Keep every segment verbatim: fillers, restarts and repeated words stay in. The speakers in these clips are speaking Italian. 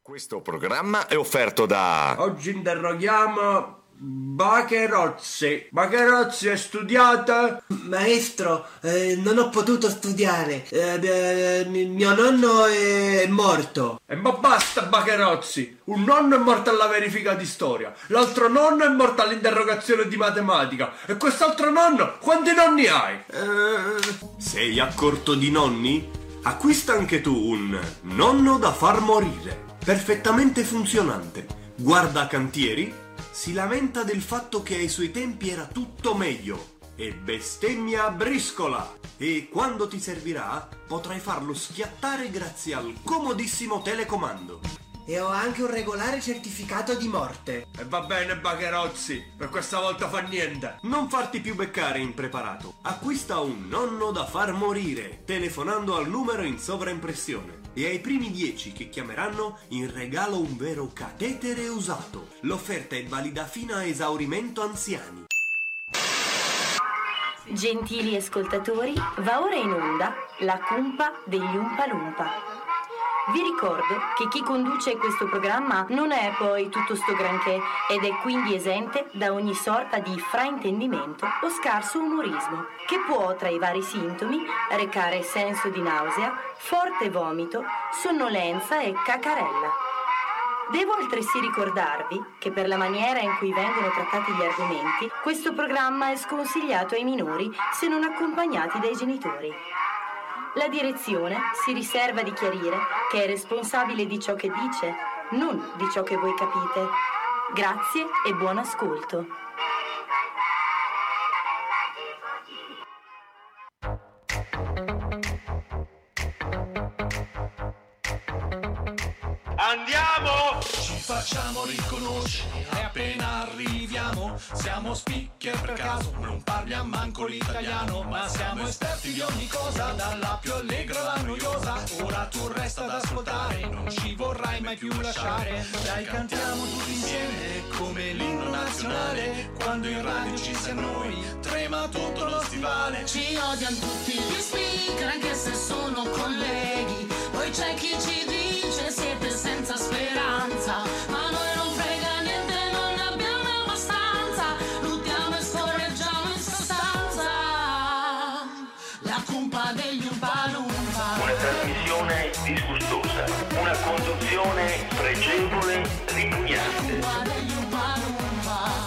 Questo programma è offerto da... Oggi interroghiamo Bacherozzi. Bacherozzi è studiata? Maestro, eh, non ho potuto studiare. Eh, eh, mio nonno è morto. E ma basta Bacherozzi. Un nonno è morto alla verifica di storia, l'altro nonno è morto all'interrogazione di matematica. E quest'altro nonno, quanti nonni hai? Eh... Sei a corto di nonni? Acquista anche tu un nonno da far morire. Perfettamente funzionante. Guarda cantieri, si lamenta del fatto che ai suoi tempi era tutto meglio e bestemmia a briscola. E quando ti servirà potrai farlo schiattare grazie al comodissimo telecomando. E ho anche un regolare certificato di morte. E va bene Bacherozzi, per questa volta fa niente. Non farti più beccare impreparato. Acquista un nonno da far morire telefonando al numero in sovraimpressione. E ai primi dieci che chiameranno in regalo un vero catetere usato. L'offerta è valida fino a esaurimento anziani. Gentili ascoltatori, va ora in onda la cumpa degli Umpa Lumpa. Vi ricordo che chi conduce questo programma non è poi tutto sto granché ed è quindi esente da ogni sorta di fraintendimento o scarso umorismo, che può, tra i vari sintomi, recare senso di nausea, forte vomito, sonnolenza e cacarella. Devo altresì ricordarvi che per la maniera in cui vengono trattati gli argomenti, questo programma è sconsigliato ai minori se non accompagnati dai genitori. La direzione si riserva di chiarire che è responsabile di ciò che dice, non di ciò che voi capite. Grazie e buon ascolto. Andiamo! Ci facciamo riconoscere appena arriviamo. Siamo speaker per caso, non parliamo manco l'italiano, ma siamo esperti di ogni cosa, dalla più allegra alla noiosa. Ora tu resta ad ascoltare, non ci vorrai mai più lasciare. Dai, cantiamo tutti insieme come l'inno nazionale. Quando in radio ci sei noi, trema tutto lo stivale. Ci odiano tutti gli speaker anche se sono colleghi. Poi c'è chi ci dice siete senza speranza, ma noi non frega niente, non ne abbiamo abbastanza. Luttiamo e scorreggiamo in sostanza. La cumpa degli Umpa Lumpa. Una trasmissione disgustosa, una conduzione pregevole, ripugnante. La cumpa degli Umpa Lumpa.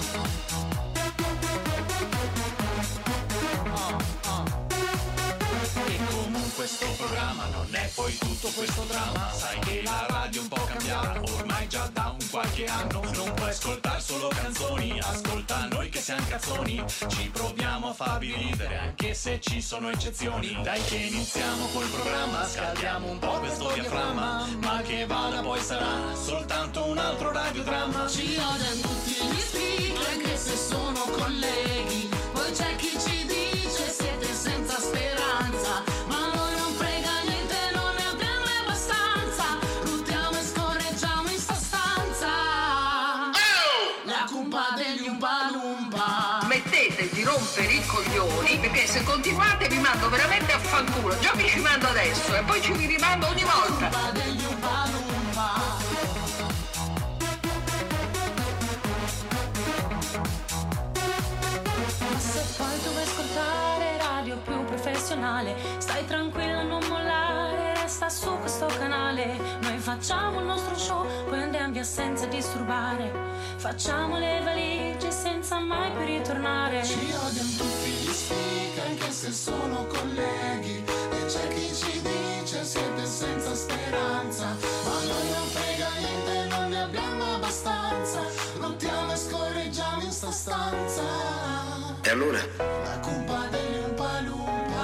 Questo programma non è poi tutto questo dramma. Sai che la radio è un po' cambiata, ormai già da un qualche anno. Non puoi ascoltare solo canzoni, ascolta noi che siamo cazzoni. Ci proviamo a farvi ridere anche se ci sono eccezioni. Dai che iniziamo col programma, scaldiamo un po' questo diaframma. Ma che vada poi sarà soltanto un altro radiodramma. Ci odiano tutti gli speaker anche se sono colleghi. Poi c'è chi ci dice siete senza speranza, ma noi non frega niente, non ne abbiamo abbastanza. Luttiamo e scorreggiamo in sostanza. La cumpa degli Umpa Lumpa. Smettete di rompere i coglioni, perché se continuate vi mando veramente a fanculo. Già vi ci mando adesso e poi ci vi rimando ogni volta. La cumpa degli Umpa Lumpa. Se poi tu vuoi ascoltare radio più professionale, stai tranquilla, non mollare, resta su questo canale. Noi facciamo il nostro show, poi andiamo via senza disturbare. Facciamo le valigie senza mai più ritornare. Ci odiano tutti gli speaker anche se sono colleghi. E c'è chi ci dice siete senza speranza, ma noi non frega niente, non ne abbiamo abbastanza. Lottiamo e scorreggiamo in sta stanza. E allora? La cumpa degli Umpa Lumpa.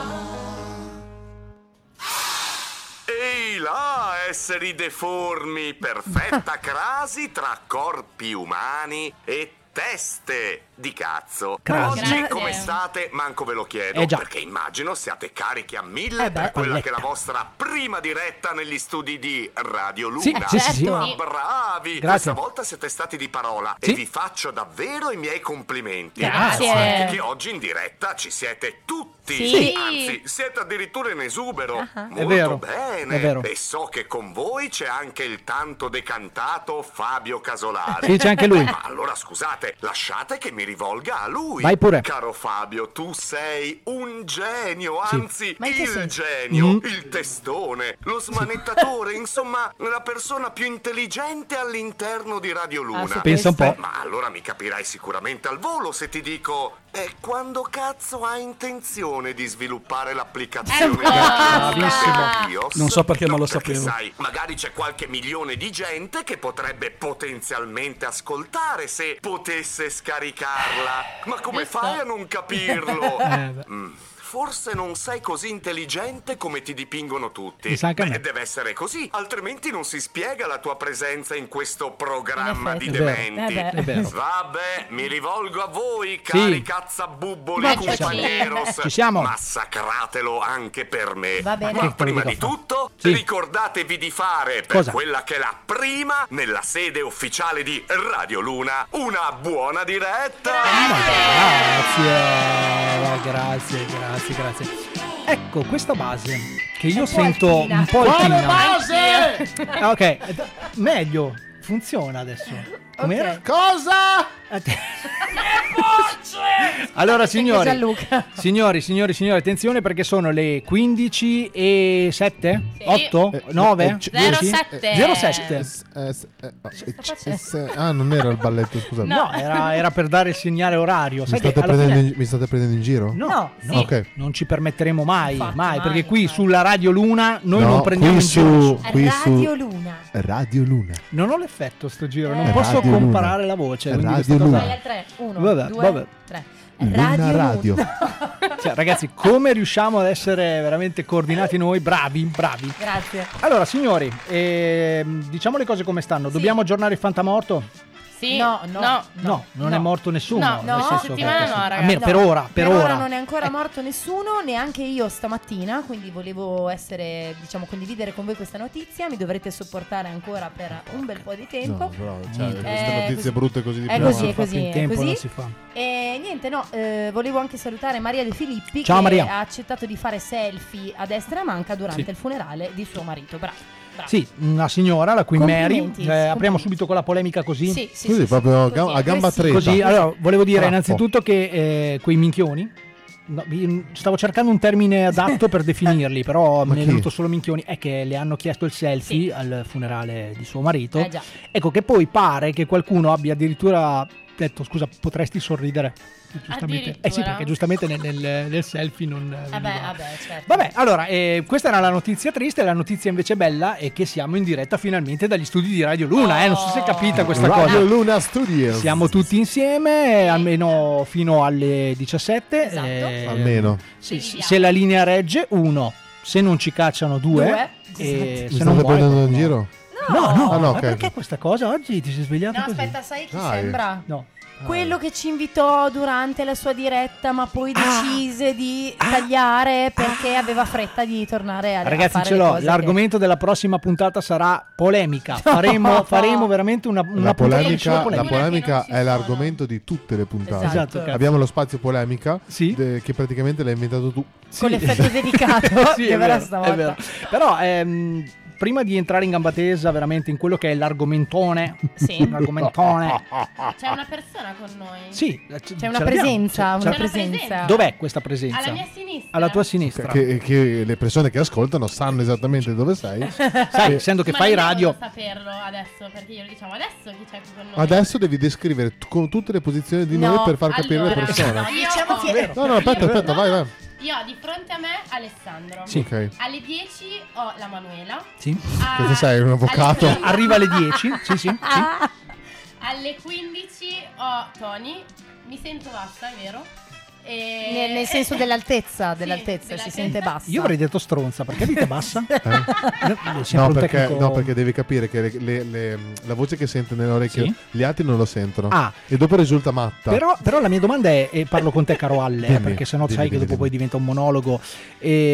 Ehi là, esseri deformi, perfetta crasi tra corpi umani e teste di cazzo. Crasi. Oggi Grazie. come state? Manco ve lo chiedo, Eh già. perché immagino siate carichi a mille Eh beh, per quella palletta. che è la vostra prima diretta negli studi di Radio Luna. Sì, sì, sì, sì. Ma Sì. bravi! Grazie. Questa volta siete stati di parola Sì. e vi faccio davvero i miei complimenti. Grazie. So anche che oggi in diretta ci siete tutti tutti. Sì. Anzi, siete addirittura in esubero. Uh-huh. Molto È vero. bene. È vero. E so che con voi c'è anche il tanto decantato Fabio Casolari. Sì, c'è anche lui. Ma allora scusate, lasciate che mi rivolga a lui. Vai pure. Caro Fabio, tu sei un genio, Sì. anzi Ma in che il senso? genio, Mm. il testone, lo smanettatore, insomma, la persona più intelligente all'interno di Radio Luna. Ah, su Pensa un po'. Ma allora mi capirai sicuramente al volo se ti dico eh, quando cazzo hai intenzione di sviluppare l'applicazione Ecco. di Radio Bravissimo. Luna iOS? Non so perché, ma lo perché sapevo. sai, magari c'è qualche milione di gente che potrebbe potenzialmente ascoltare se potesse scaricarla. Ma come Giusto. fai a non capirlo? Eh, beh. Mm. Forse non sei così intelligente come ti dipingono tutti. Mi sa anche a Beh, me. deve essere così, altrimenti non si spiega la tua presenza in questo programma In di effetti. È vero. dementi. Eh beh. È vero. Vabbè, mi rivolgo a voi, cari Sì. cazzabubboli Eccoci. compagneros. Ci siamo. Massacratelo anche per me. Va bene. Ma Che te lo prima dico di a fa? tutto, Sì. ricordatevi di fare per Cosa? quella che è la prima nella sede ufficiale di Radio Luna una buona diretta. Grazie, grazie, grazie, grazie. Ecco, questa base che io un po' sento altina. un po' Quale altina. base? Ah, ok, eh, d- meglio, funziona adesso. Com'era? Ok. Cosa? Allora signori, Gianluca. signori, signori, signori, attenzione perché sono le quindici e sette? Sì. otto? Eh, nove? eh, c- zero dieci? sette. zero sette. Eh, s- eh, s- eh, eh, c- eh, s- ah, non era il balletto, scusate. No, era, era per dare il segnale orario. Mi Sai che state, alla prendendo fine- in, mi state prendendo in giro? No, No, no, sì. Ok. non ci permetteremo mai, Infatti, mai, mai, perché qui infatti. sulla Radio Luna noi No, non prendiamo qui in giro su, nessuno. qui Radio su Luna. Radio Luna. Non ho l'effetto sto giro, non Eh. posso Radio comparare Luna. la voce. Radio quindi questa Luna. Vai al tre. Uno, Vabbè, due, vabbè. tre. Luna Radio Radio. Luna. Cioè, ragazzi, come riusciamo ad essere veramente coordinati noi? Bravi, bravi. Grazie. Allora, signori, ehm, diciamo le cose come stanno. Dobbiamo aggiornare il fantamorto? Sì. No, no. No, non no. è morto nessuno. No, nel no, senso settimana che- no, ragazzi. almeno No, per ora, per, ora. non è ancora Eh, morto nessuno, neanche io stamattina, quindi volevo essere, diciamo, condividere con voi questa notizia. Mi dovrete sopportare ancora per un bel po' di tempo. No, però, cioè, Eh, queste eh, notizie così. brutte così di È prima. così, è infatti così, in è tempo così. non si fa. E niente, no, eh, volevo anche salutare Maria De Filippi Ciao, che Maria. ha accettato di fare selfie a destra e a manca durante Sì. il funerale di suo marito. Bravo. bravo. Sì, una signora, la Queen Mary. Complimenti, Eh, apriamo complimenti. subito con la polemica così. Sì, sì, Così, sì, proprio sì, ga- così, a gamba aggressivo. stretta. Così, allora, volevo dire Bravo. innanzitutto che eh, quei minchioni, no, vi- stavo cercando un termine adatto per definirli, però Ma mi è chi? venuto solo minchioni, è che le hanno chiesto il selfie Sì. al funerale di suo marito. Eh già. Ecco che poi pare che qualcuno abbia addirittura detto scusa, potresti sorridere. Giustamente. Eh sì, Addirittura? perché giustamente nel, nel- nel selfie non... Vabbè, veniva- vabbè, certo. Vabbè, allora, eh, questa era la notizia triste, la notizia invece bella è che siamo in diretta finalmente dagli studi di Radio Luna, eh, non so se è capita questa Radio cosa. Luna Studios. Siamo tutti insieme, almeno fino alle diciassette. Esatto. eh, Almeno. sì, sì, se la linea regge, uno. Se non ci cacciano, due. Due. E Mi se non state muore, prendendo in no. giro? No, no, Ah, no, ma ok, perché ok. questa cosa oggi ti sei svegliato No, così? aspetta, sai chi Dai. sembra? No. Quello che ci invitò durante la sua diretta, ma poi decise di tagliare perché aveva fretta di tornare a, a Ragazzi, fare ce le l'ho. cose L'argomento della prossima puntata sarà polemica. Faremo, faremo veramente una, una La puntata polemica, solo la polemica. polemica Che non ci è sono. l'argomento di tutte le puntate. Esatto, cazzo. Abbiamo lo spazio polemica Sì. de- che praticamente l'hai inventato tu. che- con l'effetto dedicato Sì, che è verrà vero, stavolta. è vero. Però ehm, prima di entrare in gamba tesa veramente in quello che è l'argomentone, Sì. l'argomentone. C'è una persona con noi. Sì, C'è una presenza, una C'è una presenza. presenza. Dov'è questa presenza? Alla mia sinistra. Alla tua sinistra. Che, che le persone che ascoltano sanno esattamente dove sei. Sai, essendo che Ma fai non radio. devono saperlo adesso, perché io lo diciamo adesso chi c'è qui con noi. Adesso devi descrivere t- con tutte le posizioni di No, noi per far capire allora, le persone. no, io- Diciamo che- No, no, aspetta, aspetta, vai, vai. Io ho di fronte a me Alessandro. Sì. Ok. Alle dieci ho la Manuela. Sì. A- Cosa sei, un avvocato? alle- Arriva alle dieci. Sì, sì. sì. Alle quindici ho Tony. Mi sento bassa, è vero? E... Nel, nel senso dell'altezza, Sì, dell'altezza, si dell'altezza. sente bassa. Io avrei detto stronza, perché dite bassa? Eh? No, sempre No un perché, tecnico- no, perché devi capire che le- le- le- la voce che sente nell'orecchio Sì. gli altri non lo sentono. Ah. E dopo risulta matta. Però, però la mia domanda è, e parlo con te caro Alle, Dimmi, perché sennò dimmi, sai che dimmi, dopo dimmi. poi diventa un monologo. Eh,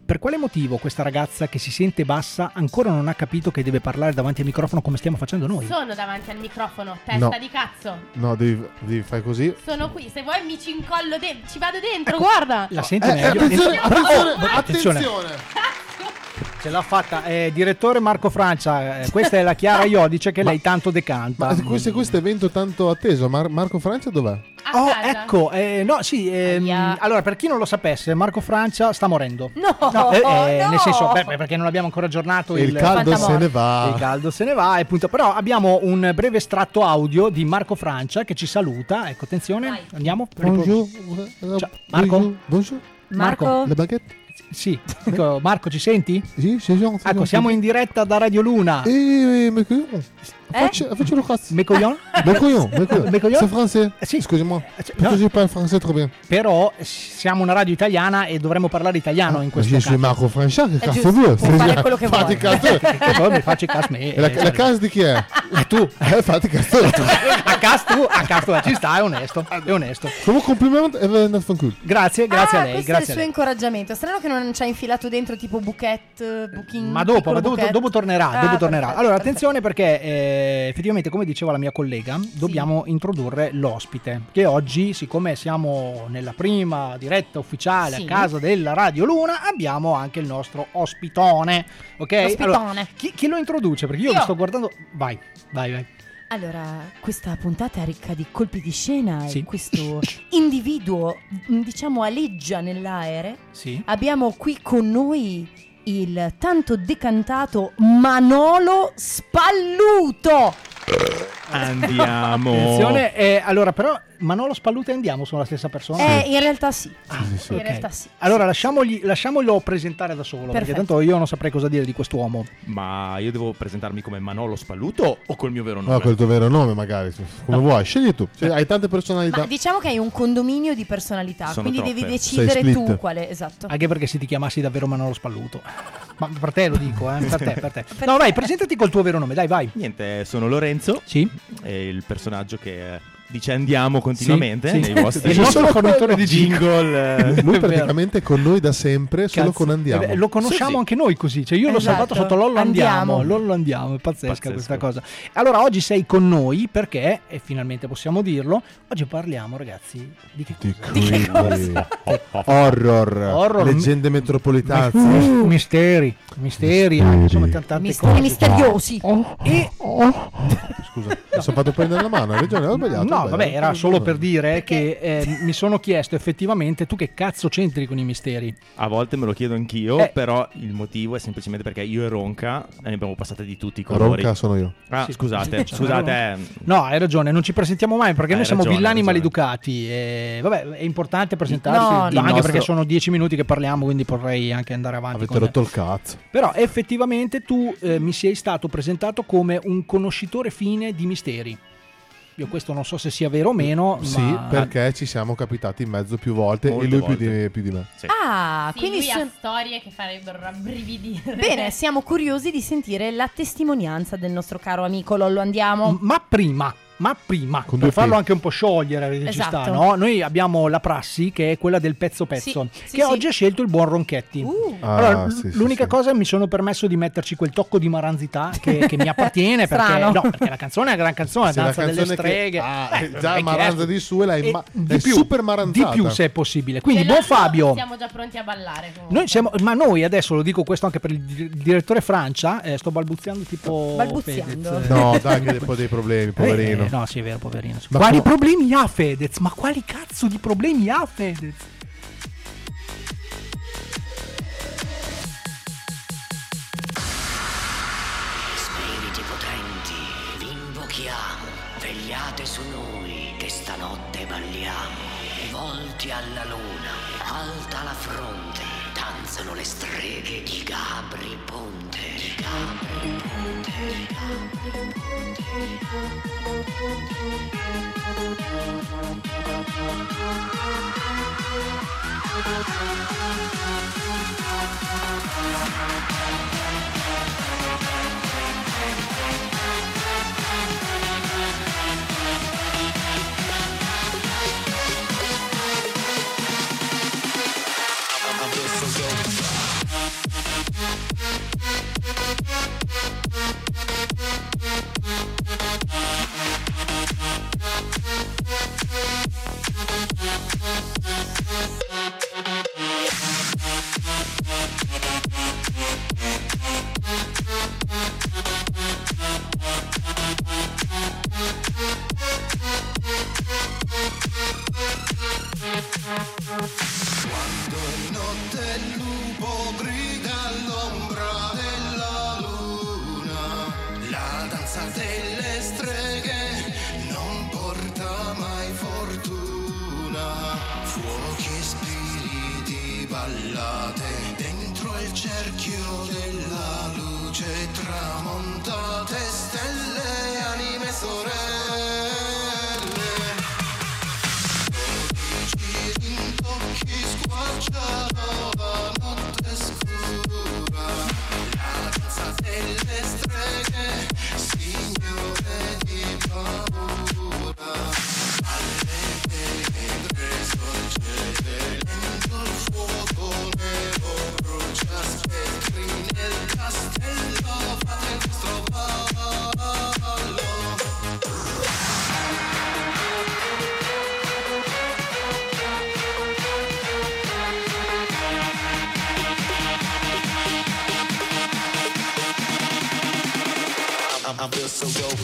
per quale motivo questa ragazza che si sente bassa ancora non ha capito che deve parlare davanti al microfono come stiamo facendo noi? Sono davanti al microfono, testa No. di cazzo. No, devi, devi fare così. Sono qui, se vuoi mi ci incollo dentro, ci vado dentro, guarda. La senti Eh, meglio? attenzione, Oh, attenzione, oh, attenzione. attenzione. Ce l'ha fatta, eh, direttore Marco Francia, eh, questa è la Chiara Iodice che lei tanto decanta. Ma se questo, questo evento tanto atteso, Mar- Marco Francia dov'è? Oh, ecco, eh, no, sì, ehm, allora per chi non lo sapesse, Marco Francia sta morendo. No, eh, eh, no. nel senso, beh, perché non abbiamo ancora aggiornato Il il caldo se ne va. Il caldo se ne va, e appunto, però abbiamo un breve estratto audio di Marco Francia che ci saluta. Ecco, attenzione, andiamo. Bonjour. Ciao, Marco? Bonjour. Bonjour. Marco? Le baguette? Sì, ecco, Marco, ci senti? Sì, sì, sì. Ecco, siamo in diretta da Radio Luna. Eh, mais que... Faccio, faccio le cazzo. Mes coglions? Mes coglions, mes coglions. Mes coglions? C'est français. Sì. Excusez-moi. no. Perché je parle français trop bien. Però siamo una radio italiana e dovremmo parlare italiano in questo Je caso. suis Marco Francia, che È cazzo giusto, vuoi? può fare quello che Fatti vuole. cazzo. Che poi mi faccio i cazzo me. E la, la casa di chi è? E tu? Eh, fatti cazzo. A cas tu, a cas tu, ci sta, è onesto, è onesto. Come complimento e ve ne fanculo. Grazie, grazie Ah, a lei, questo grazie è a il suo lei. incoraggiamento. Strano che non ci ha infilato dentro tipo Bouquet, Booking. Ma dopo, piccolo ma dopo, Bouquet. dopo tornerà, Ah, dopo tornerà. perfetto, Allora, perfetto. attenzione perché eh, effettivamente, come diceva la mia collega, dobbiamo introdurre l'ospite. Che oggi, siccome siamo nella prima diretta ufficiale Sì. a casa della Radio Luna, abbiamo anche il nostro ospitone. Ok? Ospitone. Allora, chi, chi lo introduce? Perché io, Io. lo sto guardando. Vai, vai, vai. Allora, questa puntata è ricca di colpi di scena Sì. e questo individuo, mh, diciamo, aleggia nell'aere. Sì. Abbiamo qui con noi il tanto decantato Manolo Spalluto. Andiamo. Attenzione, eh, allora, però Manolo Spalluto e Andiamo sono la stessa persona? Eh, in realtà sì. sì. In Ok. realtà sì. Allora lasciamogli, lasciamolo presentare da solo, perché Perfetto. tanto io non saprei cosa dire di quest'uomo. Ma io devo presentarmi come Manolo Spalluto o col mio vero nome? No, col tuo vero nome magari. Come vuoi, scegli tu. Cioè, hai tante personalità. Ma diciamo che hai un condominio di personalità, Sono quindi troppe. devi decidere Sei tu split. quale. Esatto. Anche perché se ti chiamassi davvero Manolo Spalluto. Ma per te lo dico, eh, per te, per te. No, vai, presentati col tuo vero nome, dai, vai. Niente, sono Lorenzo. Sì. È il personaggio che eh, dice andiamo continuamente Sì, sì. nei vostri Il nostro fornitore di jingle. eh. Lui È vero. praticamente è con noi da sempre, solo Cazzo. con Andiamo. Eh, lo conosciamo Sì, sì. anche noi così, cioè io l'ho Esatto. salvato sotto Lollo Andiamo, Andiamo. Lollo Andiamo, è pazzesca Pazzesco. questa cosa. Allora oggi sei con noi perché, e finalmente possiamo dirlo, oggi parliamo ragazzi di che Di cosa? creepy. Horror, Horror. leggende metropolitane. Mis- misteri, misteri, anche, insomma t- tante Misteri cose. misteriosi. E Scusa, mi sono fatto prendere la mano, hai ragione, ho sbagliato. no, vabbè, vabbè, era ho solo sbagliato. per dire che eh, mi sono chiesto effettivamente tu che cazzo c'entri con i misteri. A volte me lo chiedo anch'io, Eh. però il motivo è semplicemente perché io e Ronca ne abbiamo passate di tutti i colori. Ronca sono io. Ah, Sì. scusate, Cioè, scusate. eh. No, hai ragione, non ci presentiamo mai perché Hai noi siamo ragione, villani hai ragione. maleducati. E, vabbè, è importante presentarsi, No, anche no. perché nostro- sono dieci minuti che parliamo, quindi vorrei anche andare avanti. Avete con- rotto il cazzo. Però effettivamente tu eh, mi sei stato presentato come un conoscitore fine di misteri. Io questo non so se sia vero o meno, Sì, ma... perché ci siamo capitati in mezzo più volte Molte e lui più volte. di, più di me. Sì. Ah, Sì, quindi lui son- ha storie che farebbero rabbrividire. bene, siamo curiosi di sentire la testimonianza del nostro caro amico Lollo Andiamo. Ma prima, ma prima, Con per due farlo P. anche un po' sciogliere, ci Esatto. sta, no? Noi abbiamo la prassi che è quella del pezzo pezzo, Sì, sì, che sì. oggi ha scelto il buon Ronchetti. Uh. Ah, Allora, l- sì, sì, l'unica sì. cosa mi sono permesso di metterci quel tocco di maranzità che, che mi appartiene perché, Strano. no, perché la canzone è una gran canzone, Se la Danza delle canzone che- streghe. ah, eh, già vecchie maranza esche. di su e l'hai E ma- di è più, super maranzata. di più se è possibile. Quindi Quello buon Fabio. Siamo già pronti a ballare comunque. Noi siamo, ma noi adesso lo dico questo anche per il di- direttore Francia, eh, sto balbuziando tipo Balbuziando. Fedez. No, dai, che poi dei problemi, poverino. Eh, no, sì, è vero, poverino. Ma quali come- problemi ha Fedez? Ma quali cazzo di problemi ha Fedez? Spiriti potenti, vi invochiamo, vegliate su noi che stanotte balliamo. Volti alla luna, alta la fronte, danzano le streghe di Gabri Ponte. Di Gabri Ponte, di Gabri danza delle streghe non porta mai fortuna. Fuochi e spiriti, ballate dentro il cerchio della luce, tramontate stelle, anime sorelle. Dodici intocchi squarciano la notte scura, la danza delle streghe, signore di paura. Alle tenebre sorgete lento il fuoco nero, brucia spettri nel castello, fate il vostro ballo. I feel so dope.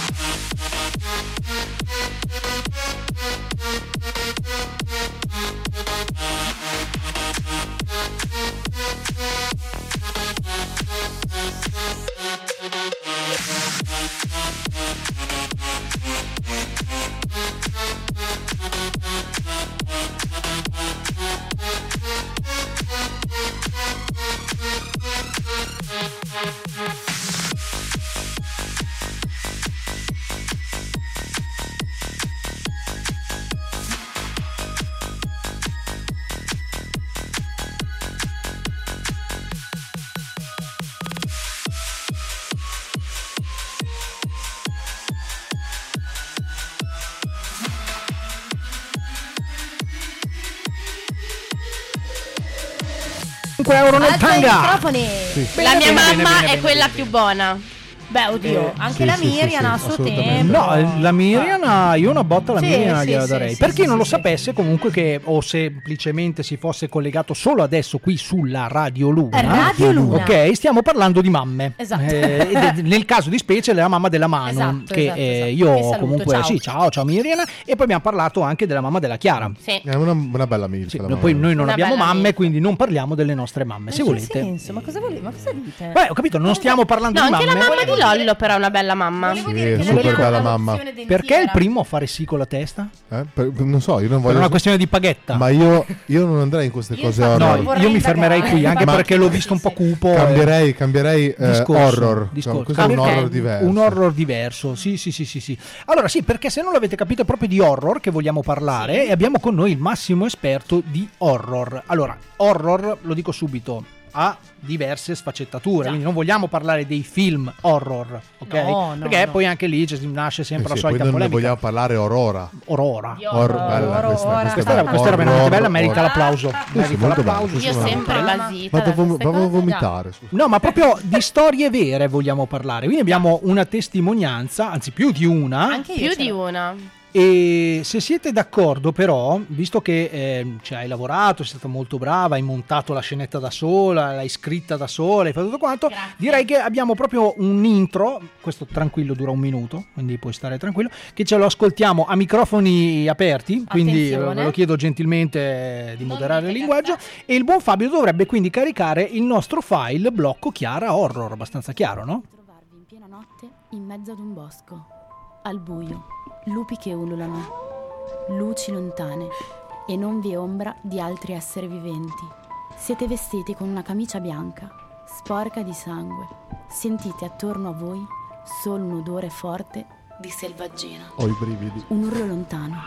cinque euro nel Alza i tanga. microfoni. Sì. La mia Bene, mamma bene, bene, è bene, quella bene. più buona. Beh, oddio, Eh, anche sì, la sì, Miriam sì, a sì, suo assolutamente. tempo. No, la Miriam, io una botta alla Sì, Miriam sì, gliela sì, darei. sì, per chi sì, non lo sì, sapesse, comunque, che o semplicemente si fosse collegato solo adesso qui sulla Radio Luna. Radio Luna. Ok, stiamo parlando di mamme. Esatto. Eh, ed è- nel caso di specie la mamma della Manu, Esatto, che esatto, eh, esatto. io Che saluto, comunque ciao. sì, ciao, ciao Miriam, e poi abbiamo parlato anche della mamma della Chiara. Sì. È una, una bella milf. la Poi mamma. noi non Una abbiamo bella mamme, amica. quindi non parliamo delle nostre mamme, se Ma che volete. senso? Ma cosa volete? Ma cosa dite? Beh, ho capito, non stiamo parlando No, di anche mamme. la mamma di Lollo però è una bella mamma. Sì, dire che super non è bella una mamma. traduzione dentiera. Perché è il primo a fare sì con la testa? Eh? Per- non so, io non Per voglio. una questione di paghetta. Ma io, io non andrei in queste Io cose infatti horror. non No, vorrei io mi fermerei indagare. qui, anche Ma- perché l'ho visto un po' cupo. Cambierei, cambierei eh, Discorso, horror. discorso. Questo è un Perché? horror diverso. Un horror diverso, sì, sì, sì, sì, sì. Allora, sì, perché se non l'avete capito è proprio di horror che vogliamo parlare, e abbiamo con noi il massimo esperto di horror. Allora, horror, lo dico subito, ha diverse sfaccettature, quindi non vogliamo parlare dei film horror, ok? No, no, perché no. poi anche lì ci nasce sempre Eh sì, la solita poi non ne polemica. vogliamo parlare Aurora. Aurora. Or- bella, questa, Ora. questa, Questa era, questa era veramente bella, merita l'applauso. Sì, Merita molto l'applauso. bella, Io sì, sempre ma- basita Vado, da vom- queste vado a cose. vomitare. scusa. No, ma proprio di storie vere vogliamo parlare. Quindi abbiamo una testimonianza, anzi più di una. Anche io Più ce di l'ho. una. E se siete d'accordo, però, visto che eh, ci hai lavorato, sei stata molto brava, hai montato la scenetta da sola, l'hai scritta da sola, hai fatto tutto quanto, Grazie. direi che abbiamo proprio un intro. Questo tranquillo dura un minuto, quindi puoi stare tranquillo, che ce lo ascoltiamo a microfoni aperti, quindi eh, Attenzione. ve lo chiedo gentilmente di moderare il linguaggio. E il buon Fabio dovrebbe quindi caricare il nostro file blocco Chiara Horror, abbastanza chiaro, no? Trovarvi in piena notte in mezzo ad un bosco, al buio, lupi che ululano, luci lontane e non vi è ombra di altri esseri viventi. Siete vestiti con una camicia bianca, sporca di sangue. Sentite attorno a voi solo un odore forte di selvaggina. Ho i brividi. Un urlo lontano.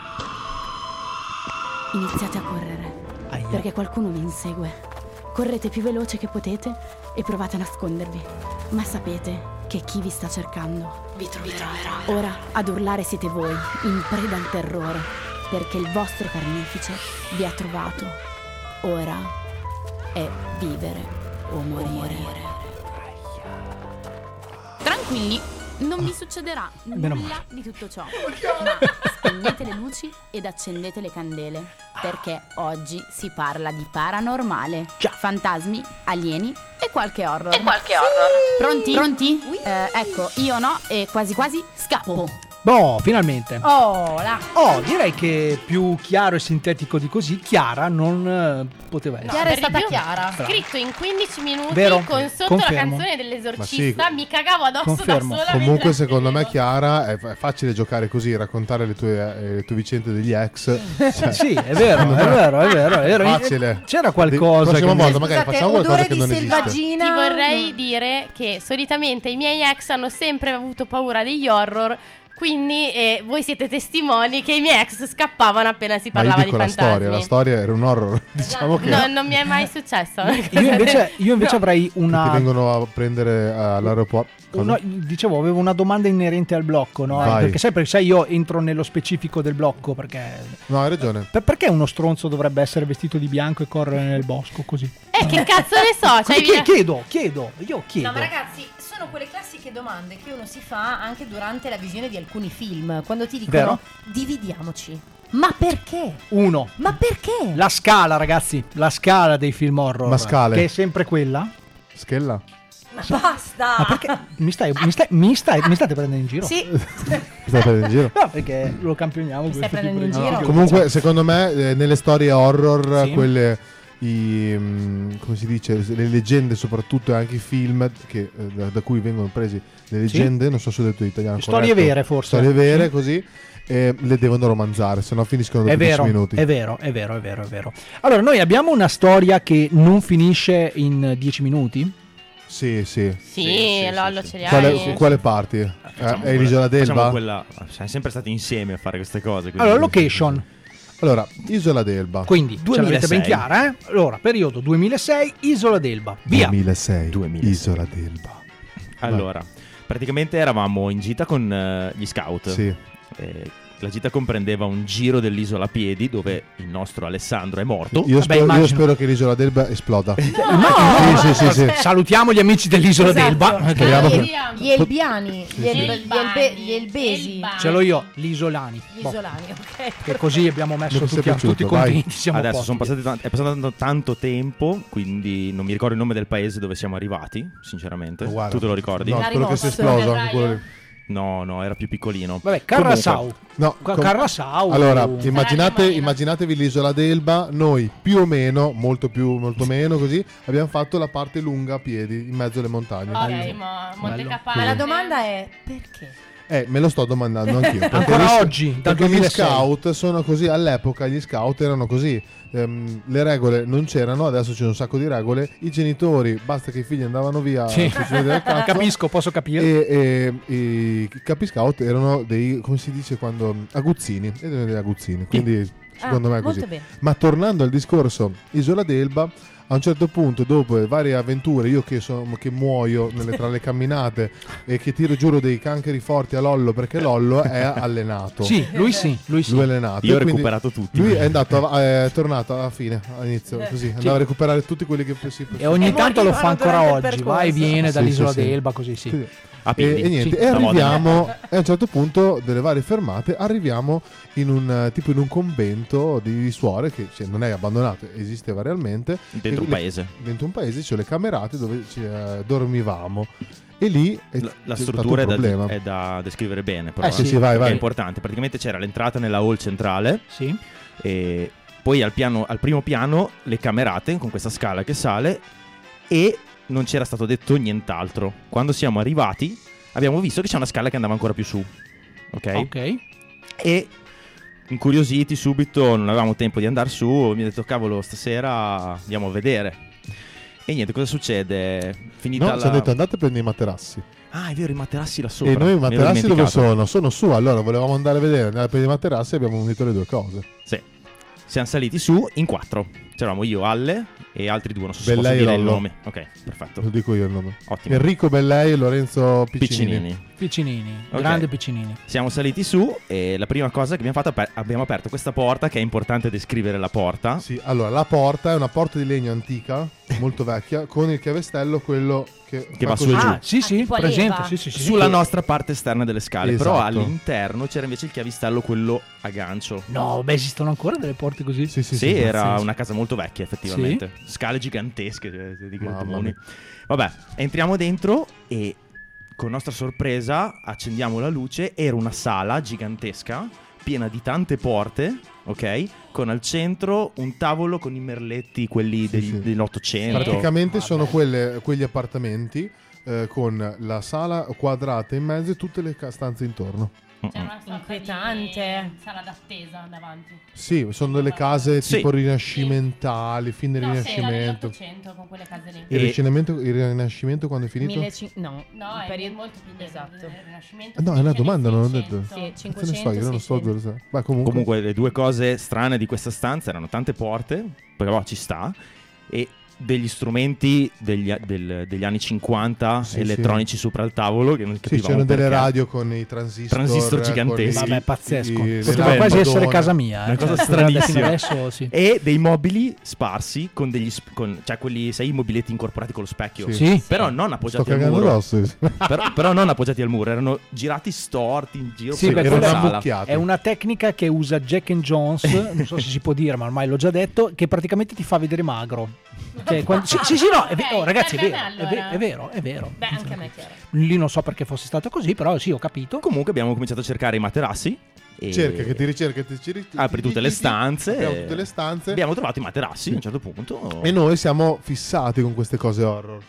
Iniziate a correre, Aia. perché qualcuno vi insegue. Correte più veloce che potete e provate a nascondervi, ma sapete che chi vi sta cercando vi troverà. Ora ad urlare siete voi, in preda al terrore, perché il vostro carnefice vi ha trovato. Ora è vivere o morire. Tranquilli, non vi succederà Meno nulla di tutto ciò. Ma spegnete le luci ed accendete le candele, perché oggi si parla di paranormale, fantasmi, alieni e qualche horror. E qualche horror. Pronti? Pronti? Eh, ecco, io no e quasi quasi scappo. Boh, finalmente. Oh, là. Oh, direi che più chiaro e sintetico di così, Chiara non eh, poteva essere. Chiara è stata più, chiara. Scritto in quindici minuti Vero? con sotto Confermo. la canzone dell'esorcista, Ma sì. mi cagavo addosso Confermo. da sola. Comunque mentre secondo me scrivevo. Chiara è, è facile giocare così, raccontare le tue, eh, le tue vicende degli ex. Cioè, Sì, è vero, è vero, è vero, è vero. Facile. C'era qualcosa La prossima che volta mi- magari Scusate, facciamo qualcosa odore che di non esiste. selvaggina. Ti vorrei dire che solitamente i miei ex hanno sempre avuto paura degli horror. Quindi eh, voi siete testimoni che i miei ex scappavano appena si Ma io parlava dico di la fantasmi. storia, la storia era un horror. Diciamo che No, non mi è mai successo. Io invece, io invece avrei che ti una, vengono a prendere all'aeroporto. Cosa? una- dicevo, avevo una domanda inerente al blocco, no? Vai. Perché sai, perché sai, io entro nello specifico del blocco perché No, hai ragione. per- perché uno stronzo dovrebbe essere vestito di bianco e correre nel bosco così? Eh, che cazzo ne so? Cioè, Chie- vi- chiedo, chiedo, io chiedo. No, ma ragazzi, sono quelle classiche domande che uno si fa anche durante la visione di alcuni film, quando ti dicono Vero? dividiamoci. Ma perché? Uno. Ma perché? La scala, ragazzi, la scala dei film horror. Ma scale. Che è sempre quella. Schella? Ma basta! Ma perché mi stai, mi stai, mi stai, mi state prendendo in giro? Sì. Mi stai prendendo in giro? No, perché lo campioniamo questo stai tipo prendendo di in giro. Comunque, secondo me, eh, nelle storie horror, Sì. quelle, i, mm, come si dice, le leggende, soprattutto e anche i film che, eh, da, da cui vengono presi le leggende, non so se ho detto in italiano. Storie corretto. vere, forse. Storie vere, Sì. così, eh, le devono romanzare, se no finiscono dopo È vero, dieci minuti. è vero, è vero, è vero, è vero. Allora, noi abbiamo una storia che non finisce in dieci minuti. Sì, sì. Sì, Lollo ce li hai. Quale, quale parti? Eh, è l'isola Facciamo d'Elba? quella, siamo sempre stati insieme a fare queste cose. quindi- Allora, location. Allora, Isola d'Elba. Quindi, ce l'avete ben duemilasei. chiara, eh? Allora, periodo duemilasei, Isola d'Elba. Via. duemilasei, duemilasei. Isola d'Elba. Allora, praticamente eravamo in gita con eh, gli scout. Sì. Eh, la gita comprendeva un giro dell'isola a piedi dove il nostro Alessandro è morto. Io, Vabbè, spero, io immagino. spero che l'isola d'Elba esploda. No! Sì, sì, sì, sì. Salutiamo gli amici dell'Isola Esatto. d'Elba. Speriamo Gli, che- gli elbiani, gli, el- sì. gli elbe- gli elbesi, Ce l'ho io, gli isolani. gli Boh, isolani, ok. che così abbiamo messo Non mi tutti, sia piaciuto, tutti vai. contenti. Siamo a Adesso posto. sono passati tanti- è passato tanto tempo, quindi non mi ricordo il nome del paese dove siamo arrivati, sinceramente. Guarda. Tu te lo ricordi? No, La spero che sia rimosso. esploso anche quello lì. No, no, era più piccolino. Vabbè, Carrasau. Comunque, No, Ca- com- Carrasau. Allora, Uh. immaginate, immaginatevi l'isola d'Elba, noi più o meno, molto più, molto meno così, abbiamo fatto la parte lunga a piedi in mezzo alle montagne. Ottimo, Monte Bello. Capane. Ma la domanda è perché? Eh, me lo sto domandando anch'io. perché Ancora gli- oggi, dal Perché gli duemilasei. scout sono così, all'epoca gli scout erano così. Ehm, le regole non c'erano, adesso c'è un sacco di regole. I genitori, basta che i figli andavano via, Sì. si ci vedeva il cazzo. Capisco, posso capire. E, e- e i capi scout erano dei, come si dice quando, aguzzini, ed erano degli aguzzini, quindi secondo Ah, me è così. molto bene. Ma tornando al discorso Isola d'Elba, a un certo punto, dopo varie avventure, io che, sono, che muoio nelle, tra le camminate e che tiro giuro dei cancheri forti a Lollo perché Lollo è allenato. Sì, lui sì, lui sì. Lui è allenato. Io ho e quindi recuperato tutti. Lui è andato, a- è tornato alla fine, all'inizio, così. Andava a recuperare tutti quelli che si E ogni E tanto molti lo fa vanno ancora durante il oggi. percorso. Va e viene Sì, dall'isola sì, sì. d'Elba, così sì. Sì. A E, piedi. e niente, Sì, e stavolta. arriviamo e a un certo punto delle varie fermate arriviamo in un eh, tipo in un convento di suore che cioè, non è abbandonato, esisteva realmente Dentro E un le- paese. dentro un paese c'è le camerate dove ci, eh, dormivamo e lì è, La, la c'è stato struttura è un da, problema. è da descrivere bene, però. Eh sì, eh. sì, vai, Perché vai. È importante. Praticamente c'era l'entrata nella hall centrale Sì. e poi al, piano, al primo piano le camerate con questa scala che sale e non c'era stato detto nient'altro. Quando siamo arrivati abbiamo visto che c'è una scala che andava ancora più su. Ok? Ok. E incuriositi subito, non avevamo tempo di andare su, mi ha detto cavolo stasera andiamo a vedere. E niente, cosa succede? Finita No, la... ci hanno detto andate a prendere i materassi. Ah, è vero, i materassi là sopra. E noi i Mi ero materassi dove dimenticato. sono? Sono su, allora volevamo andare a vedere, andare a prendere i materassi e abbiamo unito le due cose. Sì. Siamo saliti su in quattro. C'eravamo io, Alle e altri due, non so se Bellei posso e dire il Lollo. nome. Ok, perfetto. Lo dico io il nome. Ottimo. Enrico Bellei e Lorenzo Piccinini. Piccinini. Piccinini, Ok. grande Piccinini. Siamo saliti su e la prima cosa che abbiamo fatto è aper- abbiamo aperto questa porta, che è importante descrivere la porta. Sì, allora la porta è una porta di legno antica, molto vecchia, con il chiavestello quello che, Che fa va su così. e giù. Ah, sì, sì, tipo a presente. leva. Sì, sì, sì, sì. Sulla nostra parte esterna delle scale, però Esatto. all'interno c'era invece il chiavistello, quello a gancio. No, beh, esistono ancora delle porte così? Sì, sì, Sì, sì. era sì. una casa molto vecchia effettivamente. Scale gigantesche, cioè, di quei Mamma comuni. mia. Vabbè, entriamo dentro e con nostra sorpresa accendiamo la luce, era una sala gigantesca piena di tante porte, ok? Con al centro un tavolo con i merletti, quelli Sì, degli- sì. dell'Ottocento. Praticamente sono quelle- quegli appartamenti eh, con la sala quadrata in mezzo e tutte le ca- stanze intorno. C'è una Inquietante. sala d'attesa davanti. Sì, sono delle case Sì. tipo rinascimentali, fin del No, sì, Rinascimento. dell'Ottocento, con quelle case lì. Il Rinascimento, il Rinascimento quando è finito? millecin- no, No, il è periodo molto più indietro. esatto. Il Rinascimento Ah, no, è una domanda, non ho detto. Sì, Cosa ne so, cinquecento, io non so seicento. dove sta. Ma comunque, Comunque le due cose strane di questa stanza erano tante porte, però ci sta, e degli strumenti degli, del- degli anni cinquanta Sì, elettronici sopra il tavolo che non sì, capivamo c'erano delle perché. radio con i transistor. Transistor con giganteschi. i- Vabbè, pazzesco. i- le Poteva quasi essere lampadone. casa mia. Una eh. cosa Cioè, stranissima. adesso sì. E dei mobili sparsi con degli sp- con, cioè quelli, sai, i mobiletti incorporati con lo specchio. Sì. Sì. Però non Sto appoggiati al cagando muro. addosso. però, però non appoggiati al muro, erano girati storti in giro Sì, per beh, tutta quella la è sala. ammucchiati. È una tecnica che usa Jack and Jones, non so se si può dire, ma ormai l'ho già detto, che praticamente ti fa vedere magro. Cioè, quando- sì, sì, sì, no, è ve- Ok, oh, ragazzi, è serve vero, a me è, ve- allora. è vero, è vero. Beh, anche a me è chiaro. Lì non so perché fosse stato così, però sì, ho capito. Comunque abbiamo cominciato a cercare i materassi. E Cerca, che ti ricerca, ti ci ri- apri ti- tutte ti- le ti- stanze. apriamo e- tutte le stanze. Abbiamo trovato i materassi a un certo punto. E noi siamo fissati con queste cose horror.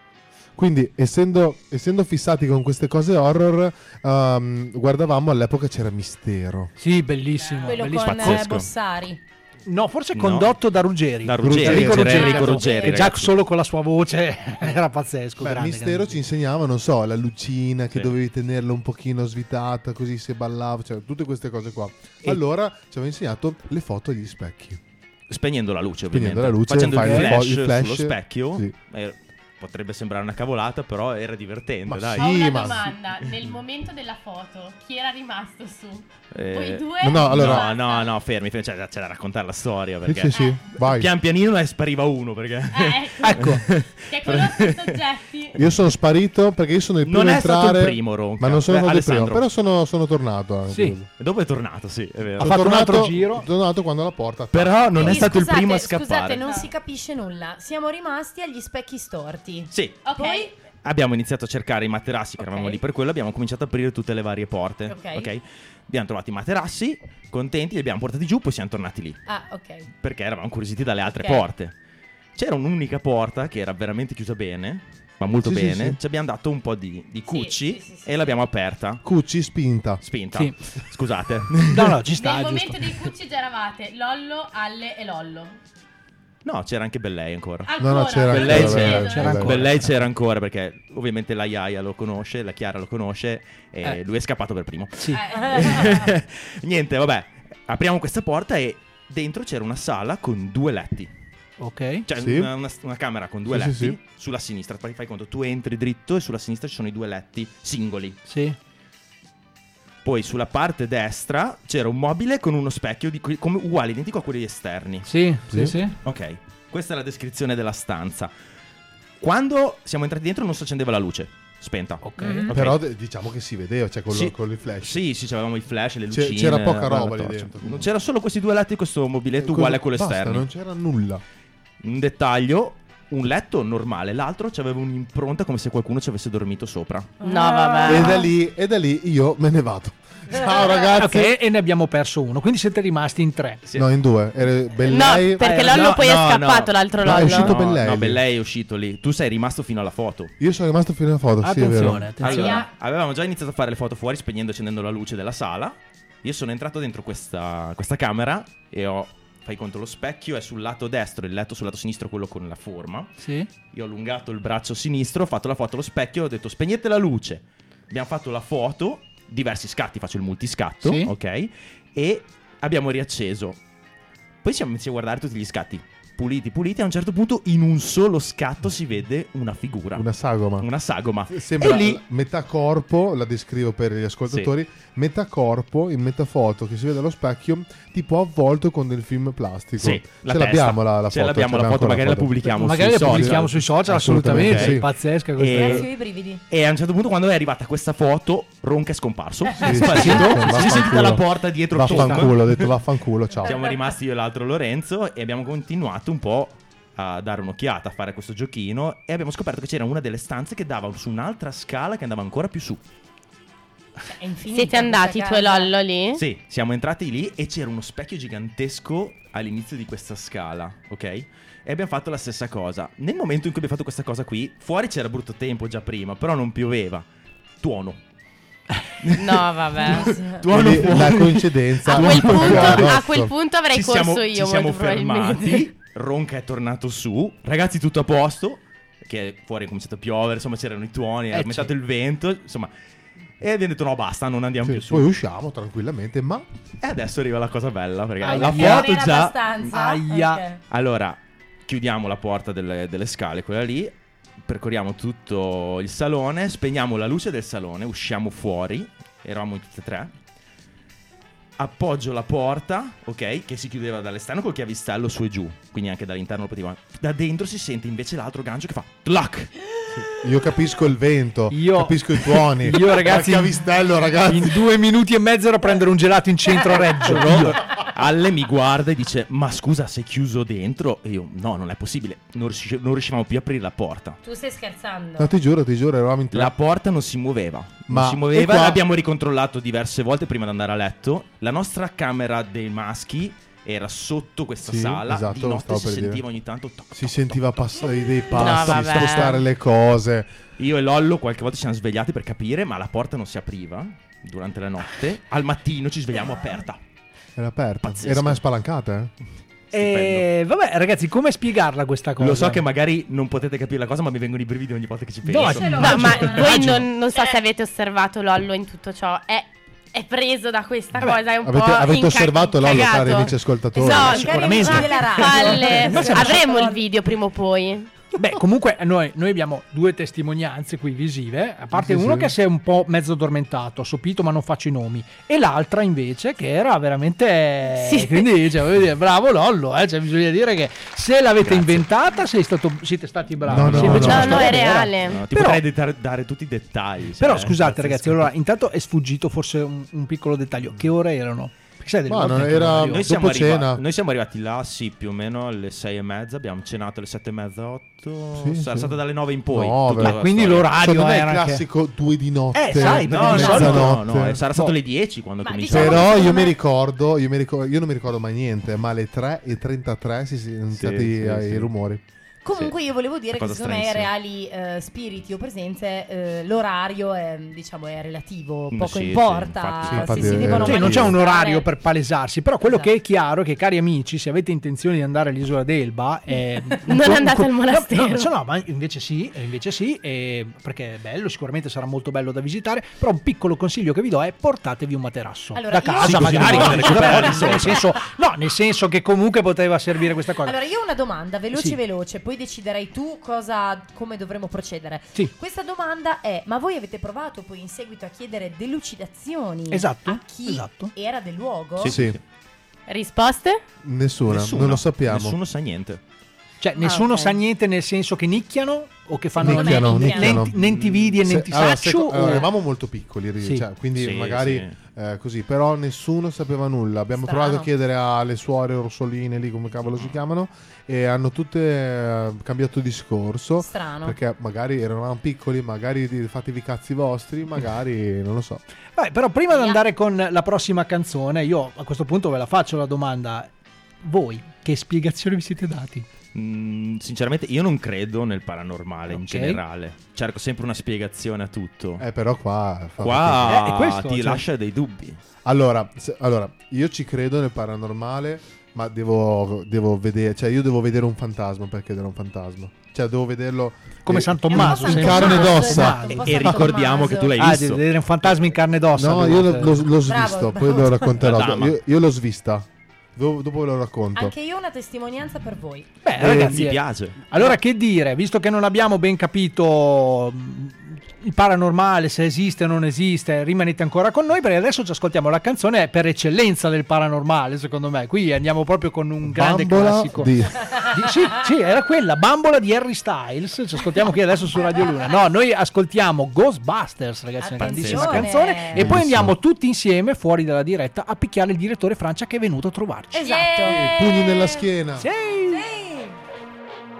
Quindi, essendo, essendo fissati con queste cose horror, ehm, guardavamo all'epoca c'era Mistero. Sì, bellissimo. Quello bellissimo. con eh, Pazzesco. Bossari. No, forse No. condotto da Ruggeri. Da Ruggeri, Enrico c'era Ruggeri, Enrico Ruggeri, che già ragazzi. solo con la sua voce era pazzesco. Beh, grande, Mistero grande. ci insegnava, non so, la lucina che Sì. dovevi tenerla un pochino svitata così se ballava, cioè tutte queste cose qua. E- Allora ci aveva insegnato le foto agli specchi. Spegnendo la luce, Spegnendo ovviamente. la luce, Facendo fai il il flash, fo- il flash, sullo specchio. sì. Eh, potrebbe sembrare una cavolata, però era divertente, Ma dai. sì. Ho una ma- domanda, nel momento della foto, chi era rimasto su? Eh, Voi due? no, no, allora- No, no, no, fermi, fermi, c'è, c'è da raccontare la storia. Sì, Perché sì, sì, vai. pian pianino ne spariva uno. Perché Eh, ecco. Ecco, Che conosce i soggetti. Io sono sparito perché io sono il primo non a è stato entrare. il primo, Ronca. Ma non sono Beh, stato il primo, Alessandro. però sono, sono tornato. anche. Sì. E dopo è tornato, sì, è vero. Ha Sono fatto un altro tornato- giro. tornato quando la porta. Però non è Quindi, stato il scusate, primo a Scusate, scappare. non si capisce nulla. Siamo rimasti agli specchi storti. Sì, Ok. Poi abbiamo iniziato a cercare i materassi, che Ok. eravamo lì per quello, abbiamo cominciato ad aprire tutte le varie porte. Ok. Ok. Abbiamo trovato i materassi, contenti, li abbiamo portati giù, poi siamo tornati lì. Ah, ok. Perché eravamo incuriositi dalle altre Ok. porte. C'era un'unica porta che era veramente chiusa bene, ma molto Sì, sì, bene. sì. Ci abbiamo dato un po' di, di cucci sì, sì, sì, e l'abbiamo aperta. Cucci spinta. Spinta. Sì. Scusate. no, no, ci sta, Nel giusto. momento dei cucci già eravate Lollo, Alle e Lollo. No, c'era anche Bellei ancora. Ancora? No, no, c'era Me lo Bellei ancora, chiedo, c'era, eh. c'era ancora. Bellei c'era ancora perché ovviamente la Iaia lo conosce, la Chiara lo conosce e Eh. lui è scappato per primo. Sì. Eh. Niente, vabbè, apriamo questa porta e dentro c'era una sala con due letti. Ok. Cioè Sì. una, una- una camera con due Sì, letti sì, sì. sulla sinistra. Fai, fai conto, tu entri dritto e sulla sinistra ci sono i due letti singoli. Sì. Poi sulla parte destra c'era un mobile con uno specchio di, que- come, uguale, identico a quelli esterni. Sì, sì, Sì. sì. Ok, questa è la descrizione della stanza. Quando siamo entrati dentro non si accendeva la luce, spenta. Ok. Mm-hmm. Ok. Però de- diciamo che si vedeva, cioè con, lo- Sì. con il flash. Sì, sì, avevamo i flash, le C'è- lucine. c'era poca avevamo roba la lì torcia. dentro. Non c'era solo questi due letti e questo mobiletto Cosa- uguale a quello basta, esterno. non c'era nulla. Un dettaglio, un letto normale, l'altro c'aveva un'impronta come se qualcuno ci avesse dormito sopra. No, vabbè. E da lì, e da lì io me ne vado. Ciao ragazzi. Ok, e ne abbiamo perso uno, quindi siete rimasti in tre. Sì. No, in due. Era No, Bellei. perché eh, Lollo no, poi no, è scappato, no. l'altro No, è Lollo. uscito No, Bellei no, lì. Bellei è uscito lì. Tu sei rimasto fino alla foto. Io sono rimasto fino alla foto, sì, è vero. Attenzione, attenzione. Allora, avevamo già iniziato a fare le foto fuori, spegnendo e accendendo la luce della sala. Io sono entrato dentro questa, questa camera e ho, fai conto, lo specchio è sul lato destro, il letto sul lato sinistro, quello con la forma. Sì. Io ho allungato il braccio sinistro, ho fatto la foto allo specchio, ho detto spegnete la luce. Abbiamo fatto la foto, diversi scatti, faccio il multiscatto, Sì. ok? E abbiamo riacceso. Poi siamo iniziati a guardare tutti gli scatti. Puliti, puliti, a un certo punto in un solo scatto si vede una figura. Una sagoma. Una sagoma. Sembra E lì metà corpo, la descrivo per gli ascoltatori, metà corpo in metà foto che si vede allo specchio, tipo avvolto con del film plastico. Sì, la Ce testa. l'abbiamo la, la Ce foto. l'abbiamo la foto, ancora magari la pubblichiamo Magari sui la pubblichiamo social. sui social, assolutamente. Assolutamente, sì. Pazzesca questa. E- Adesso ho i brividi. E a un certo punto, quando è arrivata questa foto, Ronca è scomparso. Sì, È sì, sparito. sì, Si è vaffanculo. sentita la porta dietro il Vaffanculo, ho detto vaffanculo, ciao. Siamo rimasti io e l'altro Lorenzo e abbiamo continuato un po' a dare un'occhiata, a fare questo giochino, e abbiamo scoperto che c'era una delle stanze che dava su un'altra scala che andava ancora più su. È infinita Siete andati questa tu e casa. Lollo lì? Sì, siamo entrati lì e c'era uno specchio gigantesco all'inizio di questa scala, ok? E abbiamo fatto la stessa cosa. Nel momento in cui abbiamo fatto questa cosa qui, fuori c'era brutto tempo già prima, però non pioveva. Tuono. No, vabbè. Tuono fuori. La coincidenza. A quel punto, Addosso. a quel punto avrei Ci corso siamo, io. ci siamo molto probabilmente. fermati. Ronca è tornato su. Ragazzi, tutto a posto. Che fuori è cominciato a piovere. Insomma, c'erano i tuoni. È Eh, aumentato il vento. Insomma. E abbiamo detto: no, basta, non andiamo Sì, più su. poi usciamo tranquillamente, ma E adesso arriva la cosa bella. Perché Ah, la non foto era già. abbastanza? Aia. Ok. Allora, chiudiamo la porta delle, delle scale, quella lì. Percorriamo tutto il salone. Spegniamo la luce del salone. Usciamo fuori. Eravamo in tutte e tre. Appoggio la porta, ok, che si chiudeva dall'esterno col chiavistello su e giù. Quindi anche dall'interno lo potevamo. Da dentro si sente invece l'altro gancio che fa tlac. io capisco il vento, Io- capisco i tuoni. Io, ragazzi, il chiavistello, ragazzi. In due minuti e mezzo ero a prendere un gelato in centro a Reggio. Io. Alle mi guarda e dice: ma scusa, sei chiuso dentro? E io: no, non è possibile. Non, riusci- non riuscivamo più a aprire la porta. Tu stai scherzando? No, ti giuro, ti giuro, eravamo in tre. La porta non si muoveva. Ma- non si e muoveva. qua- L'abbiamo ricontrollato diverse volte prima di andare a letto. La nostra camera dei maschi era sotto questa Sì, sala. esatto, Di notte stavo si per dire. sentiva ogni tanto toc, Si sentiva passare dei passi, vabbè. spostare le cose. Io e Lollo qualche volta ci siamo svegliati per capire, ma la porta non si apriva durante la notte. Al mattino ci svegliamo aperta. Era aperta. Pazzesco. Era mai spalancata, eh? E vabbè, ragazzi, come spiegarla questa cosa? Lo so che magari non potete capire la cosa, ma mi vengono i brividi ogni volta che ci penso. No, No, immagino, ma voi immagino. non, non so se avete osservato Lollo in tutto ciò. È, è preso da questa Vabbè, cosa. È un Avete, po' avete inca- osservato Lollo, incagato. cari amici ascoltatori? No, sicuramente. cari amici della radio. Ma siamo- Avremo il video prima o poi. Beh, comunque noi, noi abbiamo due testimonianze qui visive, a parte Sì, uno sì. che si è un po' mezzo addormentato, sopito ma non faccio i nomi, e l'altra invece che era veramente... Sì. Quindi cioè, voglio dire, bravo Lollo, eh, cioè, bisogna dire che se l'avete inventata sei stato, siete stati bravi. No, no, Se invece no. una No, no, storia è vera. reale. No, ti Però- potrei dare, dare tutti i dettagli. Però cioè, scusate pazzesco. ragazzi, allora intanto è sfuggito forse un, un piccolo dettaglio. Che ore erano? Perché sai, delle Ma volte non anche era- l'orario- Noi siamo, Dopo arriva- cena. noi siamo arrivati là, sì, più o meno alle sei e mezza. Abbiamo cenato alle sette e mezza, otto. Sì, Sarà sì. stata dalle nove in poi. Nove. tutta la Ma quindi storia. l'orario Cioè, non è il era anche- classico due di notte. Eh, sai, No, no, no, di no, solito- no, no, mezzanotte. eh, sarà stato Boh. le dieci quando Ma cominciamo. diciamo- Però io secondo mi me- ricordo, io, mi ricordo, io non mi ricordo mai niente, ma alle tre e trentatré si sono iniziati sì, eh, sì. i rumori. Comunque io volevo dire Una che cosa secondo me ai stranissima. reali eh, spiriti o presenze eh, l'orario è, diciamo, è relativo, Mm, poco sì, sì, importa. infatti. Sì, infatti se si è- devono Sì, non c'è un manifestare- orario per palesarsi, però quello Esatto. che è chiaro è che, cari amici, se avete intenzione di andare all'isola d'Elba, eh, Non un co- andate un al co- monastero. No, no, no, ma invece sì, eh, invece sì, eh, perché è bello, sicuramente sarà molto bello da visitare. Però un piccolo consiglio che vi do è portatevi un materasso Allora, da io- casa, Sì, così magari. non non potete recuperare nel i soldi. senso, no, nel senso che comunque poteva servire questa cosa. Allora, io ho una domanda veloce Sì. veloce, poi deciderai tu cosa, come dovremo procedere. Sì. Questa domanda è: ma voi avete provato poi in seguito a chiedere delucidazioni Esatto, a chi esatto. era del luogo? Sì, Sì, Risposte? nessuna, Nessuno, non lo sappiamo. Nessuno sa niente. Cioè, nessuno Ah, ok. sa niente nel senso che nicchiano o che fanno Nicchiano, né- nicchiano. né- né ti vidi e Se- né ti allora, saccio, seco- allora, o- eravamo molto piccoli, ri- Sì. cioè, quindi Sì, magari sì. eh, così, però nessuno sapeva nulla. Abbiamo Strano. provato a chiedere alle suore orsoline lì, come cavolo si chiamano, e hanno tutte eh, cambiato discorso. Strano. Perché magari eravamo piccoli, magari di- fatevi i cazzi vostri, magari non lo so. Vabbè, però prima di Via. andare con la prossima canzone, io a questo punto ve la faccio la domanda. Voi che spiegazione vi siete dati? Mm, sinceramente, io non credo nel paranormale in Ok. generale. Cerco sempre una spiegazione a tutto. Eh, però qua fa Qua Eh, è questo, ti cioè- lascia dei dubbi. Allora, se- allora, io ci credo nel paranormale, ma devo, devo vedere, cioè io devo vedere un fantasma per chiedere un fantasma. Cioè devo vederlo Come eh, San Tommaso, in sei carne ed San ossa. Tommaso. E, po' e San ricordiamo Tommaso. che tu l'hai Ah, di visto. vedere un fantasma in carne ed ossa. No, devo- io l'ho, l'ho- l'ho Bravo, svisto, bravo. poi lo racconterò. La dama. Io, io l'ho svista. Dopo, dopo ve lo racconto. Anche io ho una testimonianza per voi. Beh, Eh, ragazzi, mi eh, piace. allora che dire, visto che non abbiamo ben capito mh, il paranormale, se esiste o non esiste, rimanete ancora con noi perché adesso ci ascoltiamo la canzone per eccellenza del paranormale, secondo me. Qui andiamo proprio con un grande Bambola classico. di- Di- sì, sì, era quella, Bambola di Harry Styles. Ci ascoltiamo qui adesso su Radio Luna. No, noi ascoltiamo Ghostbusters, ragazzi, una grandissima Attenzione. canzone. E poi Bellissimo. andiamo tutti insieme fuori dalla diretta a picchiare il direttore Francia che è venuto a trovarci. Esatto. Pugni nella schiena. Sì. Sì.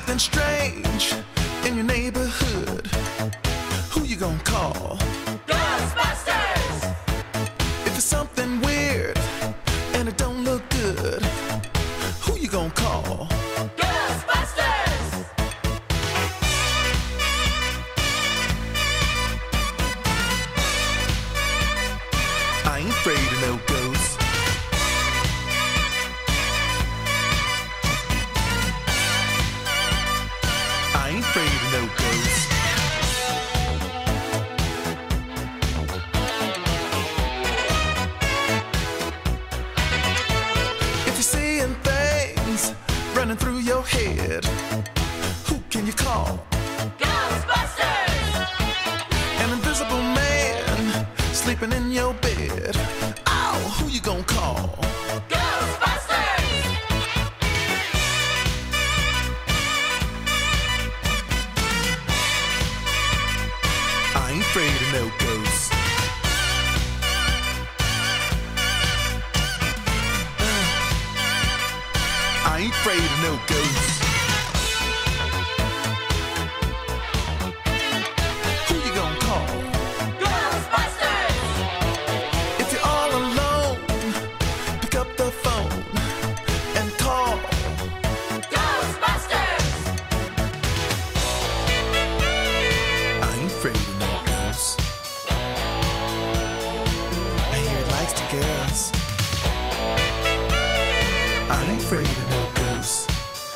something strange in your neighborhood, who you gonna call? Ghostbusters! If it's something weird and it don't look good, who you gonna call? Ghostbusters! I ain't afraid of no ghosts. I ain't afraid of no ghosts. If you're seeing things running through your head, who can you call? Ghostbusters! An invisible man sleeping in your bed. Ow, who you gonna call? Ghostbusters! I ain't afraid of no ghosts. Uh, I ain't afraid of no ghosts. Who you gonna call? Ghostbusters! If you're all alone, pick up the phone and call Ghostbusters! I ain't afraid of no ghosts. I hear it likes the girls. I ain't afraid of no ghosts.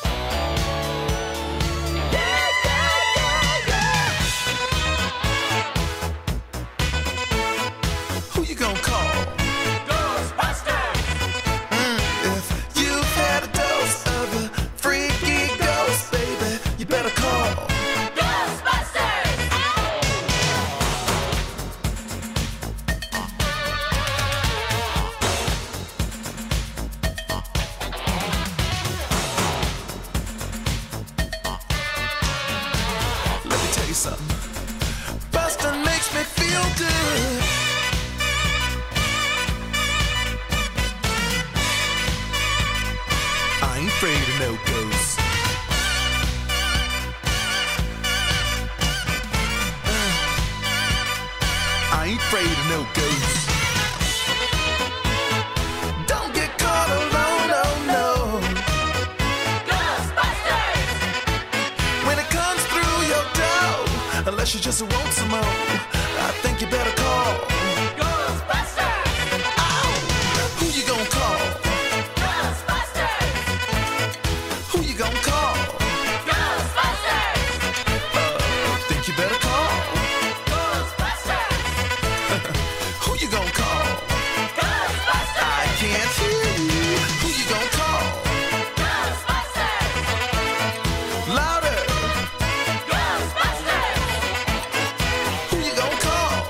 Who you gonna call? Ghostbusters! Mm, if you've had a dose of a freaky ghost, baby, you better call Ghostbusters! Let me tell you something. Bustin' makes me feel good. I ain't afraid of no ghosts. Uh, I ain't afraid of no ghosts. Don't get caught alone, oh no. Ghostbusters! When it comes through your door, unless you just want some more, I think you better call Ghostbusters! Ow! Who you gonna call? Who you gonna call? Ghostbusters! Uh, think you better call? Ghostbusters! Who you gonna call? Ghostbusters! I can't hear you. Who you gonna call? Ghostbusters! Louder! Ghostbusters! Who you gonna call?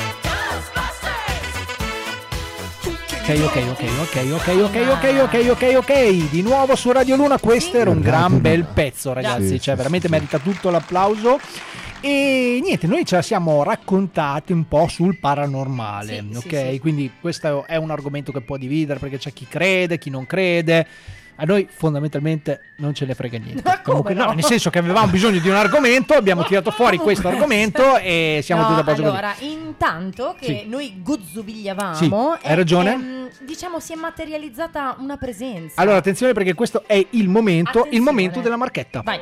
Ok, ok, ok, ok, ok, ok, ok, ok, ok, ok. Di nuovo su Radio Luna, questo era un gran bel pezzo, ragazzi. Sì, Cioè, sì, veramente sì. merita tutto l'applauso. E niente, noi ce la siamo raccontati un po' sul paranormale, Sì, ok? sì, sì. Quindi questo è un argomento che può dividere, perché c'è chi crede, chi non crede. A noi fondamentalmente non ce ne frega niente. Ma come Comunque, no, no? nel senso che avevamo bisogno di un argomento, abbiamo tirato fuori questo argomento e siamo No, tutti a posto così. allora, intanto che Sì. noi gozzovigliavamo, Sì, hai è- ragione. ehm, diciamo si è materializzata una presenza. Allora, attenzione, perché questo è il momento, il Attenzione. momento della marchetta. Vai.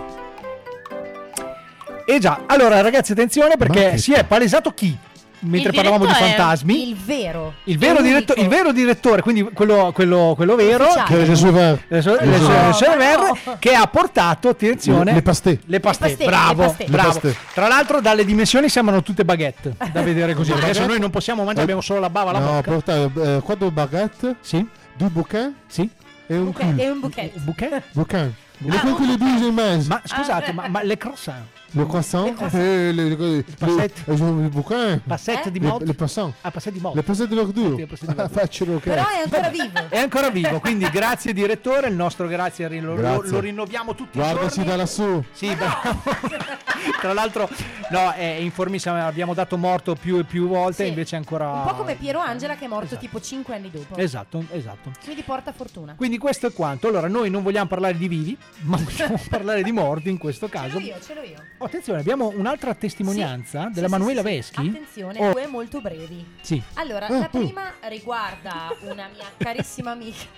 E già, allora ragazzi, attenzione, perché Marchetta. si è palesato chi? Mentre Il parlavamo di direttore, fantasmi. Il vero. Il vero, diretto- il vero direttore, quindi quello, quello, quello vero, Ufficiale. Che le sue ver- le sue- le le sue- sue- No, le sue ma ver- no. che ha portato, attenzione, Le pasté. le pasté, Le pasté, bravo, le pasté. bravo. Le pasté. Tra l'altro dalle dimensioni sembrano tutte baguette, da vedere così, perché adesso noi non possiamo mangiare, abbiamo solo la bava alla No, bocca. portare eh, quattro baguette, Sì, due bouquet sì. e un Bouquet, cul. è un bouquet. Bouquet? Bouquet. Ah, E poi quelle due in mezzo. Ma scusate, ma, ma le croissant? Le croissant, Le croissant. et les, les, les, passette. les, les bouquets. Passette di Les, mod? les passants. Ah, passette di mod. Le passette di verdure. Sì, passette di Ah, verdure. faccelo che. Però è ancora vivo. È ancora vivo, quindi grazie direttore, il nostro grazie, lo, lo- Grazie. lo rinnoviamo tutti i Guardaci giorni. da lassù. Sì, bravo. Tra l'altro, no, è informissimo, abbiamo dato morto più e più volte, Sì. invece ancora... Un po' come Piero Angela che è morto tipo cinque anni dopo. Esatto, esatto. Quindi porta fortuna. Quindi questo è quanto. Allora, noi non vogliamo parlare di vivi, ma vogliamo parlare di morti in questo caso. Ce l'ho io, ce l'ho io. Oh, attenzione, abbiamo un'altra testimonianza Sì, della sì, Manuela sì, sì. Veschi. Attenzione, Oh. due molto brevi. Sì. Allora, Ah, la uh. prima riguarda una mia carissima amica.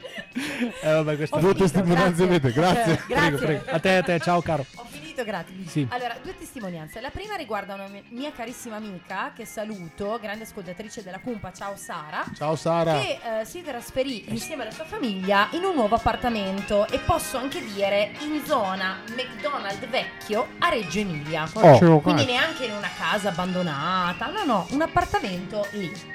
Eh, vabbè, questa Ho Due finito, testimonianze grazie. avete, grazie. Eh, grazie. Prego, prego. A te, a te, ciao caro. Ho finito, grazie. Sì. Allora, due testimonianze. La prima riguarda una mia- mia carissima amica che saluto, grande ascoltatrice della Cumpa, ciao Sara. Ciao Sara. Che eh, si trasferì insieme alla sua famiglia in un nuovo appartamento e posso anche dire in zona McDonald's vecchio a Reggio Emilia. Oh. Quindi neanche in una casa abbandonata, no no, un appartamento lì.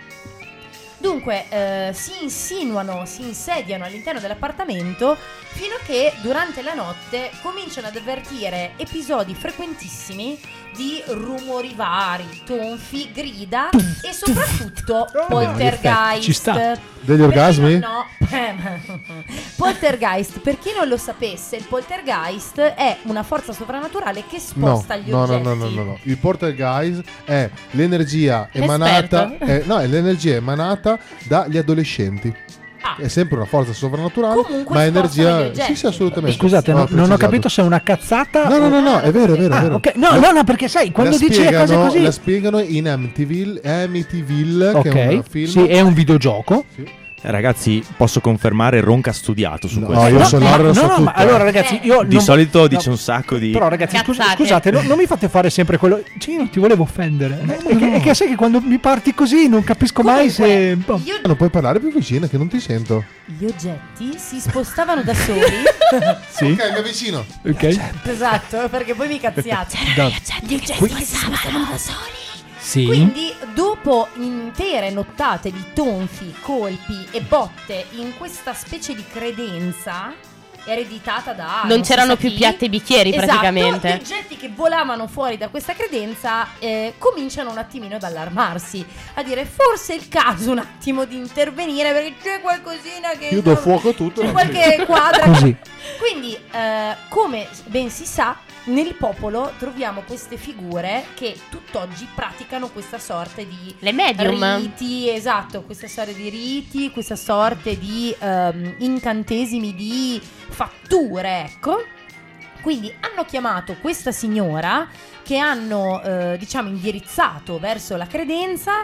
Dunque eh, si insinuano, si insediano all'interno dell'appartamento fino a che durante la notte cominciano ad avvertire episodi frequentissimi di rumori vari, tonfi, grida e soprattutto poltergeist. Ci sta. Degli Per chi orgasmi? non- no, eh, ma- poltergeist, per chi non lo sapesse, il poltergeist è una forza sovrannaturale che No, sposta gli no, no, oggetti. no, no, no, no. Il poltergeist è l'energia emanata, è, no, è l'energia emanata dagli adolescenti. È sempre una forza sovrannaturale, Ah. Comunque ma spostano gli energia. oggetti. Sì, sì, assolutamente. Scusate, Ho no- non ho precisato. capito se è una cazzata. No, no, no, no, è vero, è vero, è Ah, vero. ok. No, no, no, perché sai, quando la dici le cose spiegano- così. La spiegano in Amityville, Amityville Ok, che è un film. sì, è un videogioco. Ragazzi, posso confermare, Ronca ha studiato su No, questo. io su ma- l'horror so no, no, tutto. ma allora ragazzi, io Di non- solito no, dice un sacco di... Però ragazzi, scus- Cazzate. scusate, no- non mi fate fare sempre quello. Cioè, io non ti volevo offendere. È, che, è che sai che quando mi parti così non capisco mai se. boh. Io- Non puoi parlare più vicino che non ti sento. Gli oggetti si spostavano da soli. Sì. Ok, mi avvicino. Ok. Esatto, perché poi mi cazziate. Da- Gli oggetti si spostavano da soli. Sì. Quindi, dopo intere nottate di tonfi, colpi e botte in questa specie di credenza ereditata da Non si c'erano sa più chi, piatti e bicchieri, esatto, praticamente. gli oggetti che volavano fuori da questa credenza eh, cominciano un attimino ad allarmarsi, a dire forse è il caso un attimo di intervenire perché c'è qualcosina che Chiudo fuoco tutto. c'è qualche quadra. Così. Quindi, eh, come ben si sa, nel popolo troviamo queste figure che tutt'oggi praticano questa sorta di Le medium. riti, esatto, questa sorta di riti, questa sorta di ehm, incantesimi, di fatture, ecco. Quindi hanno chiamato questa signora che hanno, eh, diciamo, indirizzato verso la credenza.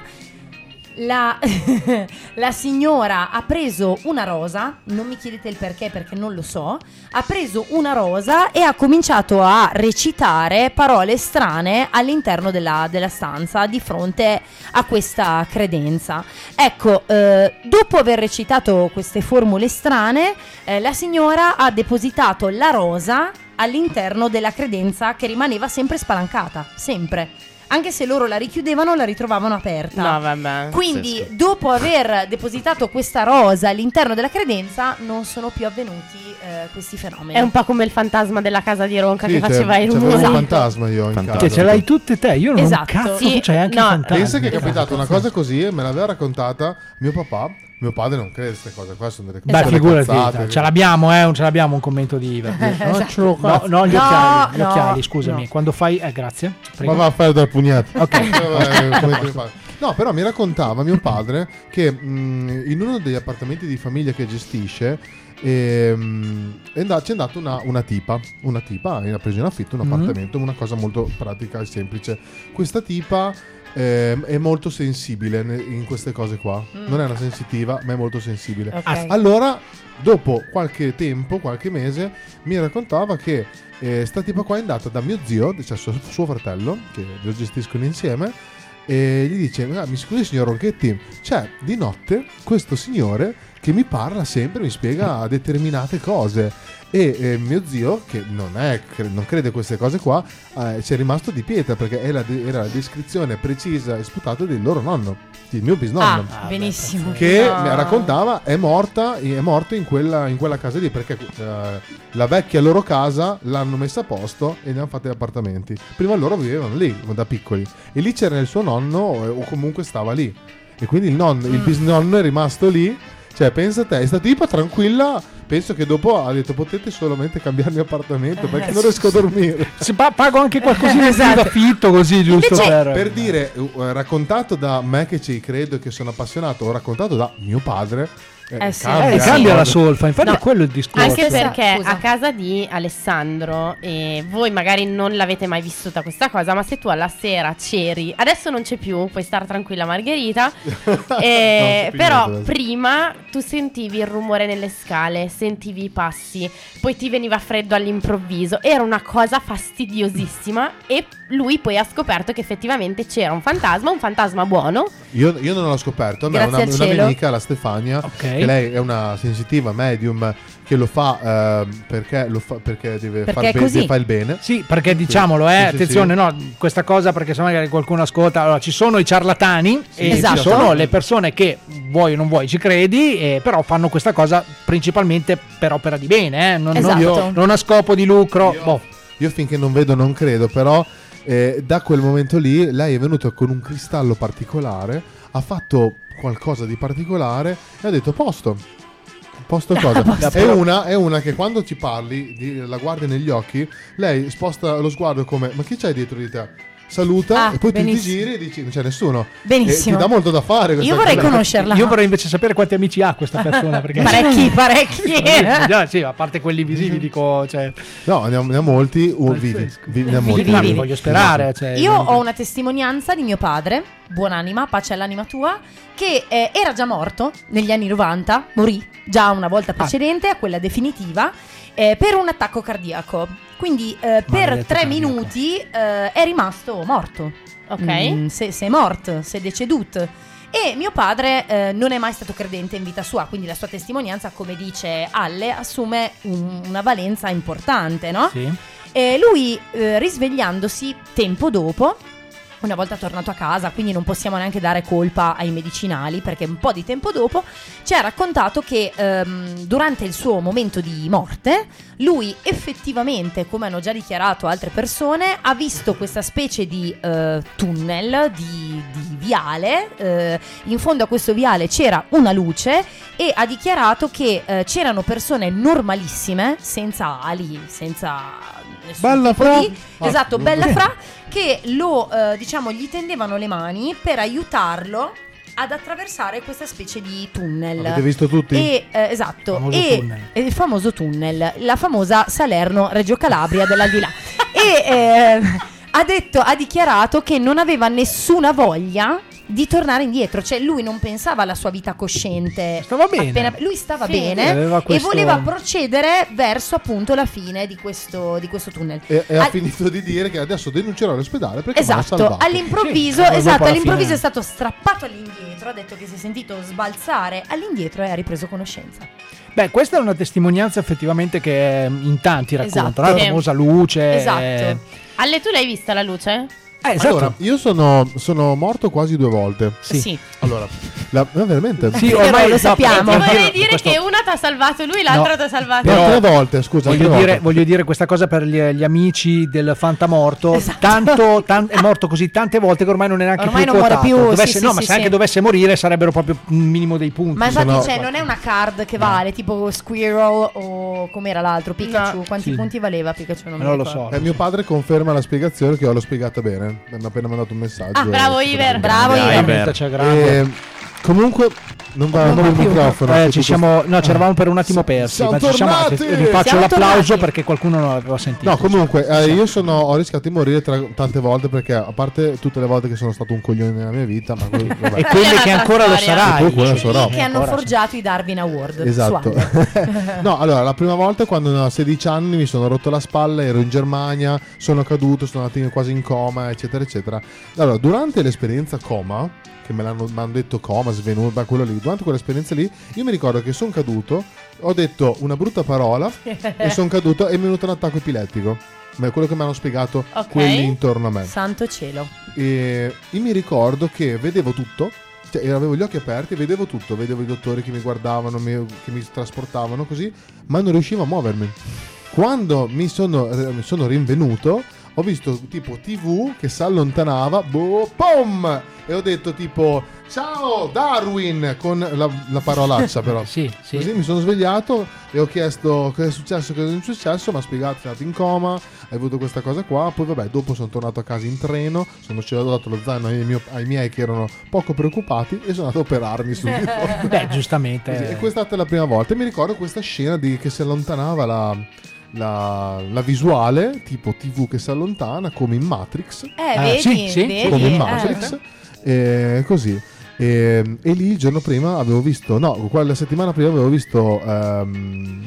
La, la signora ha preso una rosa, non mi chiedete il perché perché non lo so, ha preso una rosa e ha cominciato a recitare parole strane all'interno della, della stanza di fronte a questa credenza. Ecco, eh, dopo aver recitato queste formule strane, eh, la signora ha depositato la rosa all'interno della credenza che rimaneva sempre spalancata, sempre. Anche se loro la richiudevano, la ritrovavano aperta. No, vabbè. Quindi, Pazzesco. dopo aver depositato questa rosa all'interno della credenza, non sono più avvenuti eh, questi fenomeni. È un po' come il fantasma della casa di Ronca Sì, che c'è- faceva i c'avevo rumori. un fantasma io in Fantasma. Cioè, casa. ce l'hai tutte te, io non Esatto. ho un cazzo, Sì, tu c'hai anche no, i fantasmi. Pensa che è capitata Esatto. una cosa così e me l'aveva raccontata mio papà. Mio padre non crede a queste cose qua, sono delle, Beh, delle figurati, cazzate. ce l'abbiamo, eh, non ce l'abbiamo un commento di Iver. No, ce l'ho No, no, gli No, occhiali, gli no, occhiali, scusami. no. Quando fai, eh, grazie. Prego. Ma va a fare dal pugnato. Ok. Eh, come ti fa? No, però mi raccontava mio padre che mh, in uno degli appartamenti di famiglia che gestisce ehm, è and- c'è andata una, una tipa. Una tipa ha preso in affitto un Mhm. appartamento, una cosa molto pratica e semplice. Questa tipa ehm, è molto sensibile ne- in queste cose qua. Non è una sensitiva, ma è molto sensibile. Ok. Allora, dopo qualche tempo, qualche mese, mi raccontava che eh, sta tipa qua è andata da mio zio, cioè suo, suo fratello, che lo gestiscono insieme, e gli dice: "Ah, mi scusi signor Ronchetti, c'è di notte questo signore che mi parla sempre, mi spiega determinate cose". E eh, mio zio, che non, è, cre- non crede a queste cose qua, eh, ci è rimasto di pietra perché è la de- era la descrizione precisa e sputata del loro nonno, il mio bisnonno. Ah, benissimo. Che No. mi raccontava è morta è morto in quella, in quella casa lì perché eh, la vecchia loro casa l'hanno messa a posto e ne hanno fatti appartamenti. Prima loro vivevano lì da piccoli e lì c'era il suo nonno eh, o comunque stava lì e quindi il nonno, il bisnonno è rimasto lì Cioè, pensa te, sta tipa tranquilla. Penso che dopo ha detto potete solamente cambiarmi appartamento perché non riesco a dormire. Se pa- pago anche qualcosina Esatto. di affitto così, giusto Invece, per... per dire, uh, raccontato da me che ci credo e che sono appassionato, o raccontato da mio padre, eh, Eh sì. Eh, cambia la solfa, infatti No, è quello il discorso. Anche perché Scusa. a casa di Alessandro, e voi magari non l'avete mai vissuta questa cosa, ma se tu alla sera c'eri, adesso non c'è più, puoi stare tranquilla Margherita, eh, più però niente. prima tu sentivi il rumore nelle scale, sentivi i passi, poi ti veniva freddo all'improvviso, era una cosa fastidiosissima e lui poi ha scoperto che effettivamente c'era un fantasma, un fantasma buono. Io, io non l'ho scoperto, ma Grazie una, al una cielo. mia amica, la Stefania, che lei è una sensitiva medium che lo fa eh, perché lo fa perché deve Perché far è be- così. deve fare il bene. Sì, perché diciamolo, eh, Sì, sì, attenzione, sì. no, questa cosa perché se magari qualcuno ascolta, allora ci sono i ciarlatani e esatto. ci sono le persone che vuoi o non vuoi ci credi, eh, però fanno questa cosa principalmente per opera di bene, eh, non, non- Esatto. non a scopo di lucro. Boh. Io finché non vedo non credo, però eh, da quel momento lì lei è venuta con un cristallo particolare, ha fatto qualcosa di particolare e ha detto posto. Posto cosa? È una, è una che quando ci parli, di- la guardi negli occhi, lei sposta lo sguardo come ma chi c'hai dietro di te? Saluta Ah, e poi tu ti benissimo. giri e dici non c'è nessuno. Benissimo. E ti dà molto da fare questa Io vorrei cosa. conoscerla. Io vorrei invece sapere quanti amici ha questa persona. Perché... Parecchi, parecchi. Già, sì, a parte quelli visivi, dico. Cioè... No, ne ha, ne ha molti uh, vivi. vivi, ne ha molti Vivi, vivi. voglio sperare. Cioè, Io ho una testimonianza di mio padre, buonanima, pace all'anima tua, che eh, era già morto negli anni novanta, morì già una volta precedente, a quella definitiva, eh, per un attacco cardiaco. Quindi eh, per Maledetto tre cardiaco. minuti eh, è rimasto morto. Ok. Mm, se, se è morto, se è deceduto. E mio padre eh, non è mai stato credente in vita sua, quindi la sua testimonianza, come dice Alle, assume un- una valenza importante, no? Sì. E lui, eh, risvegliandosi tempo dopo, una volta tornato a casa, quindi non possiamo neanche dare colpa ai medicinali, perché un po' di tempo dopo ci ha raccontato che ehm, durante il suo momento di morte, lui effettivamente, come hanno già dichiarato altre persone, ha visto questa specie di eh, tunnel, di, di viale, eh, in fondo a questo viale c'era una luce e ha dichiarato che eh, c'erano persone normalissime, senza ali, senza... nessun Bella tipo fra. di- Ah, esatto, non- bella fra, che lo eh, diciamo gli tendevano le mani per aiutarlo ad attraversare questa specie di tunnel. Avete visto tutti? E, eh, esatto, Famoso e tunnel. e il famoso tunnel, la famosa Salerno-Reggio Calabria dell'aldilà. E eh, ha detto, ha dichiarato che non aveva nessuna voglia di tornare indietro, cioè lui non pensava alla sua vita cosciente. Stava bene. Appena- lui stava Sì. bene Aveva questo- e voleva procedere verso appunto la fine di questo, di questo tunnel. E, e ha Al- finito di dire che adesso denuncerò l'ospedale perché mi hanno Esatto, salvato. all'improvviso, Sì, esatto, dopo alla all'improvviso fine- è stato strappato all'indietro, ha detto che si è sentito sbalzare all'indietro e ha ripreso conoscenza. Beh, questa è una testimonianza effettivamente che eh, in tanti raccontano. Esatto. La Sì. famosa luce. Esatto. eh, Alle, tu l'hai vista la luce? Eh, esatto. Allora, io sono, sono morto quasi due volte. Sì. Sì. Allora, la, ma veramente? Sì, ormai lo sappiamo. Ti vorrei dire questo- che una ti ha salvato lui, l'altra No. ti ha salvato. No, tre volte, scusa. Voglio tre dire, volte. voglio dire questa cosa per gli, gli amici del fantamorto. Esatto. Tanto, tan- è morto così tante volte che ormai non è neanche Ormai più non muore quotato. più, Dovesse- sì, no, sì, ma sì, se anche sì. dovesse morire sarebbero proprio un minimo dei punti. Ma infatti Sono- cioè, non è una card che vale tipo Squirrel o com'era l'altro Pikachu. No. Quanti Sì. punti valeva Pikachu? Non, mi Non lo ricordo. so. Eh, mio padre conferma la spiegazione che io l'ho spiegata bene. Mi hanno appena mandato un messaggio. Ah, bravo Eh, Iver. Bravo Dai, Iver. Iver. C'è grande. E, comunque non va Non non va il più. microfono. Eh, tutto ci siamo, no, ci eravamo per un attimo Siamo persi. Ma ci tornati! vi faccio Siamo l'applauso tornati. perché qualcuno non l'aveva sentito. No, comunque, eh, io sono, ho rischiato di morire tra- tante volte perché, a parte tutte le volte che sono stato un coglione nella mia vita, ma poi, vabbè. E quelle che ancora lo storia. sarai. E poi quella sarò. Che hanno Ancora, forgiato i Darwin Award. Esatto. Su Alle. No, allora, la prima volta quando avevo sedici anni mi sono rotto la spalla, ero in Germania, sono caduto, sono andato in- quasi in coma, eccetera, eccetera. Allora, durante l'esperienza coma, che me l'hanno m'hanno detto coma, svenuto, quello lì, durante quell'esperienza lì, io mi ricordo che sono caduto, ho detto una brutta parola e sono caduto e mi è venuto un attacco epilettico. Ma è quello che mi hanno spiegato Ok. quelli intorno a me. Santo cielo. E io mi ricordo che vedevo tutto, cioè avevo gli occhi aperti, vedevo tutto, vedevo i dottori che mi guardavano, mi- che mi trasportavano così, ma non riuscivo a muovermi. Quando mi sono, eh, mi sono rinvenuto, ho visto tipo tivù che si allontanava, boh, pom! E ho detto tipo, ciao Darwin, con la, la parolaccia però. Sì, sì. Così mi sono svegliato e ho chiesto cosa è successo, cosa è successo, mi ha spiegato, sei andato in coma, hai avuto questa cosa qua, poi vabbè, dopo sono tornato a casa in treno, sono sceso, ho dato lo zaino ai, mio, ai miei che erano poco preoccupati e sono andato a operarmi subito. Beh, giustamente. Così, e questa è stata la prima volta. E mi ricordo questa scena di che si allontanava la, la, la visuale, tipo tivù che si allontana, come in Matrix. Eh, vedi, sì, sì, vedi, come in eh. Matrix. E così. E, e lì il giorno prima avevo visto, no, quella settimana prima avevo visto ehm,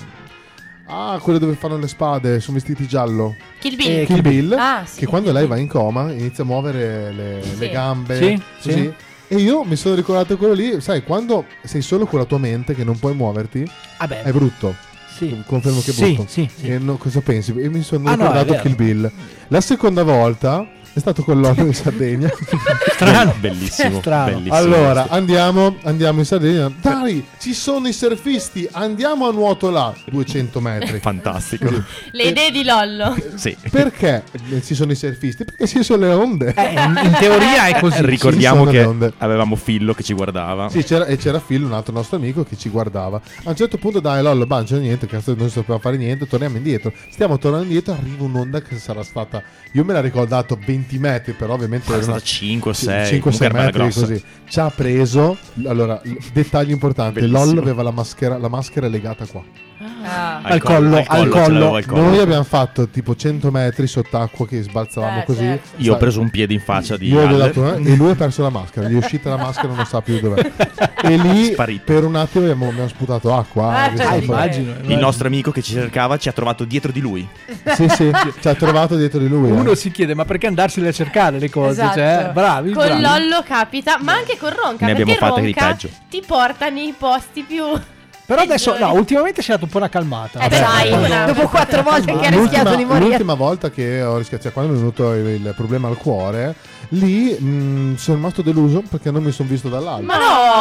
ah, quelle dove fanno le spade, sono vestiti giallo. Kill Bill. Eh, Kill Bill, Ah, sì. che quando lei va in coma inizia a muovere le, Sì. le gambe, Sì, così. sì. E io mi sono ricordato quello lì, sai, quando sei solo con la tua mente che non puoi muoverti, Vabbè. è brutto. Sì. Confermo che è Sì, brutto. sì, sì. E no, cosa pensi? E mi sono Ah, no, è ricordato vero. Kill Bill. La seconda volta è stato con l'olio in Sardegna. Strano. Bellissimo, Strano. bellissimo. Allora, andiamo, andiamo in Sardegna. Dai, ci sono i surfisti, andiamo a nuoto là. duecento metri. Fantastico. Le idee di Lollo. Sì. Perché ci sono i surfisti? Perché ci sono le onde. Eh, in, in teoria è così. Ricordiamo Ci sono che le onde. avevamo Fillo che ci guardava. Sì, c'era, e c'era Phil, un altro nostro amico che ci guardava. A un certo punto, dai, Lollo, bah, non c'è niente, cazzo, non sapeva fare niente, torniamo indietro. Stiamo tornando indietro, arriva un'onda che sarà stata, io me l'ho ricordato venti metri, però ovviamente Ah, era è una stata cinque o sei, cinque sei comunque era bella metri grossa. così. Ci ha preso. Allora, l- dettaglio importante, Bellissimo. Lollo aveva la maschera, la maschera legata qua. Ah. Al collo, al ce collo. l'avevo al collo. Noi abbiamo fatto tipo cento metri sott'acqua che sbalzavamo Eh, così. certo. Io ho Sa- preso un piede in faccia di Io gli ho Haller. dato, eh, e lui ha perso la maschera, gli è uscita la maschera, non sa più dov'è. E lì Sparito. per un attimo abbiamo, abbiamo sputato acqua. Ah, che ah, stava- immagino, Il immagino. nostro amico che ci cercava ci ha trovato dietro di lui. Sì, sì, ci ha trovato dietro di lui. Uno eh. si chiede, ma perché andarsene a cercare le cose? Esatto. Cioè, bravi, Con bravi. Lollo capita, ma anche con Ronca. Ne abbiamo perché fatte di Ronca peggio. ti porta nei posti più. Però adesso, no, peggiori. ultimamente si è dato un po' una calmata. Eh, dai, una. Dopo quattro volte che ha L'ultima, rischiato di morire. l'ultima volta che ho rischiato, cioè quando mi è venuto il, il problema al cuore, lì mh, sono rimasto deluso perché non mi sono visto dall'alto. Ma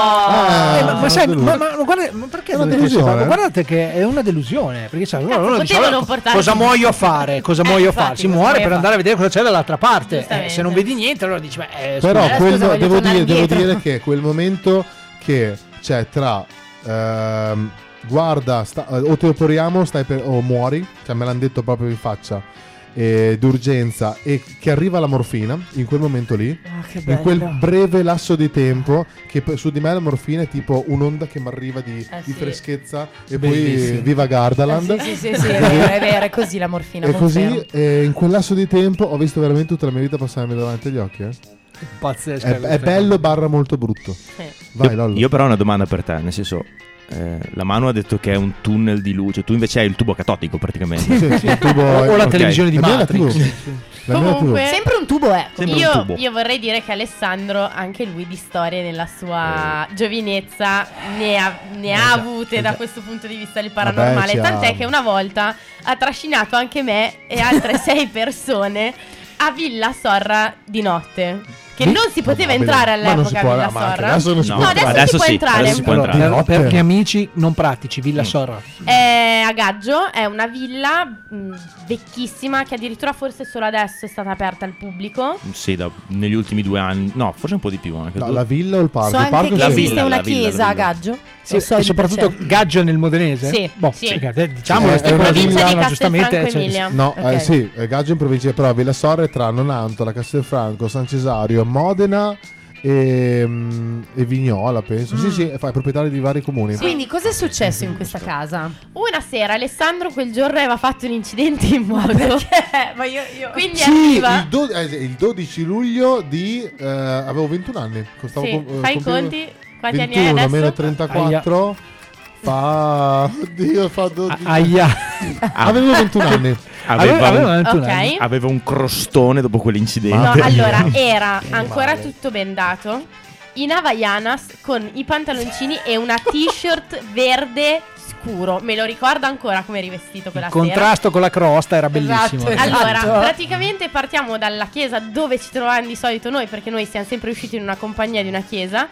no! Eh, Eh, ma, ma sono sai, deluso. ma, ma, guarda, ma perché È una dovete delusione, essere- eh? guardate che è una delusione. Perché sai, uno, uno dice, potevano "Allora, portarci- cosa muoio a fare? Cosa Eh, muoio a infatti, fare? Si cosa muore muoio per a andare a vedere cosa c'è dall'altra parte. Eh, Giustamente. se non vedi niente, allora dici, beh, eh, Però scusa, eh, quel- scusa, voglio devo, tornare dire, devo indietro. dire che quel momento che c'è tra ehm, guarda, sta- o ti operiamo stai per- o muori, cioè me l'hanno detto proprio in faccia, eh, d'urgenza, e che arriva la morfina in quel momento lì, Ah, che in quel bello. breve lasso di tempo che p- su di me la morfina è tipo un'onda che mi arriva di, Eh, di sì. freschezza e Bellissimo. poi viva Gardaland. Eh, sì, sì, sì, sì, è vero, è vero, è così la morfina. E così confermo. eh, in quel lasso di tempo ho visto veramente tutta la mia vita passarmi davanti agli occhi. eh. pazzesca. È, è bello barra molto brutto. Vai, Io, Lollo. io però ho una domanda per te, nel senso, eh, la Manu ha detto che è un tunnel di luce, tu invece hai il tubo catodico praticamente. Sì, sì, il tubo- O la Ok. televisione di La mia è la Matrix. tivù. La mia è la tivù. Comunque, Sempre un tubo, eh. Sembra un io, tubo. io vorrei dire che Alessandro, anche lui di storie nella sua giovinezza, ne ha, ne ha già, avute eh da già. questo punto di vista del paranormale. Vabbè, ci ha- Tant'è che una volta ha trascinato anche me e altre sei persone a Villa Sorra di notte. Che Sì? non si poteva Ma no, entrare ma non si all'epoca a può, Villa ma anche Sorra. adesso non si No, può No, adesso, adesso si può sì, entrare. adesso si può Allora, entrare. per, Notte. per gli amici non pratici, Villa Sorra. È a Gaggio, è una villa mh, vecchissima che addirittura forse solo adesso è stata aperta al pubblico. Sì, da- negli ultimi due anni, no, forse un po' di più anche. No, la villa o il parco? So il anche parco che la sì. esiste villa, una la villa, chiesa la a villa. Gaggio. Sì, Lo so e di soprattutto per Gaggio nel modenese. Sì, Boh, sì. sì, eh, diciamolo, È sta una cosa, villa- no, di giustamente. Castelfranco cioè, Emilia. No, Ok. eh, sì, eh, Gaggio in provincia, però Villa Sorra è tra Nonantola, la Castelfranco, San Cesario, Modena e, mm, e Vignola, penso. Sì, sì, fa- è proprietario di vari comuni. Quindi cosa è successo in questa casa? Una sera Alessandro quel giorno aveva fatto un incidente in moto. Ma io, io... Quindi Sì, arriva. il, do- eh, il dodici luglio di eh, avevo ventuno anni. Stavo Sì, com- eh, fai i compiendo- conti. Quanti anni hai ventuno adesso? meno trentaquattro fa oddio fa dodici. Aia. Avevo ventuno anni. Aveva, Aveva un, ventuno Ok. anni. aveva un crostone dopo quell'incidente. No, allora era Che ancora male. tutto bendato, in Havaianas con i pantaloncini e una t-shirt verde scuro. Me lo ricordo ancora come eri vestito quella Il sera. contrasto con la crosta era bellissimo. Esatto. Allora, Esatto. praticamente partiamo dalla chiesa dove ci trovavamo di solito noi, perché noi siamo sempre usciti in una compagnia di una chiesa.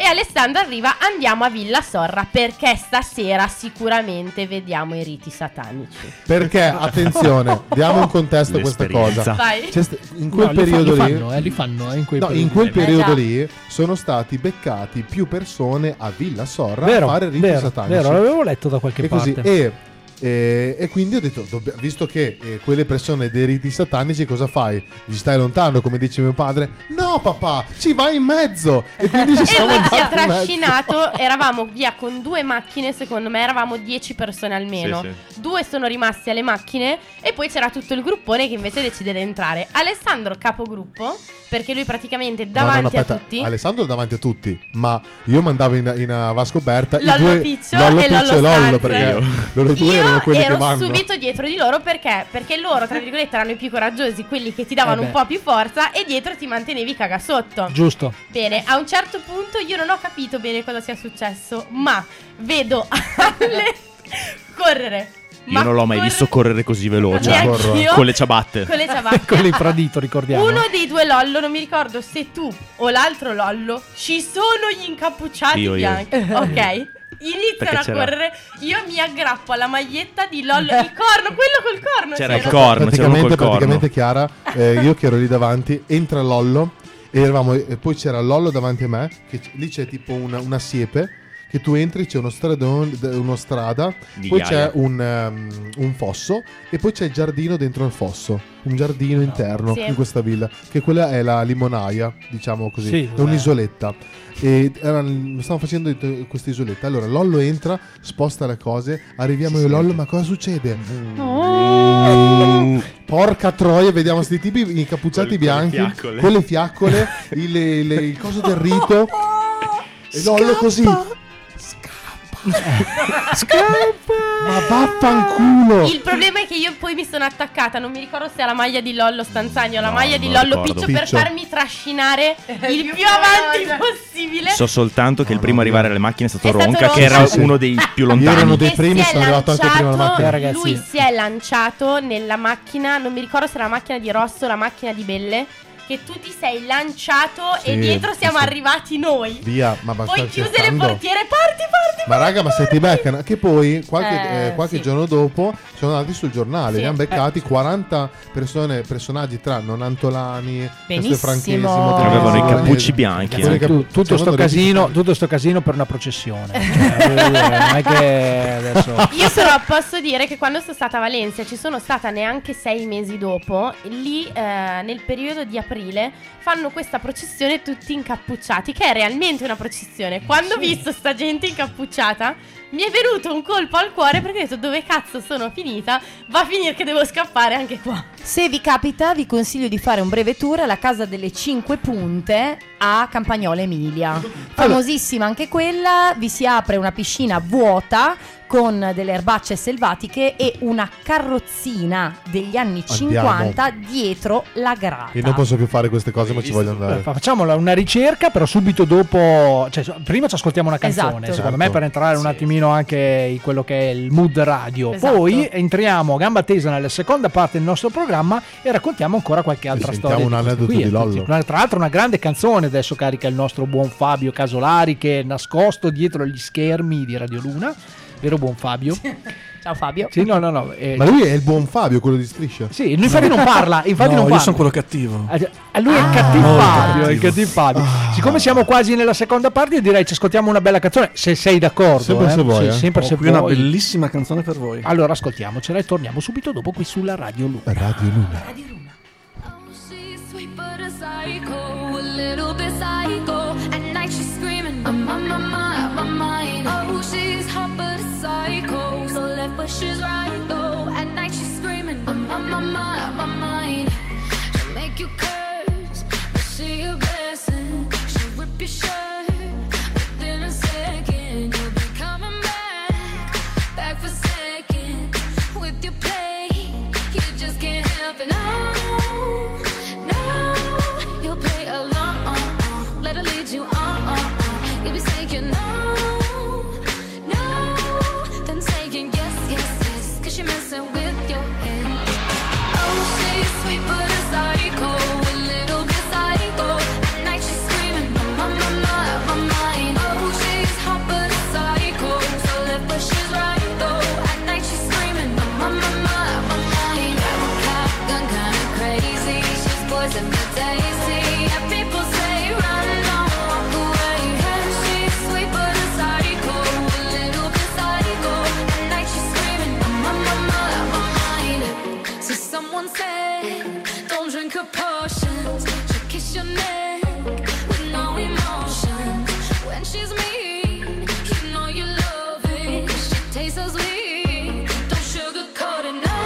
E Alessandro arriva, andiamo a Villa Sorra perché stasera sicuramente vediamo i riti satanici. Perché, attenzione, diamo un contesto a questa cosa. Vai. C'è st- in quel No, li fa- periodo li lì fanno, eh, li fanno, eh, in quei no, periodi. in quel Eh, periodo già. lì sono stati beccati più persone a Villa Sorra Vero, a fare riti vero, satanici. vero, l'avevo letto da qualche e così, parte. E, e, e quindi ho detto, dobb- visto che eh, quelle persone dei riti satanici, cosa fai? Gli stai lontano, come dice mio padre? No papà, ci vai in mezzo. E quindi ci E siamo lui si è andati in mezzo. trascinato, eravamo via con due macchine, secondo me eravamo dieci persone almeno. Sì, Due sono rimasti alle macchine e poi c'era tutto il gruppone che invece decide di entrare. Alessandro capogruppo, perché lui praticamente No, davanti no, no, aspetta, a tutti. Alessandro davanti a tutti, ma io mandavo in, in uh, va scoperta i Lollo due Piccio Lollo e Piccio Lollo e Lollo, Stanze. perché Io. loro due erano quelli che Ero vanno. subito dietro di loro perché? Perché loro, tra virgolette, erano i più coraggiosi, quelli che ti davano Eh un beh. po' più forza e dietro ti mantenevi cagasotto. Giusto. Bene, a un certo punto io non ho capito bene cosa sia successo, ma vedo Ale correre. Io Ma non l'ho mai corre- visto correre così veloce. Neanch'io. Con le ciabatte. Con le ciabatte. Con l'infradito, ricordiamo. Uno dei due Lollo, non mi ricordo se tu o l'altro Lollo, ci sono gli incappucciati Io, io. bianchi. Ok. Iniziano Perché a c'era- correre. Io mi aggrappo alla maglietta di Lollo. Il corno, quello col corno. C'era il c'era. corno, c'era uno praticamente, col corno. praticamente Chiara, eh, io che ero lì davanti, entra Lollo e eravamo, e poi c'era Lollo davanti a me, che c- lì c'è tipo una, una siepe, che tu entri, c'è uno stradone, d- uno strada, Di poi ghiaia. c'è un, um, un fosso e poi c'è il giardino dentro il fosso, un giardino interno Sì. in questa villa, che quella è la limonaia, diciamo così, Sì, è un'isoletta. E era- stavamo facendo questa isoletta. Allora Lollo entra, sposta le cose, arriviamo io e Lollo, ma cosa succede? Porca troia, vediamo sti tipi incappucciati Con- con le bianchi fiaccole. con le fiaccole, il, le- le- il coso del rito. E Lollo così. Ma vaffanculo. Il problema è che io poi mi sono attaccata, non mi ricordo se alla maglia di Lollo Stanzagno o alla No, maglia di non Lollo ricordo. Piccio, per Piccio. farmi trascinare il più avanti possibile. So soltanto che il primo a arrivare alle macchine è stato È stato Ronca, Ronca. che era Sì, sì. uno dei più Io lontani. erano dei E primi, si è sono arrivato anche prima alla lanciato- macchina. Eh, ragazzi. Lui si è lanciato nella macchina, non mi ricordo se era la macchina di Rosso o la macchina di Belle, che tu ti sei lanciato Sì, e dietro siamo sì. arrivati noi. Via, ma ma Poi stai chiuse le scherzando? portiere, parti, parti. Ma raga, ma se ti beccano, che poi qualche, Eh, eh, qualche sì. giorno dopo sono andati sul giornale, Sì. li hanno beccati quaranta persone, personaggi tra Nonantolani, Benissimo. Francesimo, Che avevano i Bolognese. cappucci bianchi. Quelli eh. che- Tu- tutto secondo sto me- casino, tutto sto casino per una processione. Cioè, voglio dire, non è che adesso. Io però posso dire che quando sono stata a Valencia, ci sono stata neanche sei mesi dopo, lì eh, nel periodo di aprile fanno questa processione tutti incappucciati, che è realmente una processione. Quando ho visto sta gente incappucciata mi è venuto un colpo al cuore perché ho detto dove cazzo sono finita, va a finire che devo scappare anche qua. Se vi capita, vi consiglio di fare un breve tour alla Casa delle Cinque Punte a Campagnola Emilia. Famosissima anche quella, vi si apre una piscina vuota con delle erbacce selvatiche e una carrozzina degli anni cinquanta dietro la grata. Io non posso più fare queste cose, ma ci voglio Eh, andare. Facciamo una ricerca, però subito dopo. Cioè, so- prima ci ascoltiamo una canzone. Esatto. Secondo Certo. me, per entrare un attimino anche in quello che è il mood radio. Esatto. Poi entriamo a gamba tesa nella seconda parte del nostro programma e raccontiamo ancora qualche altra sentiamo storia. un di queste aneddoto qui. di Lollo. Una- Tra l'altro, una grande canzone adesso carica il nostro buon Fabio Casolari, che è nascosto dietro gli schermi di Radio Luna. Vero buon Fabio? Ciao Fabio. Sì, no, no, no. eh, Ma lui è il buon Fabio, quello di Striscia. Sì, lui infatti non parla. Infatti No, non io parla. sono quello cattivo. Eh, lui è il cattivo molto Fabio, è il cattivo. cattivo Fabio. Siccome siamo quasi nella seconda parte, io direi ci ascoltiamo una bella canzone, se sei d'accordo. Sempre eh. se vuoi, Sì, eh. sempre Ho se qui una vuoi. bellissima canzone per voi. Allora ascoltiamocela e torniamo subito dopo qui sulla Radio Luna. Radio Luna. She's sweet but a psycho, a little bit psycho. At night she's screaming, I'm on my mind, my mind. Oh, she's hot but a psycho, so left but she's right though. At night she's screaming, I'm on my mind, my mind. She'll make you curse, but she a blessing. She'll rip your shirt within a second. You'll be coming back, back for second with your play. You just can't help it. No. poison but tasty. And people say run, don't walk away. And she's sweet but a psycho, a little bit psycho. At night she's screaming, my, my, my, my mind. So someone said, don't drink her potions. She'll kiss your neck with no emotion. When she's mean, you know you love it. She tastes so sweet, don't sugarcoat it, no.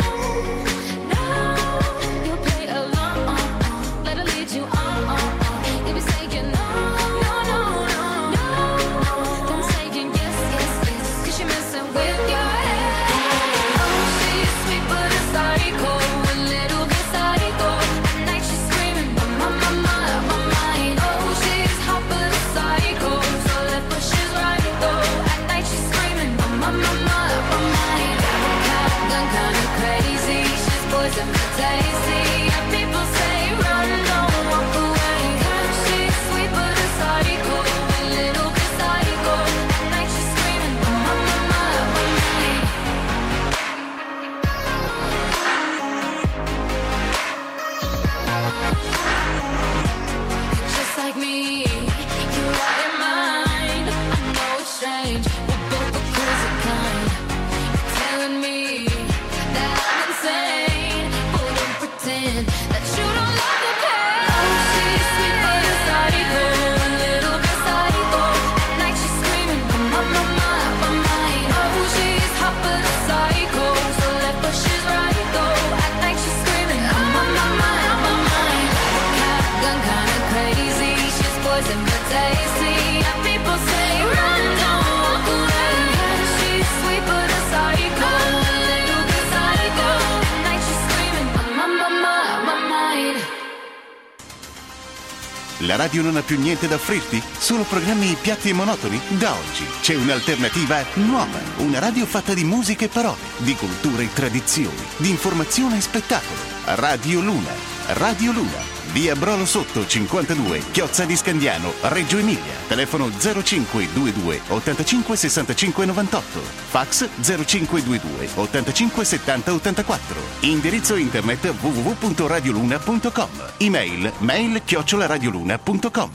La radio non ha più niente da offrirti? Solo programmi piatti e monotoni? Da oggi c'è un'alternativa nuova. Una radio fatta di musica e parole, di cultura e tradizioni, di informazione e spettacolo. Radio Luna. Radio Luna. Via Brolo Sotto cinquantadue, Chiozza di Scandiano, Reggio Emilia. Telefono zero cinque due due ottantacinque sessantacinque novantotto. Fax zero cinque due due ottantacinque settanta ottantaquattro. Indirizzo internet w w w punto radioluna punto com. Email mail chiocciola radioluna punto com.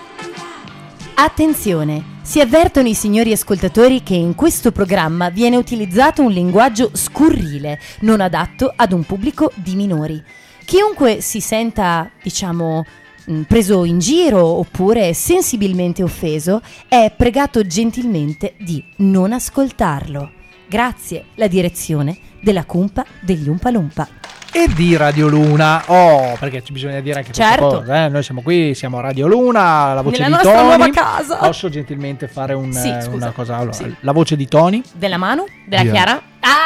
Attenzione! Si avvertono i signori ascoltatori che in questo programma viene utilizzato un linguaggio scurrile, non adatto ad un pubblico di minori. Chiunque si senta, diciamo, preso in giro oppure sensibilmente offeso è pregato gentilmente di non ascoltarlo. Grazie, la direzione della Cumpa degli Umpa Lumpa. E di Radio Luna, oh, perché ci bisogna dire anche certo. questa cosa, eh? Noi siamo qui, siamo a Radio Luna, la voce nella di nostra Tony. nuova casa. Posso gentilmente fare un, Sì, eh, scusa. una cosa? Allora, Sì. La voce di Tony. Della Manu? Della Via. Chiara?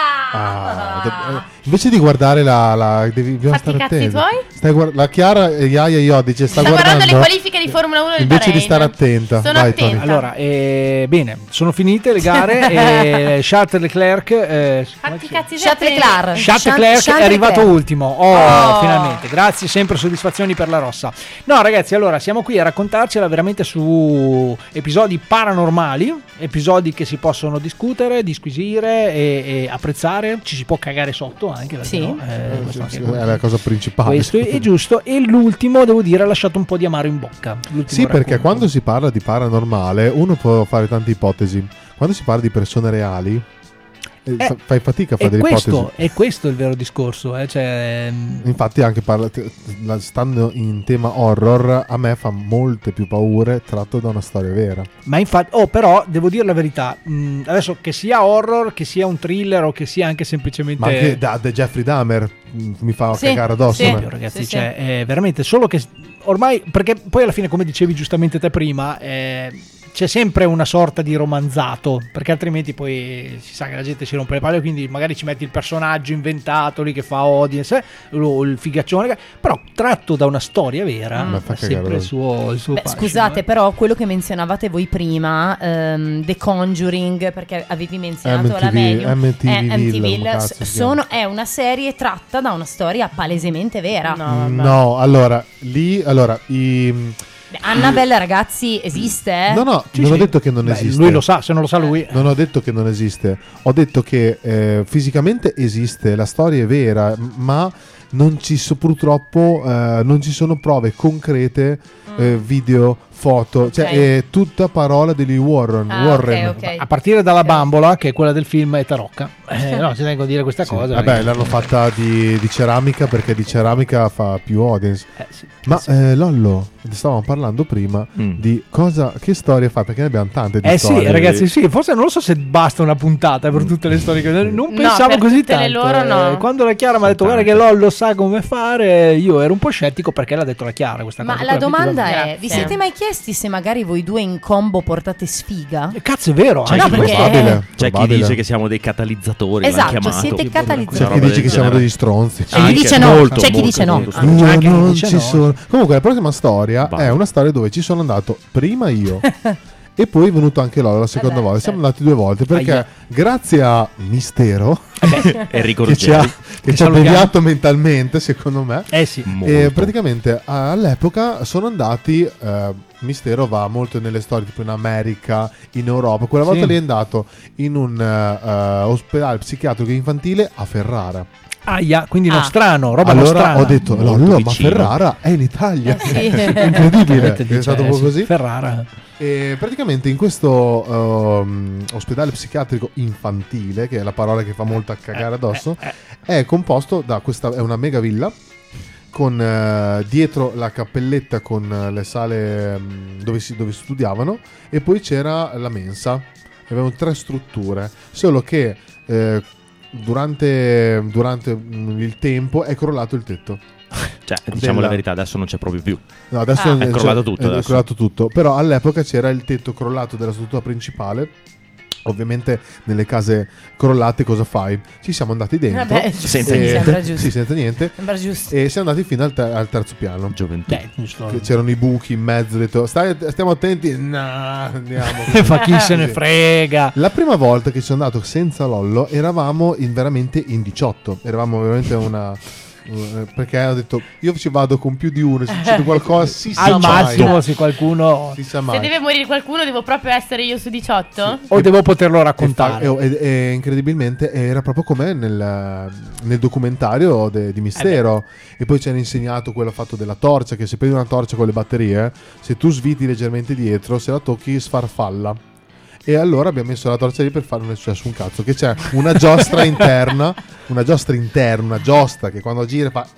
Ah, do- invece di guardare la, la devi dobbiamo Fatti stare i cazzi attenti. tuoi? Stai guard- la Chiara e Iaia Iodice sta, Sta guardando le qualifiche di Formula uno del invece Bahrain. di stare attenta. Sono Vai, attenta. Tony. Allora, eh, bene, sono finite le gare e Charles Leclerc eh, Fatti i cazzi Charles Leclerc. Charles Chan- Leclerc Charles è arrivato Leclerc. ultimo. Oh, Oh. finalmente. Grazie, sempre soddisfazioni per la rossa. No, ragazzi, allora siamo qui a raccontarcela veramente su episodi paranormali, episodi che si possono discutere, disquisire e, e apprezzare. Ci si può cagare sotto anche, perché Sì. no? Eh, questo Sì, anche- è la cosa principale. questo è giusto. E l'ultimo, devo dire, ha lasciato un po' di amaro in bocca. L'ultimo Sì, perché racconto. quando si parla di paranormale uno può fare tante ipotesi. Quando si parla di persone reali eh, Eh, fa- fai fatica a fare è delle questo, ipotesi. è questo il vero discorso, eh? Cioè, ehm, Infatti anche parla- te- la- stando in tema horror a me fa molte più paure tratto da una storia vera. ma infatti, oh, però devo dire la verità. mh, adesso che sia horror, che sia un thriller o che sia anche semplicemente. Ma anche da, da Jeffrey Dahmer mh, mi fa Sì, cagare addosso. sì, a me. ragazzi, Sì, cioè, è veramente solo che ormai, perché poi alla fine, come dicevi giustamente te prima, eh, c'è sempre una sorta di romanzato, perché altrimenti poi si sa che la gente si rompe le palle, quindi magari ci metti il personaggio inventato lì che fa audience, eh, o il figaccione, però tratto da una storia vera, Mm. Ma fa ha cagare sempre il addosso. suo, il suo Beh, fascino, scusate, eh. però quello che menzionavate voi prima, ehm, The Conjuring, perché avevi menzionato M T V, la Medium, M T V, eh, M T V, come cazzo si sono- è una serie tratta da una storia palesemente vera. No, allora, lì, allora, i... Annabelle, ragazzi, esiste? Eh? No, no, Sì, non sì. ho detto che non Beh, esiste. lui lo sa, se non lo sa lui. Non ho detto che non esiste. Ho detto che eh, fisicamente esiste, la storia è vera, m- ma non ci so, purtroppo eh, non ci sono prove concrete, eh, video, foto, cioè Ok. è tutta parola degli Warren, Ah, Warren. ok, ok. A partire dalla bambola, che è quella del film E Tarocca. Eh, no, ci tengo a dire questa Sì, cosa. vabbè, perché- l'hanno fatta di, di ceramica perché di ceramica fa più audience. sì, Ma sì. eh, Lollo, stavamo parlando prima Mm. di cosa, che storie fa, perché ne abbiamo tante di Eh sì, storie. ragazzi, sì, forse non lo so se basta una puntata per tutte le storie che non No, pensavo per così tutte le tanto. loro no. Eh, Quando la Chiara mi ha detto guarda che Lollo sa come fare, io ero un po' scettico perché l'ha detto la Chiara questa Ma cosa. la Però domanda effettivamente- è: vi siete mai chiesti se magari voi due in combo portate sfiga? Cazzo, è vero, C'è, no, chi, perché- probabile. C'è chi Probabile. dice che siamo dei catalizzatori. l'hanno Esatto, chiamato. siete catalizzatori. C'è chi dice che siamo degli stronzi. C'è chi dice no, molto, c'è chi molto, dice no. molto Ah. Io C'è anche chi non dice ci no. sono. Comunque, la prossima storia Vai. è una storia dove ci sono andato prima io. E poi è venuto anche Lolo la seconda Eh beh, volta. certo. Siamo andati due volte perché Aia. grazie a Mistero Enrico che ci ha, Ruggeri. che ci ha salutiamo. deviato mentalmente, secondo me. Eh sì. Molto. E praticamente a- all'epoca sono andati. eh, Mistero va molto nelle storie, tipo in America, in Europa. Quella volta Sì. lì è andato in un eh, eh, ospedale psichiatrico infantile a Ferrara. Aia, quindi Ah. nostrano, roba Allora nostrana. ho detto, Molto Lollo, ma vicino. Ferrara è in Italia. Eh sì. Incredibile, Dice, è stato un eh po' sì, così. Ferrara. E praticamente in questo ehm, ospedale psichiatrico infantile, che è la parola che fa molto a cagare addosso, è composto da questa, è una mega villa con eh, dietro la cappelletta con eh, le sale mm, dove si, dove studiavano, e poi c'era la mensa. Avevano tre strutture, solo che eh, durante, durante mm, il tempo è crollato il tetto. Cioè, diciamo Della- la verità, adesso non c'è proprio più. No, adesso Ah. È crollato tutto È adesso. crollato tutto. Però all'epoca c'era il tetto crollato della struttura principale. Ovviamente nelle case crollate cosa fai? Ci siamo andati dentro. Vabbè, giusto, Senza mi niente. sembra giusto. Sì, senza niente. Sembra giusto. E siamo andati fino al, ter- al terzo piano. Gioventù. Beh, giusto. Che c'erano i buchi in mezzo. Ho detto, stai, stiamo attenti. No, andiamo. Fa chi se ne Sì. frega. La prima volta che sono andato senza Lollo eravamo in, veramente in diciotto. Eravamo veramente una... eh, perché ho detto io ci vado con più di uno, se succede qualcosa si sa Al mai. massimo, se qualcuno. Si sa Se mai. deve morire qualcuno, devo proprio essere io su diciotto? O devo poterlo E, fa- raccontare. e- e- e incredibilmente era proprio come nel, nel documentario de- di Mistero. E poi ci hanno insegnato quello fatto della torcia, che se prendi una torcia con le batterie, se tu sviti leggermente dietro, se la tocchi sfarfalla. E allora abbiamo messo la torcia lì per fare non è successo un cazzo, che c'è una giostra interna, una giostra interna, una giostra che quando gira fa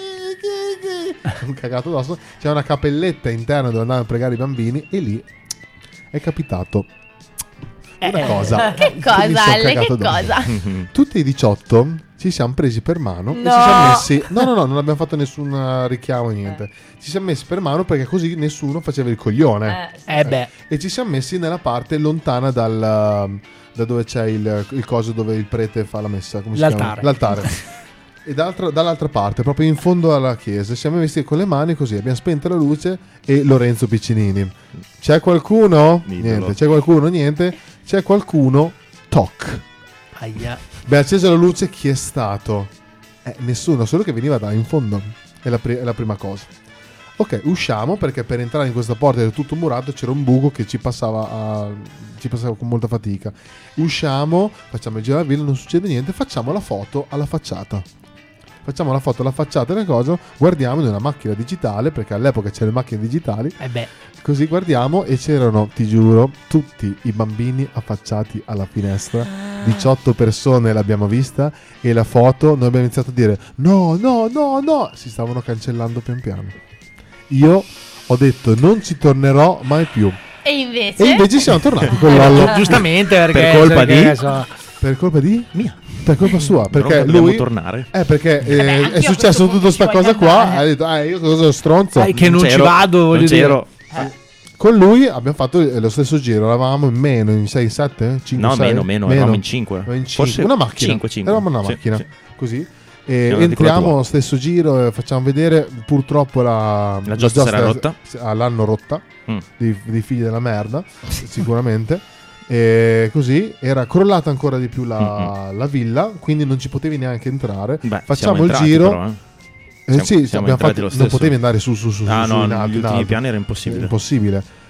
un cagato addosso. C'è una cappelletta interna dove andavano a pregare i bambini, e lì è capitato una cosa. Che Mi cosa, son Ale? cagato Che addosso. cosa? Tutti e diciotto ci siamo presi per mano e No. ci siamo messi. No, no, no, non abbiamo fatto nessun eh, richiamo, niente. Ci siamo messi per mano perché così nessuno faceva il coglione. Eh beh. E ci siamo messi nella parte lontana dal, da dove c'è il, il coso dove il prete fa la messa. Come si chiama? L'altare. L'altare. E dall'altra, dall'altra parte, proprio in fondo alla chiesa, ci siamo messi con le mani così. Abbiamo spento la luce e Lorenzo Piccinini. C'è qualcuno? Idolo. Niente. C'è qualcuno? Niente. C'è qualcuno? Toc. Aia. Beh, accesa la luce, chi è stato? Eh, nessuno, solo che veniva da in fondo. È la, pri- è la prima cosa. Ok, usciamo perché per entrare in questa porta era tutto murato, c'era un buco che ci passava, a- ci passava con molta fatica. Usciamo, facciamo il giro alla villa, non succede niente, facciamo la foto alla facciata. Facciamo la foto alla facciata della cosa, guardiamo in una macchina digitale, perché all'epoca c'erano le macchine digitali. Eh beh. Così guardiamo e c'erano, ti giuro, tutti i bambini affacciati alla finestra. diciotto persone l'abbiamo vista e la foto, noi abbiamo iniziato a dire no, no, no, no. Si stavano cancellando pian piano. Io ho detto non ci tornerò mai più. E invece? E invece siamo tornati con Lollo. Giustamente, perché per colpa perché, di insomma, per colpa di mia. Per colpa sua, Però perché dobbiamo lui tornare. Eh, perché eh, Vabbè, è anch'io a successo questo tutta sta punto cosa ci qua, voglio andare. ha detto "Ah, io cosa sono stronzo". eh, che non ci c'ero, vado, non voglio dire. c'ero. Con lui abbiamo fatto lo stesso giro, eravamo in meno, in sei sette, cinque, No, sei, meno, meno, eravamo in cinque. Eravamo in Forse cinque. Una macchina. cinque, cinque. Eravamo una Sì, macchina. sì. Così. E Siamo andati con la entriamo tua. stesso giro, e facciamo vedere. Purtroppo la, La giostra si era rotta. ah, l'hanno rotta. Mm. Di, di figli della merda, sicuramente. E così era crollata ancora di più la, la villa, quindi non ci potevi neanche entrare. Beh, Facciamo siamo il entrati giro. però, eh. Eh Siamo- sì, siamo abbiamo entrati fatto- lo non stesso. potevi andare su su su Ah, su, no, in alto, negli in ultimi alto. piani era impossibile. Impossibile.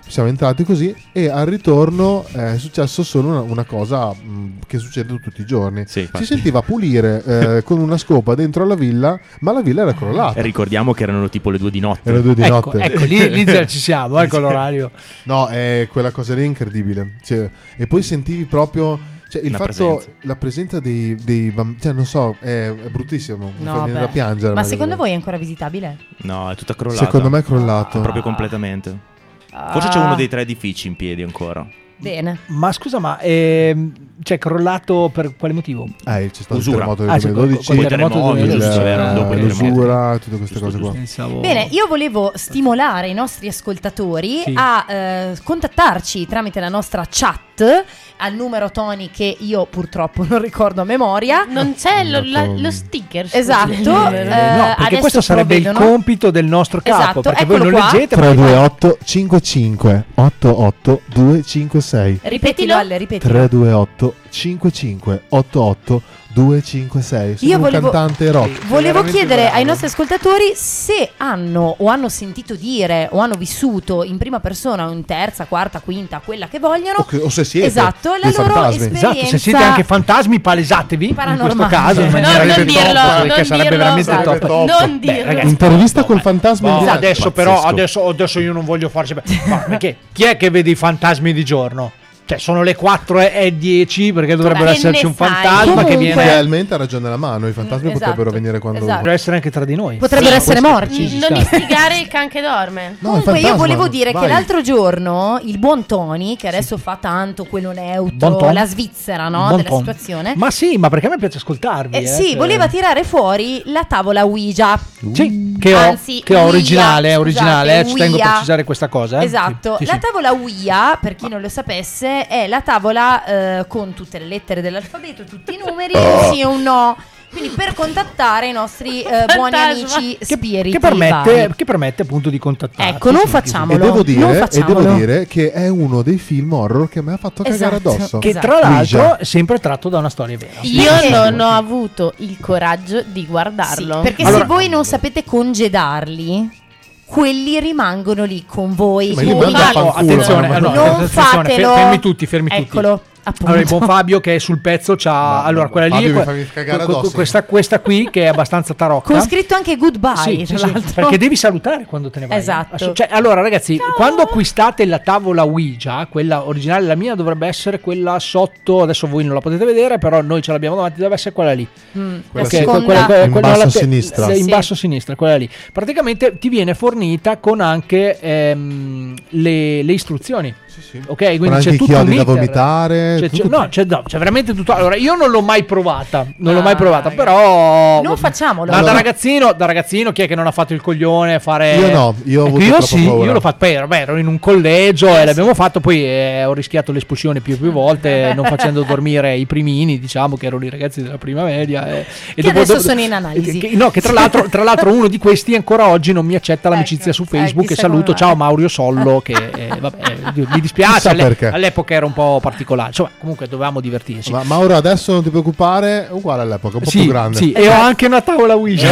siamo entrati così e al ritorno è successo solo una, una cosa mh, che succede tutti i giorni. Sì, si sentiva pulire eh, con una scopa dentro alla villa, ma la villa era crollata. E ricordiamo che erano tipo le due di notte. Erano due di ecco, notte. ecco, lì, lì già ci siamo, ecco l'orario. No, è quella cosa lì incredibile. Cioè, e poi sentivi proprio, cioè, il La fatto, presenza. la presenza dei, dei bambini, cioè, non so, è, è bruttissimo. Mi No, fa venire beh. da piangere. Ma magari. secondo voi è ancora visitabile? No, è tutta crollata. Secondo me è crollato. Proprio completamente. Forse c'è uno dei tre edifici in piedi ancora. Bene. Ma scusa, ma ehm, cioè crollato per quale motivo? Eh, c'è stato Usura. il terremoto del Ah, sì, duemiladodici, col- col terremoto del il- duemiladodici, c'era dopo il terremoto. l'usura, tutte queste cose qua. Pensavo... Bene, io volevo stimolare i nostri ascoltatori Sì. a eh, contattarci tramite la nostra chat al numero Tony che io purtroppo non ricordo a memoria. Non c'è lo, la- lo sticker. scusi. Esatto. Eh, no, perché adesso questo sarebbe il provvedono. compito del nostro capo. Esatto, perché eccolo voi non qua. leggete. tre ma- due otto cinque cinque otto otto due cinque sei Ripetilo, Ale, ripetilo. tre due otto cinque cinque otto otto due cinque sei. Sono Io un volevo- cantante rock. Volevo Veramente chiedere bravo. ai nostri ascoltatori se hanno o hanno sentito dire o hanno vissuto in prima persona o in terza, quarta, quinta, quella che vogliono. O, che- o se siete Esatto, la dei loro fantasmi. esperienza. Esatto, se siete anche fantasmi, palesatevi in questo Paranormale. caso in No, maniera non top, dirlo, perché non sarebbe dirlo, veramente esatto. top. Non Beh, dirlo. ragazzi, Intervista col fantasma in no, diretta. adesso però Pazzesco. adesso, adesso io non voglio farci ma perché chi è che vede i fantasmi di giorno? Cioè sono le quattro e dieci perché dovrebbero Che esserci ne un sai? fantasma Comunque- che viene Realmente ha ragione la mano. I fantasmi Esatto, potrebbero venire quando esatto. potrebbe essere anche tra di noi. Potrebbero Sì, essere questo- morti. ci ci Non sta. istigare il can che dorme. No, Comunque il io fantasma, volevo dire vai. che l'altro giorno il buon Tony, che adesso fa tanto quello neutro, Buon ton. la Svizzera, no, Buon della ton. situazione. Ma sì, ma perché a me piace ascoltarvi. Eh, eh, sì, cioè- voleva tirare fuori la tavola Ouija. Sì, che ho, Anzi, che ho Ouija, originale, scusate, originale, eh, ci tengo a Ouija. precisare questa cosa. eh. Esatto, Sì, sì, la sì. tavola Ouija, per chi non lo sapesse, è la tavola eh, con tutte le lettere dell'alfabeto, tutti i numeri, un sì e un no. Quindi per contattare i nostri eh, buoni Fantasma. amici spiriti Che permette, vari. che permette appunto di contattarci. Ecco, non sì, sì, sì. E facciamolo. devo, non dire, e facciamolo. devo dire che è uno dei film horror che mi ha fatto cagare Esatto. addosso. Che Esatto. tra l'altro Ouija. è sempre tratto da una storia vera. Io Perché? non ho avuto il coraggio di Sì, guardarlo. perché Allora- se voi non sapete congedarli, quelli rimangono lì con voi. Ma li Voi- manda a fanculo, attenzione, ma eh, no, non attenzione, fatelo. fer- fermi tutti, fermi tutti. Eccolo, appunto. Allora, il buon Fabio che è sul pezzo c'ha No, allora no, quella lì Fabio que- mi fa venire cagare que- que- addosso. questa, questa qui che è abbastanza tarocca. Con scritto anche goodbye, Sì, tra sì, sì, l'altro. perché devi salutare quando te ne vai. Esatto. Cioè, allora, ragazzi, quando acquistate la tavola Ouija, quella originale, la mia dovrebbe essere quella sotto. Adesso voi non la potete vedere, però noi ce l'abbiamo davanti. Deve essere quella lì. Mm, Quella la sì, seconda- quella- in quella basso la a te- sinistra. In Sì. basso a sinistra, quella lì. Praticamente ti viene fornita con anche ehm, le, le istruzioni. Ok, quindi Con anche c'è i tutto un chiodi da iter. vomitare. C'è, c'è- tutto- no, c'è, no, c'è veramente tutto. Allora, io non l'ho mai provata. Non l'ho Ah, mai provata, ragazzi. però. Non facciamolo. Ma da Allora- ragazzino, da ragazzino, chi è che non ha fatto il coglione a fare. Io no, io ho Ecco, avuto io troppa sì, paura. io l'ho fatto. Poi vabbè, ero in un collegio e l'abbiamo fatto. Poi eh, ho rischiato l'espulsione più e più volte, non facendo dormire i primini, diciamo che erano i ragazzi della prima media. E, e Che adesso sono in analisi. che- no, che tra l'altro, tra l'altro uno di questi ancora oggi non mi accetta l'amicizia su Facebook. eh, E chissà saluto, come ciao mai. Maurio Sollo. Che eh, vabbè, mi dispiace. Chissà alle- perché. all'epoca era un po' particolare. Insomma, comunque dovevamo divertirci. Ma Mauro, adesso non ti preoccupare, è uguale all'epoca, un po' Sì, più grande. sì, e ho anche una tavola Ouija.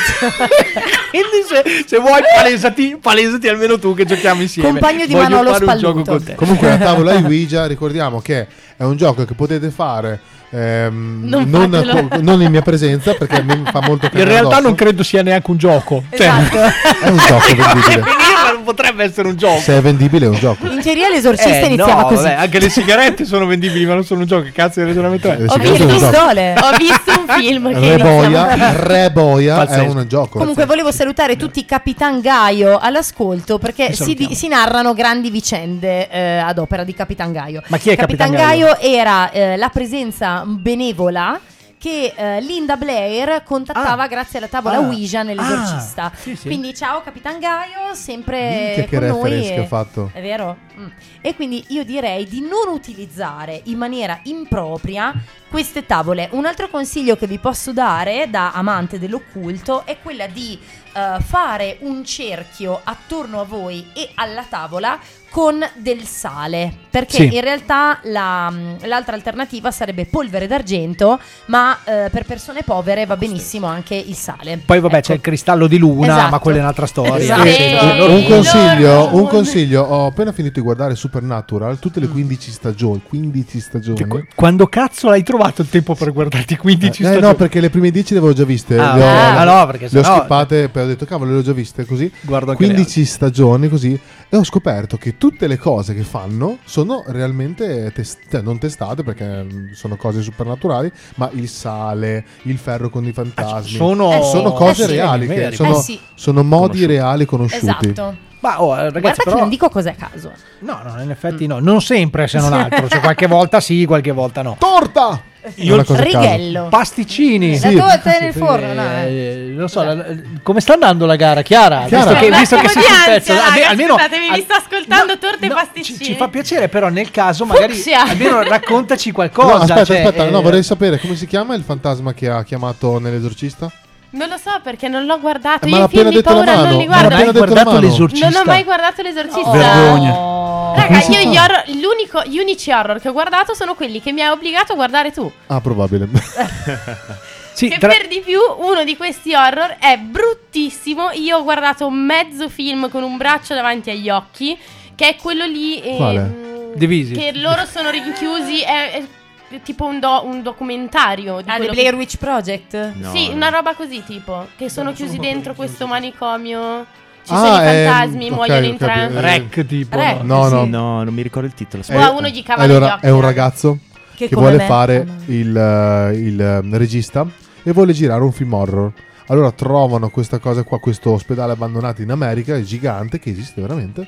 Quindi se, se vuoi palesati, palesati almeno tu che giochiamo insieme. Compagno di Voglio Manolo fare un Spalluto. gioco con te. Comunque la tavola Ouija, ricordiamo che è un gioco che potete fare ehm, Non non, fatelo. co- non in mia presenza perché mi fa molto In cagare realtà addosso. non credo sia neanche un gioco. Esatto. È un gioco vendibile. Finirla non potrebbe essere un gioco. Se è vendibile è un gioco. In teoria l'esorcista Eh, iniziava no, così. vabbè, anche le sigarette sono vendibili, ma non sono un gioco. Che cazzo di ragionamento è? Le Ho sigarette visto è un gioco. pistole. Ho visto un film che Re iniziava- Boia, Re Boia è Pazzesco. un gioco. Comunque volevo salutare tutti i Capitan Gaio all'ascolto perché Li si, salutiamo. di- si narrano grandi vicende eh, ad opera di Capitan Gaio. Ma chi è Capitan Gaio? Gaio era eh, la presenza benevola che eh, Linda Blair contattava Ah. grazie alla tavola Ah. Ouija nell'esorcista. Ah, sì, sì. Quindi ciao Capitan Gaio, sempre Minchia, che con noi. reference e- che ha fatto. È vero? Mm. E quindi io direi di non utilizzare in maniera impropria queste tavole. Un altro consiglio che vi posso dare da amante dell'occulto è quella di uh, fare un cerchio attorno a voi e alla tavola con del sale, perché Sì. in realtà la, l'altra alternativa sarebbe polvere d'argento, ma eh, per persone povere va benissimo anche il sale. Poi vabbè c'è il cristallo di luna, Esatto. ma quella è un'altra storia. Esatto. Sì, Eh, loro- Un consiglio, un consiglio, ho appena finito di guardare Supernatural, tutte le quindici stagioni, quindici stagioni. Qu- Quando cazzo l'hai trovato il tempo per guardarti quindici Eh, stagioni? no, perché le prime dieci le avevo già viste. Ah, le ho, ok. Ah, no, perché le ho sennò- skippate, poi ho detto cavolo, le ho già viste così. Guardo anche le quindici stagioni così. E ho scoperto che tutte le cose che fanno sono realmente tes- cioè, non testate perché mm, sono cose supernaturali, ma il sale, il ferro con i fantasmi sono- Eh, sono cose eh sì, reali, che veri. sono, Eh sì. sono modi reali conosciuti. Esatto. Ma oh, ragazzi, Guarda che però... non dico cos'è caso. No, no, in effetti no, non sempre se non altro, cioè qualche volta sì, qualche volta no. Torta! Io Una cosa a caso. Righello. Pasticcini. La torta nel forno, no? Eh, non so, la- la- come sta andando la gara, Chiara? Chiara. Visto che, Un visto che attimo sei di sul ansia, pezzo, alme- raga, almeno scusatemi, vi sto ascoltando torte e no, pasticcini. ci, ci fa piacere, però nel caso magari Fucsia. almeno raccontaci No, qualcosa. aspetta, cioè, aspetta, eh, no, vorrei sapere come si chiama il fantasma che ha chiamato nell'esorcista? Non lo so perché non l'ho guardato. Eh, Io ma i film l'ha di appena detto paura la non mano, li ma l'ha guardo. appena detto la guardato mano. l'esorcista? Non ho mai guardato l'esorcista. Vergogna. Raga, io gli horror, l'unico, gli unici horror che ho guardato sono quelli che mi hai obbligato a guardare tu. Ah, probabile. sì, Che tra- per di più uno di questi horror è bruttissimo. Io ho guardato mezzo film con un braccio davanti agli occhi, che è quello lì eh, Quale? mh, Divisi. che loro sono rinchiusi. È, è tipo un, do- un documentario di Ah, quello The che- Blair Witch Project? No, sì, no. una roba così tipo che sono chiusi dentro questo manicomio. Ci Ah, sono i ehm, fantasmi, ok, muoiono in ho tre. capito. Rec tipo. Rec. No, no. No, non mi ricordo il titolo. Eh, uno gli cava allora, negli occhi, è un raga. ragazzo Che che, come vuole me fare fanno. il, eh, il eh, regista e vuole girare un film horror. Allora trovano questa cosa qua, questo ospedale abbandonato in America, è gigante, che esiste veramente,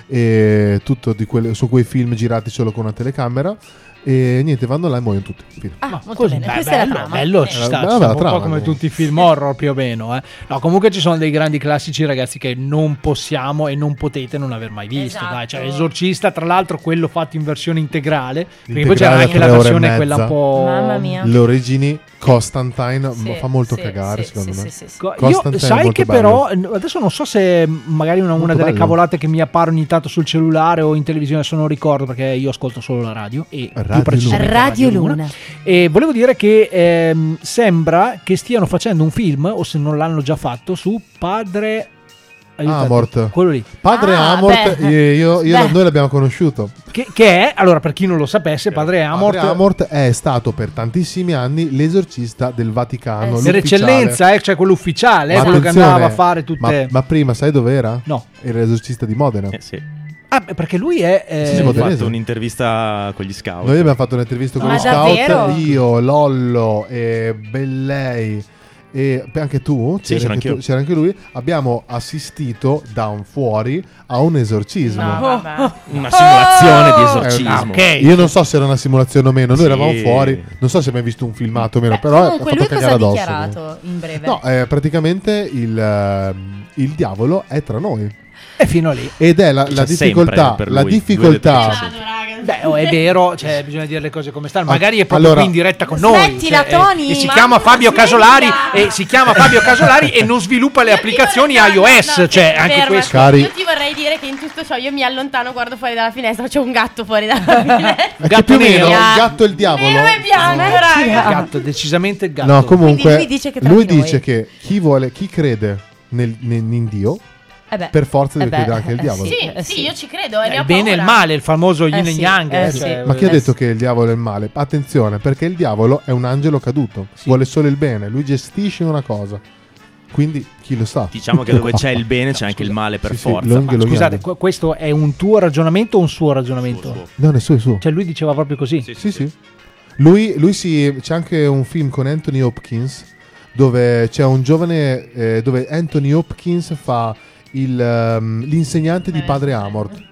e tutto di quelle, su quei film girati solo con una telecamera. E niente, vanno là e muoiono tutti. Fine. Ah, molto Così, bene. beh, Questa è la bello, trama. bello, ci Eh, sta, bella ci sta, un trama, po' come comunque. tutti i film horror più o meno. Eh. No, comunque ci sono dei grandi classici, ragazzi, che non possiamo e non potete non aver mai visto. Esatto. Dai. Cioè, Esorcista, tra l'altro, quello fatto in versione integrale. Perché poi Integrale c'era da anche la tre ore e versione quella un mezza. po'. Mamma mia. Le origini Constantine Sì, fa molto sì, cagare, sì, secondo sì, me. sì, sì, sì. Co- Io Constantine è sai molto che bello. però adesso non so se magari una, una Molto delle bello. cavolate che mi appare ogni tanto sul cellulare o in televisione, se non ricordo, perché io ascolto solo la radio e più Radio precisamente Radio Luna. E volevo dire che ehm, sembra che stiano facendo un film, o se non l'hanno già fatto, su Padre aiutatemi, Amort. quello lì. Padre Ah, Amort, beh. io, io- Beh. noi l'abbiamo conosciuto. Che, che è, allora per chi non lo sapesse, Padre Amort, Padre Amort è stato per tantissimi anni l'esorcista del Vaticano. Eh, sì. per l'ufficiale. eccellenza, eh, cioè quello ufficiale, eh, Ma quello che attenzione, andava a fare tutte... Ma, ma prima sai dov'era? No. Era l'esorcista di Modena. Eh, sì. Ah, beh, perché lui è... eh, Sì, sì, Ho modenese. fatto un'intervista con gli scout. Noi abbiamo fatto un'intervista con Ma gli scout, davvero? io, Lollo e Bellei e beh, anche tu, Sì, c'era, c'era anche anch'io. tu, c'era anche lui, abbiamo assistito da un fuori a un esorcismo. No, vabbè. Una simulazione di Eh, esorcismo. ah, ok. Io non so se era una simulazione o meno, noi Sì. eravamo fuori, non so se hai mai visto un filmato o meno, Beh, però ha comunque fatto lui cosa cagare ha addosso. dichiarato in breve? No, eh, praticamente il, ehm, il diavolo è tra noi. E fino lì. Ed è la, la C'è difficoltà, sempre per la lui. Lui difficoltà. ha detto che c'è Beh, oh, è vero, cioè, bisogna dire le cose come stanno. Magari è proprio allora- qui in diretta con noi. Smettila, cioè, Tony, e, e si ma- chiama Fabio smettila. Casolari e si chiama Fabio Casolari e non sviluppa le applicazioni iOS, No, cioè ferma, anche ferma. questo. Cari- Io ti vorrei dire che in tutto ciò io mi allontano, guardo fuori dalla finestra, c'è un gatto fuori dalla finestra. È che Gatto più o meno nero. il gatto e il diavolo. Nero e bianco, raga. Il gatto, decisamente il gatto. No, comunque Quindi lui dice che tra lui di noi- dice che chi vuole, chi crede nel, nel- in Dio, Eh beh. per forza deve Eh beh, credere anche il eh diavolo. Sì, Eh, sì, sì. io ci credo e ne il ho bene e il paura. male, il famoso yin Eh e sì, yang. eh eh, sì. cioè, Ma chi ha eh, detto che il diavolo è il male? Attenzione, perché il diavolo è un angelo caduto, vuole solo il bene, lui gestisce una cosa. Quindi chi lo sa? Diciamo che dove c'è il bene c'è anche il male per Sì, sì, forza. lo- Ma lo scusate, chiamo. qu- questo è un tuo ragionamento o un suo ragionamento? Suo, suo. No, nessuno è suo. Cioè lui diceva proprio così. Sì, sì. Lui, lui si, c'è anche un film con Anthony Hopkins dove c'è un giovane eh, dove Anthony Hopkins fa il, ehm, l'insegnante di Padre Amort.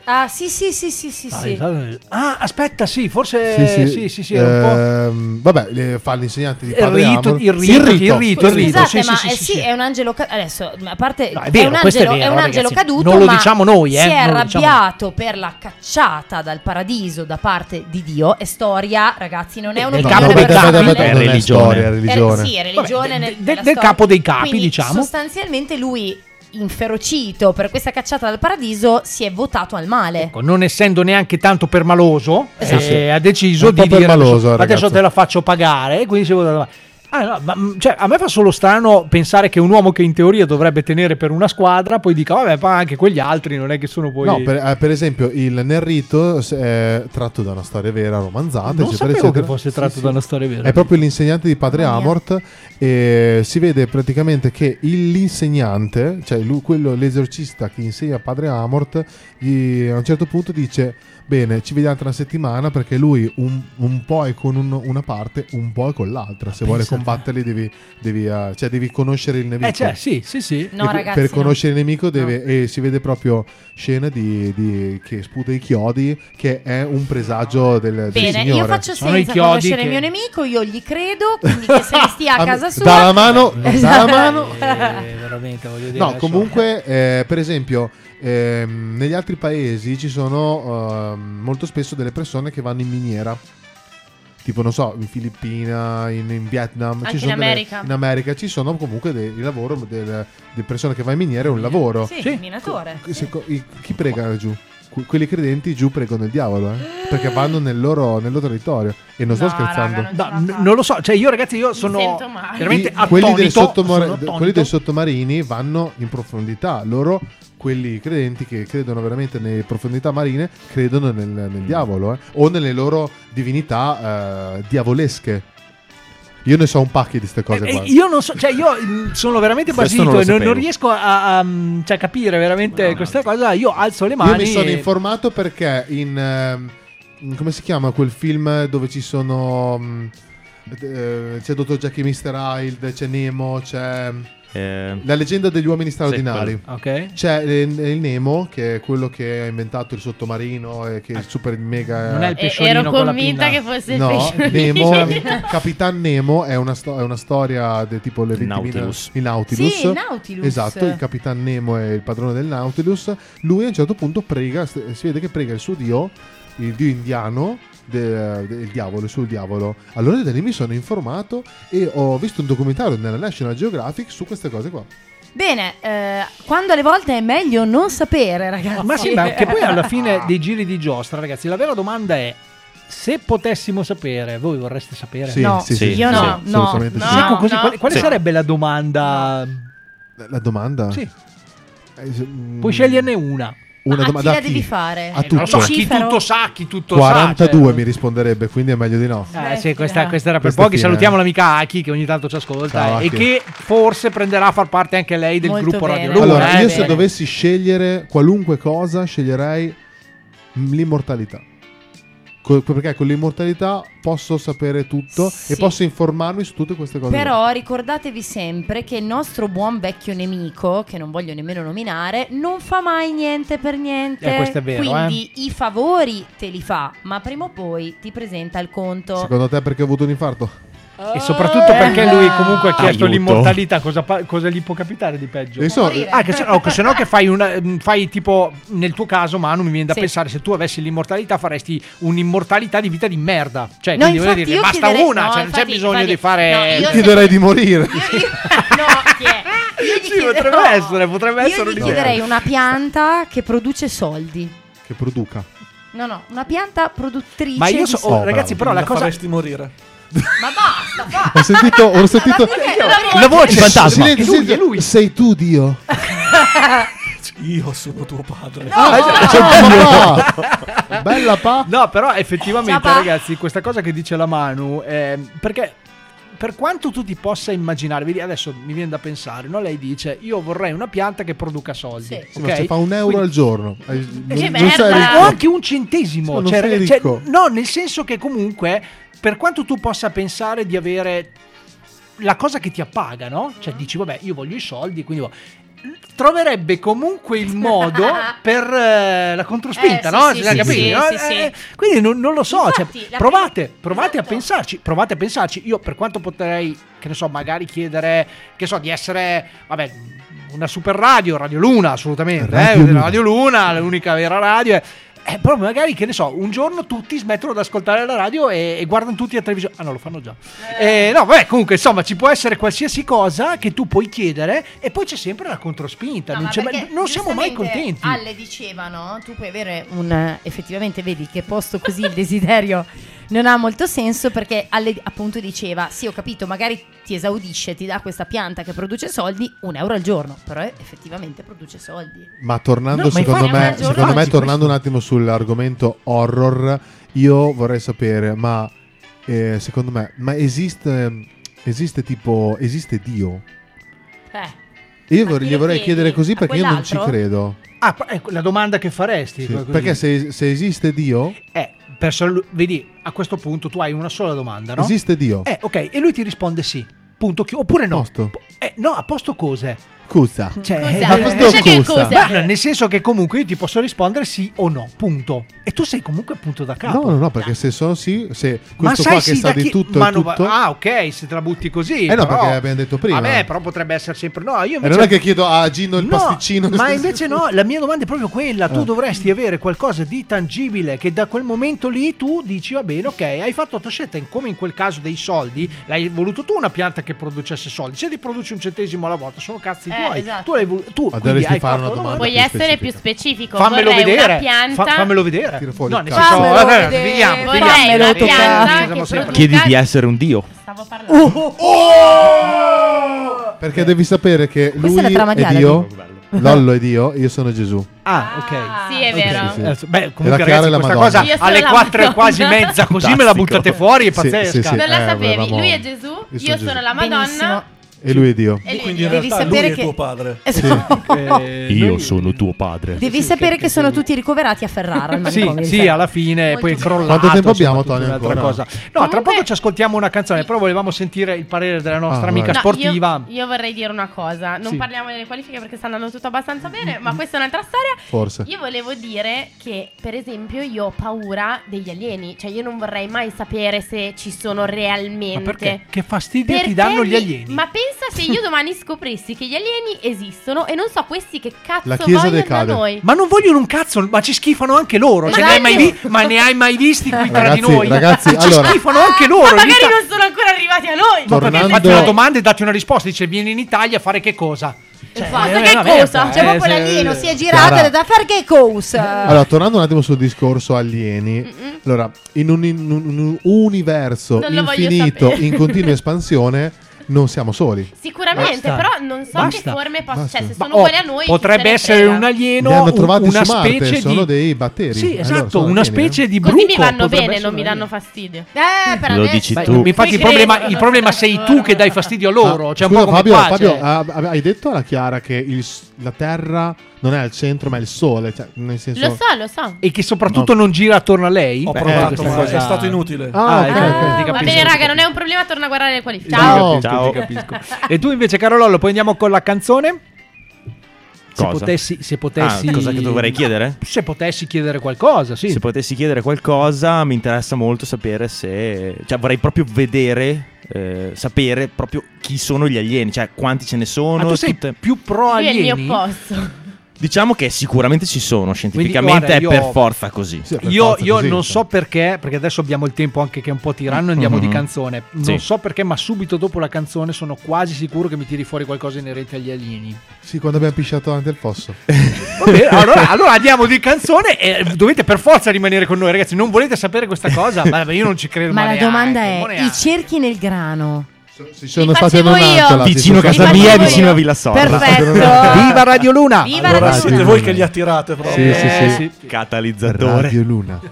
Ah, sì, sì, sì, sì, sì, sì. Ah, aspetta, sì, forse Sì, sì, sì, sì, sì, è un po'. Ehm, vabbè, le- fa l'insegnante di Il padre rito, Amor. il rito, il rito, il rito, Scusate, sì, ma sì, eh, sì, sì, sì. è un angelo ca- adesso, a parte No, è vero, un questo è angelo, vero, un angelo ragazzi. caduto, Non lo ma diciamo noi, eh, si è non lo diciamo arrabbiato per la cacciata dal paradiso da parte di Dio. È storia, ragazzi, non è Del un'opinione capo dei personale. capi. È Non è religione. storia, è religione. Eh, sì, è religione Vabbè, nel- de- nella del storia. capo dei capi, Quindi, diciamo. sostanzialmente lui, inferocito per questa cacciata dal paradiso, si è votato al male. Ecco, non essendo neanche tanto permaloso, Esatto. eh, Sì. ha deciso Un po' di dire permaloso, adesso, ragazzo. adesso te la faccio pagare, e quindi si è votato. Ah, no, ma, mm, cioè, a me fa solo strano pensare che un uomo che in teoria dovrebbe tenere per una squadra poi dica vabbè, ma anche quegli altri non è che sono poi. No, per, eh, per esempio il Nel rito s- è tratto da una storia vera romanzata, Non eccetera, sapevo eccetera. che fosse Sì, tratto sì. da una storia vera. È proprio l'insegnante di padre Mamma mia. Amort, e si vede praticamente che il- l'insegnante, cioè lui, quello, l'esorcista che insegna padre Amort, gli- a un certo punto dice bene, ci vediamo tra una settimana, perché lui un, un po' è con un- una parte, un po' è con l'altra. Se vuole Pensate. combatterli devi, devi, eh, cioè, devi conoscere il nemico. Eh, cioè, sì, sì, sì. No, E per- ragazzi, per no. conoscere il nemico deve, e si vede proprio scena di, di- che sputa i chiodi, che è un presagio del, del Bene, Signore. io faccio Sono i senza chiodi conoscere che- il mio nemico, io gli credo, quindi che se ne stia a Ah, casa sua. dà la mano, dà la Esatto. mano. Eh, veramente, voglio dire. No, adesso- comunque, eh, per esempio, ehm, negli altri paesi ci sono ehm, molto spesso delle persone che vanno in miniera. Tipo, non so, in Filippina, in, in Vietnam, Anche ci in sono delle- America. in America ci sono comunque dei il lavoro del- di persone che vanno in miniera, è un lavoro. Sì, il minatore. Se- co- i- chi prega giù? Que- quelli credenti giù pregano il diavolo, eh? Perché vanno nel loro, nel loro territorio. E non sto No, scherzando. raga, non No, n- non lo so, cioè io ragazzi io sono sento male. veramente I- quelli, attonito, dei sottomar- sono quelli attonito. dei sottomarini vanno in profondità. Loro, quelli credenti che credono veramente nelle profondità marine, credono nel, nel diavolo, eh? O nelle loro divinità eh, diavolesche. Io ne so un pacchio di queste cose Eh, qua. io non so, cioè io mm, sono veramente Questo basito non lo e non, non sapevo. riesco a, a, mm, cioè, capire veramente questa cosa. Io alzo le mani. Io mi sono e- informato perché in, ehm, in- come si chiama quel film dove ci sono mm, eh, c'è dottor Jackie mister Hyde, c'è Nemo, c'è Eh, La leggenda degli uomini straordinari. quello. Ok. C'è il, il Nemo, che è quello che ha inventato il sottomarino e che è super mega. Non è il E- pesciolino ero con la convinta pinna. che fosse il No, pesciolino. Nemo, Capitan Nemo è una, sto- è una storia del tipo le venti mila Nautilus. il Nautilus. Sì, il Nautilus. Esatto, il Capitan Nemo è il padrone del Nautilus. Lui a un certo punto prega, si vede che prega il suo dio, il dio indiano, de- del diavolo, sul diavolo. Allora da lì mi sono informato e ho visto un documentario nella National Geographic su queste cose qua. Bene, eh, quando alle volte è meglio non sapere, ragazzi. Ma sì, ma che poi alla fine dei giri di giostra, ragazzi, la vera domanda è: se potessimo sapere, voi vorreste sapere? Sì, No, sì, sì, io sì, no, sì, no, assolutamente no, sì. Ecco, così, no. quale, quale Sì. sarebbe la domanda? La domanda? Sì, Eh, se- mm, puoi sceglierne una. una Ma a domanda chi a la devi fare? A Eh, non lo so, tutto. chi Cifero? tutto sa, chi tutto quarantadue sa. cioè- mi risponderebbe, quindi è meglio di no. Eh, sì, questa, questa era per Questa pochi. fine, Salutiamo eh. l'amica Aki che ogni tanto ci ascolta Ciao, e Aki. che forse prenderà a far parte anche lei del Molto gruppo bene. Radio Luna. Allora, eh, io bene. se dovessi scegliere qualunque cosa, sceglierei l'immortalità. Co- perché con l'immortalità posso sapere tutto Sì. e posso informarmi su tutte queste cose. Però ricordatevi sempre che il nostro buon vecchio nemico, che non voglio nemmeno nominare, non fa mai niente per niente. Eh, questo è vero, Quindi i favori te li fa, ma prima o poi ti presenta il conto. Secondo te perché ho avuto un infarto? E soprattutto perché lui comunque ha chiesto Aiuto. l'immortalità. Cosa, pa- cosa gli può capitare di peggio? E so- Morire. Ah, che se, no, che se no che fai una mm, fai tipo nel tuo caso, Manu, mi viene da Sì. pensare, se tu avessi l'immortalità faresti un'immortalità di vita di merda. Cioè, No, quindi voglio infatti dire, io basta chiederei- una, no, cioè non c'è infatti- bisogno infatti- di fare no, io- Chiederei di morire. No, chi è? Io gli Sì, chiederei- potrebbe essere, potrebbe Io essere gli un'idea. chiederei una pianta che produce soldi. Che produca. No, no, una pianta produttrice. Ma io di so, soldi. oh, ragazzi, però la La cosa faresti morire. Ma basta, basta. Ho sentito, ho sentito la voce Silenzio, Silenzio, silenzio. è lui. Sei tu Dio. Io sono tuo padre. Ah, c'è il papà. Bella pa. No, però effettivamente, Ciao, pa. ragazzi, questa cosa che dice la Manu, eh, perché per quanto tu ti possa immaginare, vedi, adesso mi viene da pensare, no? Lei dice: io vorrei una pianta che produca soldi. Sì. Sì, ok? ma se fa un euro Quindi- al giorno. eh, non- che non sei merda. ricco. o anche un centesimo. Ma non Cioè, sei ragazzi, ricco. cioè, no, nel senso che comunque, per quanto tu possa pensare di avere la cosa che ti appaga, no? Cioè dici, vabbè, io voglio i soldi, quindi vo- troverebbe comunque il modo per eh, la controspinta, Eh, no? sì, Si sì, capito, sì, no? sì, sì. Eh, quindi non, non lo so, Infatti, cioè, la provate, provate a pensarci, provate a pensarci. Io per quanto potrei, che ne so, magari chiedere, che so, di essere, vabbè, una super radio, Radio Luna, assolutamente, Radio eh, Luna. Radio Luna, l'unica vera radio è... Eh, però magari, che ne so, un giorno tutti smettono di ascoltare la radio e, e guardano tutti la televisione. Ah no, lo fanno già. Eh, no, vabbè, comunque, insomma, ci può essere qualsiasi cosa che tu puoi chiedere e poi c'è sempre la controspinta. No, non ma c'è perché mai- non siamo mai giustamente contenti. Alle dicevano, tu puoi avere un... effettivamente vedi che posto così il desiderio non ha molto senso, perché Alle appunto diceva, sì, ho capito, magari ti esaudisce, ti dà questa pianta che produce soldi, un euro al giorno, però effettivamente produce soldi. Ma tornando, No, ma secondo infatti me, è un giorno secondo me oggi tornando un attimo sull'argomento horror, io vorrei sapere, ma eh, secondo me, ma esiste, esiste tipo, esiste Dio? Eh. Io vor- gli vorrei chiedi chiedere così a perché io non ci quell'altro? credo. Ah, ecco, la domanda che faresti. Sì, così. perché se, se esiste Dio, Eh, per sol- vedi, a questo punto tu hai una sola domanda, no? esiste Dio. Eh, ok, e lui ti risponde sì. Punto. chi- Oppure no. Posto. Eh, no, a posto cose. Cosa? Cioè, Cos'è? eh, Ma questo Invece che costa. cos'è? ma nel senso che comunque io ti posso rispondere sì o no, punto. E tu sei comunque punto da capo. No, no, no, perché se so sì, se Ma questo sai qua sì che sa da di chi- tutto ma e non- tutto. Ah, ok, se te la butti così. Eh no, però- perché abbiamo detto prima. Vabbè, però potrebbe essere sempre no. Io E invece non è che chiedo a Gino il No, pasticcino. ma invece no, la mia domanda è proprio quella. Tu Eh. dovresti avere qualcosa di tangibile che da quel momento lì tu dici va bene, ok, hai fatto la tua scelta, in- come in quel caso dei soldi, l'hai voluto tu una pianta che producesse soldi. Se ti produci un centesimo alla volta sono cazzi Eh, tuoi. esatto. Tu l'hai voluto, tu Ma quindi dovresti hai fare fatto una domanda Puoi più essere specifica. più specifico. Fammelo Vorrei vedere, una pianta. fa- fammelo vedere. Tira fuori No, il nel cazzo. senso, Fammelo vabbè, vedere. vediamo, Vorrei vediamo. una Fammelo toccare. pianta Siamo che sempre- produca... Chiedi di essere un dio. Stavo parlando. Perché devi sapere che lui Questa è la trama di è Ale. Dio, Lollo è Dio, io sono Gesù. Ah, ok. Sì, è vero. sì, sì. Eh, Beh, E la comunque Chiara ragazzi, e la questa Madonna. cosa Io sono alle la quattro e Madonna. quasi mezza, così me la Fantastico. buttate fuori, è Sì, pazzesca. sì, sì. Non la Eh, sapevi. volevamo- Lui è Gesù, Io io sono sono Gesù. la Madonna. Benissimo. E lui è Dio. E lui Quindi è in Devi realtà sapere lui è che- tuo padre. Esatto. Eh, Io noi- sono tuo padre. Devi sapere che sono tutti ricoverati a Ferrara al Sì, manicomio. sì, alla fine Molto poi è bene. crollato. Quanto tempo abbiamo, insomma, Tony, tutta un'altra ancora? cosa. No, tra poco ci ascoltiamo una canzone, però volevamo sentire il parere della nostra Ah, amica vai. No, sportiva. Io, io vorrei dire una cosa. Non Sì. parliamo delle qualifiche perché sta andando tutto abbastanza bene, ma questa è un'altra storia. Forse. Io volevo dire che, per esempio, io ho paura degli alieni. Cioè, io non vorrei mai sapere se ci sono realmente. Ma perché? Che fastidio Perché ti danno gli mi- alieni? Ma pensa se io domani scoprissi che gli alieni esistono e non so questi che cazzo La chiesa vogliono decade. da noi. Ma non vogliono un cazzo, ma ci schifano anche loro. Ma Cioè, ne hai mai dai! vi- ma ne hai mai visti qui tra Ragazzi, di noi? ragazzi, ci allora- schifano anche loro. Ma magari l'Ita- non sono ancora arrivati a noi. Ma perché Tornando- fatti una domanda e datti una risposta. Dice vieni in Italia a fare che cosa? Cioè, Infatti, è che una cosa? merda, Cioè, eh, proprio se- l'alieno si è girato Chiara. e ha detto, "A fare che cosa?" Allora, tornando un attimo sul discorso alieni, allora, in un, in un- un universo Non lo voglio infinito, sapere. in continua espansione, non siamo soli. Sicuramente, Basta. però non so Basta. che forme possono. Basta. Cioè, se Ma, sono oh, uguali a noi. chi se potrebbe ne essere frega. un alieno, Li hanno un- trovati una su Marte, specie sono di dei batteri. Sì, Allora, esatto, sono una alieni, eh? specie di Così bruco. mi vanno potrebbe bene, essere non mi un danno alieno. fastidio. Eh, per Lo adesso. dici Beh, tu. infatti Ci il problema, credo. il problema sei tu che dai fastidio a loro. Ah, Cioè, un scusa, po' come Fabio, qua, Fabio, cioè. ah, ah, hai detto alla Chiara che il s- la Terra non è al centro, ma è il Sole. Cioè, nel senso... Lo so, lo so. E che soprattutto non gira attorno a lei. Ho Beh, provato, questa ma cosa- è stato inutile. Ah, Ah, ok, ecco, ok. ti Va capisco, bene, ti raga, capisco. non è un problema, torna a guardare le qualifiche. Ti Ciao. capisco, Ciao. ti capisco. E tu invece, Carolollo, poi andiamo con la canzone. Se Cosa? potessi, se potessi Ah, cosa che dovrei chiedere? Se potessi chiedere qualcosa, sì. Se potessi chiedere qualcosa, mi interessa molto sapere se. Cioè, vorrei proprio vedere, eh, sapere proprio chi sono gli alieni, cioè quanti ce ne sono. Ma tu sei tutte- più pro Lui è il alieni? mio opposto. Diciamo che sicuramente ci sono, scientificamente guarda, io- è per forza così. Sì, per Io, forza io così, non cioè. so perché, perché adesso abbiamo il tempo anche che è un po' tiranno, andiamo Mhm. di canzone. Non Sì. so perché, ma subito dopo la canzone sono quasi sicuro che mi tiri fuori qualcosa inerente agli alieni. Sì, quando abbiamo pisciato davanti al fosso. Va bene, allora, allora andiamo di canzone e dovete per forza rimanere con noi, ragazzi. Non volete sapere questa cosa? Ma io non ci credo. Ma la neanche, domanda ma è, neanche. i cerchi nel grano. Si sono Li stati facevo io. annunziati. Vicino a casa Li mia e facevo vicino io. a Villa Sorda. Perfetto. Viva Radio Luna! Viva Allora Radio siete Luna. voi che li attirate proprio. Sì, sì, Eh, sì. Catalizzatore. Radio Luna.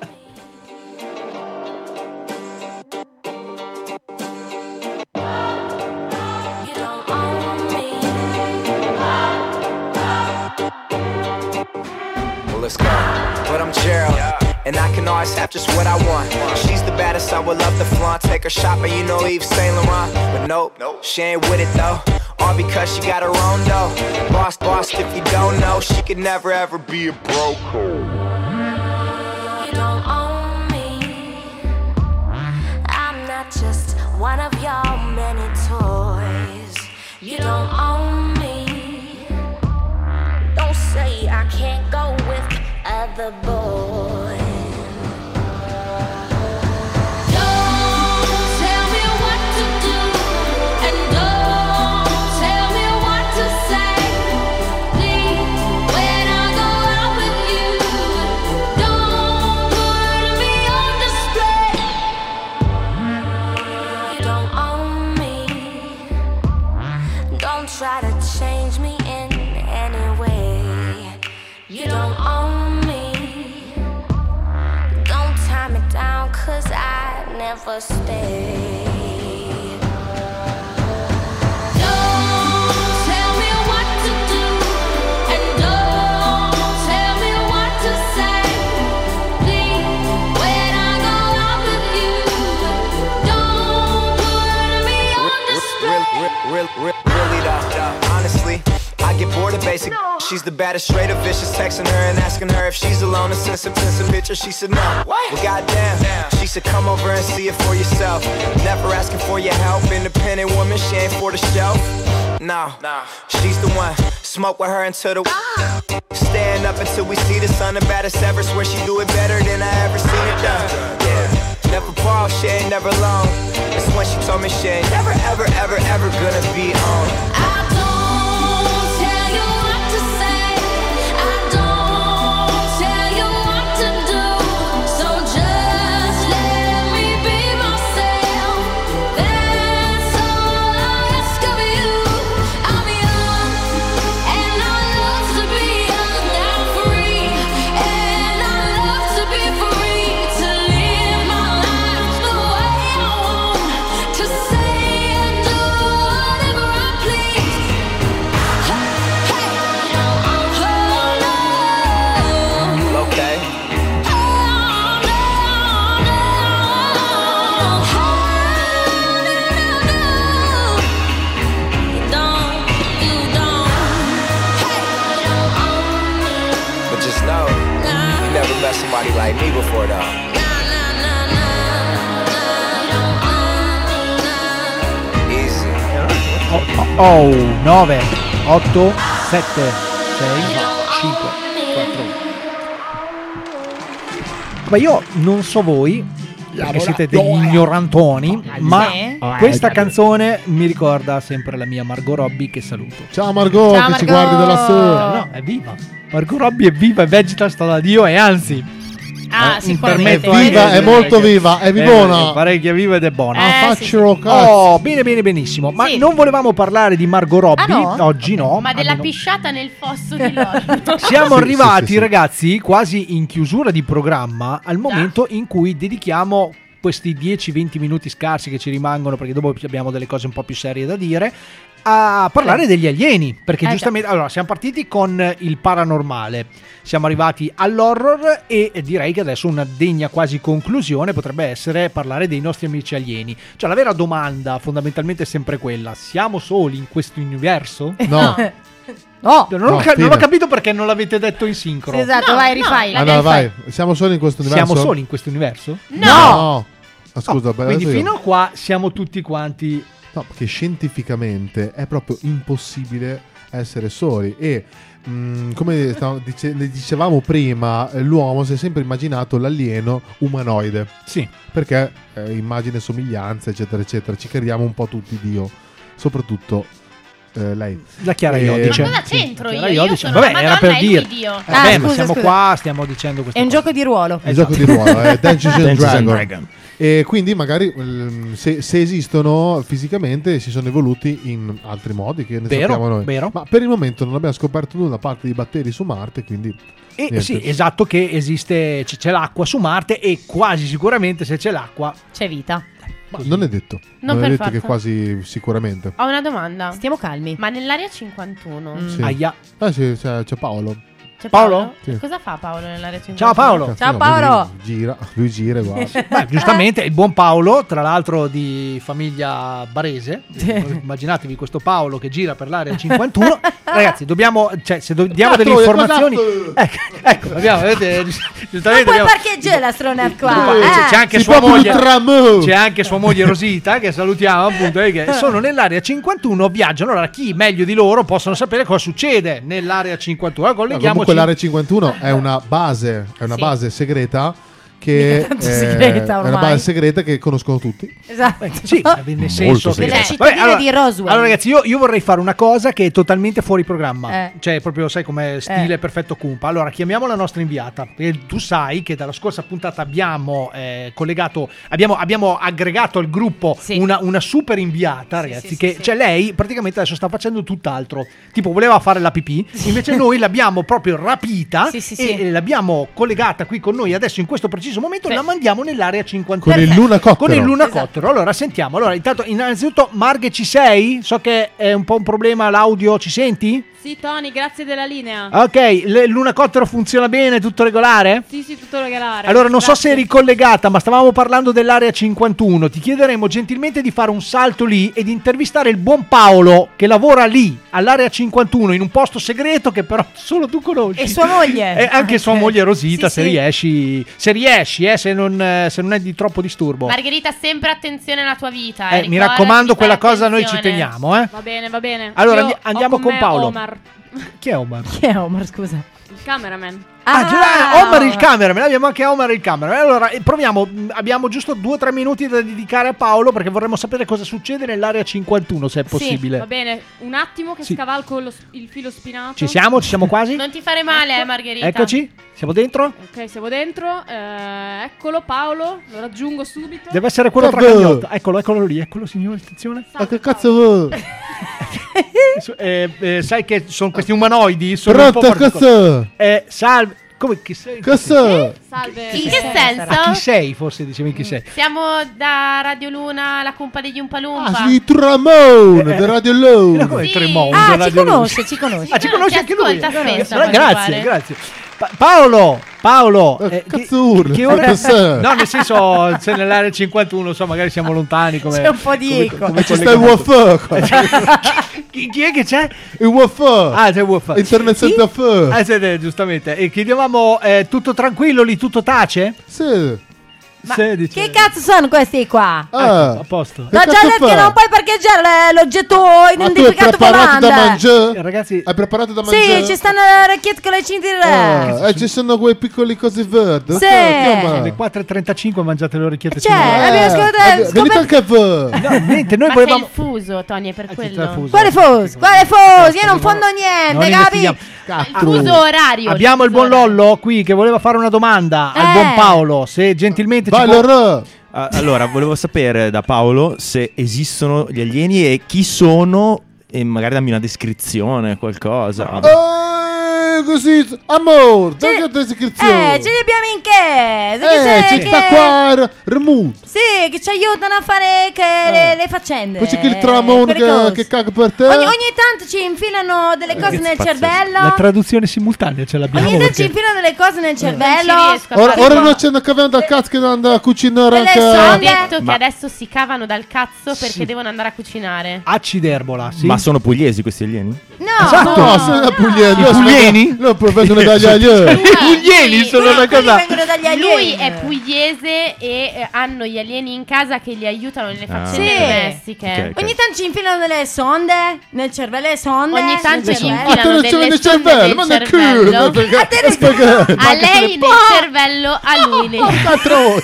Well, let's go. But I'm Gerald, and I can always have just what I want. She's the baddest, I would love to flaunt. Take her shopping, you know Yves Saint Laurent. But nope, she ain't with it though. all because she got her own dough. Boss, boss, if you don't know, she could never ever be a broke. You don't own me. I'm not just one of your many toys. You don't own me. Don't say I can't go with other boys. Don't tell me what to do, and don't tell me what to say. Please, when I go out with you, don't put me on display. You don't own me. Don't try to change me in any way. You don't own me. Don't tie me down, cause I never stay. Don't tell me what to do, and don't tell me what to say. Please, when I go out with you, don't put me on display. Really, really, really though, honestly, I get bored of basic. She's the baddest, straight up vicious. Texting her and asking her if she's alone and send some, send some pictures. She said no. Well, goddamn. She said come over and see it for yourself. Never asking for your help. Independent woman, she ain't for the shelf. No, she's the one. Smoke with her until the stand up until we see the sun. The baddest ever. Swear she do it better than I ever seen it done. Yeah, never pause, she ain't never alone. It's when she told me she ain't never, ever, ever, ever gonna be on. Somebody like me before though. Easy. Oh, oh, nove, otto, sette, sei, cinque, quattro. Ma io non so voi, perché siete degli ignorantoni, ma Sì. questa canzone mi ricorda sempre la mia Margot Robbie, che saluto. Ciao Margot, Ciao, che ci Margot. guardi da lassù. No, è viva. Margot Robbie è viva, è vegeta, sta da Dio, e anzi, Ah, eh, sicuramente. permetto È viva, anche- è molto viva, è vivona. Eh, parecchia viva ed è buona. Ah, Eh, faccio sì, cazzo. Oh, bene, bene, benissimo. Ma Sì. non volevamo parlare di Margot Robbie Ah, no? oggi, no. Ma della almeno- pisciata nel fosso di loro. Siamo Sì, arrivati, sì, sì, sì. ragazzi, quasi in chiusura di programma, al momento in cui dedichiamo questi dieci venti minuti scarsi che ci rimangono, perché dopo abbiamo delle cose un po' più serie da dire, a parlare degli alieni, perché Eh, giustamente, allora, siamo partiti con il paranormale, siamo arrivati all'horror e direi che adesso una degna quasi conclusione potrebbe essere parlare dei nostri amici alieni. Cioè la vera domanda fondamentalmente è sempre quella: siamo soli in questo universo? No. No. Non, No, ho, ca- non fine. ho capito perché non l'avete detto in sincro. Sì, esatto, No, vai, no, rifai. la Ah, no, vai, siamo soli in questo universo? Siamo soli in questo universo? No! No. Ah, scusa, Oh, beh, quindi adesso io- fino a qua siamo tutti quanti. No, perché scientificamente è proprio impossibile essere soli e mh, come stav- dice- le dicevamo prima, eh, l'uomo si è sempre immaginato l'alieno umanoide. Sì. Perché eh, immagine, somiglianze, eccetera, eccetera. Ci crediamo un po' tutti Dio, soprattutto eh, lei. La Chiara Eh, Iodice. Ma cosa c'entro Chiara io? Io Iodice. sono Vabbè, la era Madonna per e lui dire. Dio. Eh, Ah, beh, scusa, ma siamo scusa. qua, stiamo dicendo queste È un cose. gioco di ruolo. Il gioco di ruolo è Dungeons and Dungeons and Dragon. Dragon. E quindi magari mm, se, se esistono fisicamente si sono evoluti in altri modi che ne Vero, sappiamo noi. vero. Ma per il momento non abbiamo scoperto nulla a parte di batteri su Marte, quindi E niente. sì, esatto, che esiste, c- c'è l'acqua su Marte e quasi sicuramente se c'è l'acqua C'è vita. Ma non è detto. Non Non, è per detto forza. che quasi sicuramente. Ho una domanda. Stiamo calmi. Ma nell'area cinquantuno Sì. Aia. Ah, sì, c'è, c'è Paolo. C'è Paolo? Paolo? Sì. Cosa fa Paolo nell'area cinquantuno? Ciao Paolo. Cazzo, Ciao no, Paolo. Lui gira, lui gira e guarda. Beh, giustamente il buon Paolo, tra l'altro di famiglia barese. Immaginatevi questo Paolo che gira per l'area cinquantuno. Ragazzi, dobbiamo, cioè, se do- diamo delle Cazzo, informazioni. cos'ha- Ecco, ecco, abbiamo, vedete, Non giustamente puoi abbiamo- parcheggiare l'astronave qua. C'è, eh. c'è anche Si sua può moglie, più tramo. c'è anche sua moglie Rosita che salutiamo appunto, eh, che sono nell'area cinquantuno, viaggiano. Allora chi meglio di loro possono sapere cosa succede nell'area cinquantuno. No, Colleghiamoci. comunque l'area cinquantuno è una base, è una Sì. base segreta che Mica tanto eh, segreta è una ormai. base segreta che conoscono tutti. Esatto. Sì, nel senso che Della Vabbè, cittadina allora, di Roswell. allora ragazzi, io, io vorrei fare una cosa che è totalmente fuori programma. Eh. Cioè, proprio sai come stile Eh. perfetto Cumpa. Allora, chiamiamo la nostra inviata. E tu sai che dalla scorsa puntata abbiamo eh, collegato, abbiamo, abbiamo aggregato al gruppo Sì. una, una super inviata, ragazzi. sì, che sì, sì. cioè lei praticamente adesso sta facendo tutt'altro. Tipo, voleva fare la pipì, invece noi l'abbiamo proprio rapita Sì, sì, e, sì. e l'abbiamo collegata qui con noi adesso in questo preciso momento. Sì. La mandiamo nell'area cinquantuno. Con il lunacottero. Con il Esatto. lunacottero. Allora sentiamo. Allora, intanto, innanzitutto, Marghe, ci sei? So che è un po' un problema l'audio, ci senti? Sì, Tony, grazie della linea. Ok, l- il lunacottero funziona bene, tutto regolare? Sì, sì, tutto regolare. Allora, non so Grazie. se eri collegata, ma stavamo parlando dell'area cinquantuno. Ti chiederemo gentilmente di fare un salto lì e di intervistare il buon Paolo che lavora lì, all'area cinquantuno, in un posto segreto che però solo tu conosci. E sua moglie. E anche sua moglie Rosita, Sì, se sì. riesci, se riesci, eh, se, non, eh, se non è di troppo disturbo. Margherita, sempre attenzione alla tua vita. Eh, Eh, mi ricordati raccomando, di fare quella cosa noi ci attenzione. teniamo, eh. Va bene, va bene. Allora, Io andi- ho andiamo con me Paolo. Omar, Chi è Omar? Chi è Omar, scusa? il cameraman. Ah, ce l'ha Omar il cameraman, abbiamo anche Omar il cameraman. Allora, eh, proviamo, mh, abbiamo giusto due o tre minuti da dedicare a Paolo perché vorremmo sapere cosa succede nell'area cinquantuno, se è possibile. Va bene, un attimo che Sì. scavalco lo s- il filo spinato. Ci siamo? Ci siamo quasi? Non ti fare male, eh, Margherita. Eccoci, siamo dentro? Ok, siamo dentro. eh, eccolo Paolo, lo raggiungo subito. Deve essere quello tra Vabbè. cagnotta. Eccolo, eccolo lì, eccolo signore, attenzione. Ma che cazzo vuoi? Eh, eh, sai che sono questi umanoidi? Sono un po' Pronto, particolari. cazzo? Eh, salve. Come chi sei? Cazzo? Salve. In che senso? Ah, chi sei? Forse dicevi chi sei. Siamo da Radio Luna, la cumpa degli Umpalumpa. Ah, sei Tramone, di Radio Low. Come Sì. Tremondo? Ah, ci Radio Luna? conosce, ci conosce. Ah, ci conosce anche lui. ascolta spesso, Allora, a quanto grazie, pare. grazie. Pa- Paolo, Paolo, Eh, eh, cazzo urla? che ore Cos'è? No, nel senso, se nell'area cinquantuno, so, magari siamo lontani come C'è un po' di come- eco. come Ci sta il collegamento. Wi-Fi. chi, chi è che c'è? Il Wi-Fi. Ah, c'è il Wi-Fi. Internet Sì? senza F. Ah, siete, giustamente. E chiedevamo, eh, tutto tranquillo lì, tutto tace? Sì. Ma Sì, dice- che cazzo sono questi qua? Ecco, Ah. a posto. Che L'ho già cazzo detto fai? che non puoi parcheggiare l- l'oggetto Ma tu hai identificato preparato da volante. mangiare? Eh, ragazzi, Hai preparato da mangiare? Sì, ci stanno le racchette con le cinture. Ah, e ci sono quei piccoli cosi verdi. Sì. Ok, chiama. sono le quattro e trentacinque, mangiate le orecchiette. C'è, signore. abbiamo scoperto- Eh, venite scoperto- anche voi. No, niente, noi Ma volevamo... sei il fuso, Tony, è per c'è quello. il fuso. Quale fuso? Quale fuso? Io non fondo Non niente, investighiamo. capi? Il fuso orario. Abbiamo il buon fuso orario. Lollo qui che voleva fare una domanda al Eh. buon Paolo. Se gentilmente ci Vai, può... Loro. Ah, allora, volevo sapere da Paolo se esistono gli alieni e chi sono, e magari dammi una descrizione, qualcosa. Eh, così. Amore, dai che descrizione. Eh, ce li abbiamo in che? Eh, che, ci sta qua Remut. Sì, che ci aiutano a fare che le, le faccende. Poi c'è che il Tramone quelle che, cose. che caga per te. Ogni, ogni tanto ci infilano delle cose che nel pazzesco. cervello. La traduzione simultanea ce l'abbiamo. Ogni tanto ci Perché... infilano delle cose nel cervello. Non ci riesco a Ora, fare. ora Tipo- noi ce ne caviamo dal cazzo che andare a cucinare Quelle anche. Ho sono- detto Ma- che adesso si cavano dal cazzo perché Sì. devono andare a cucinare. Aciderbola, sì. Ma sono pugliesi questi alieni? No, Esatto. No, sono da pugliesi. I puglieni? No, poi vengono dagli alieni. I puglieni sono una quelli cosa... vengono dagli alieni. Lui è pugliese e eh, hanno gli alieni in casa che li aiutano nelle Ah. faccende Sì. domestiche. Ok, ok. Ogni tanto ci infilano delle sonde nel cervello, le sonde. Ogni tanto nel ci cervello. infilano Attenzione delle nel sonde cervello, nel ma nel cervello. culo. perché- A te nel spaghetti. A lei nel cervello, a lui nel... Quattro.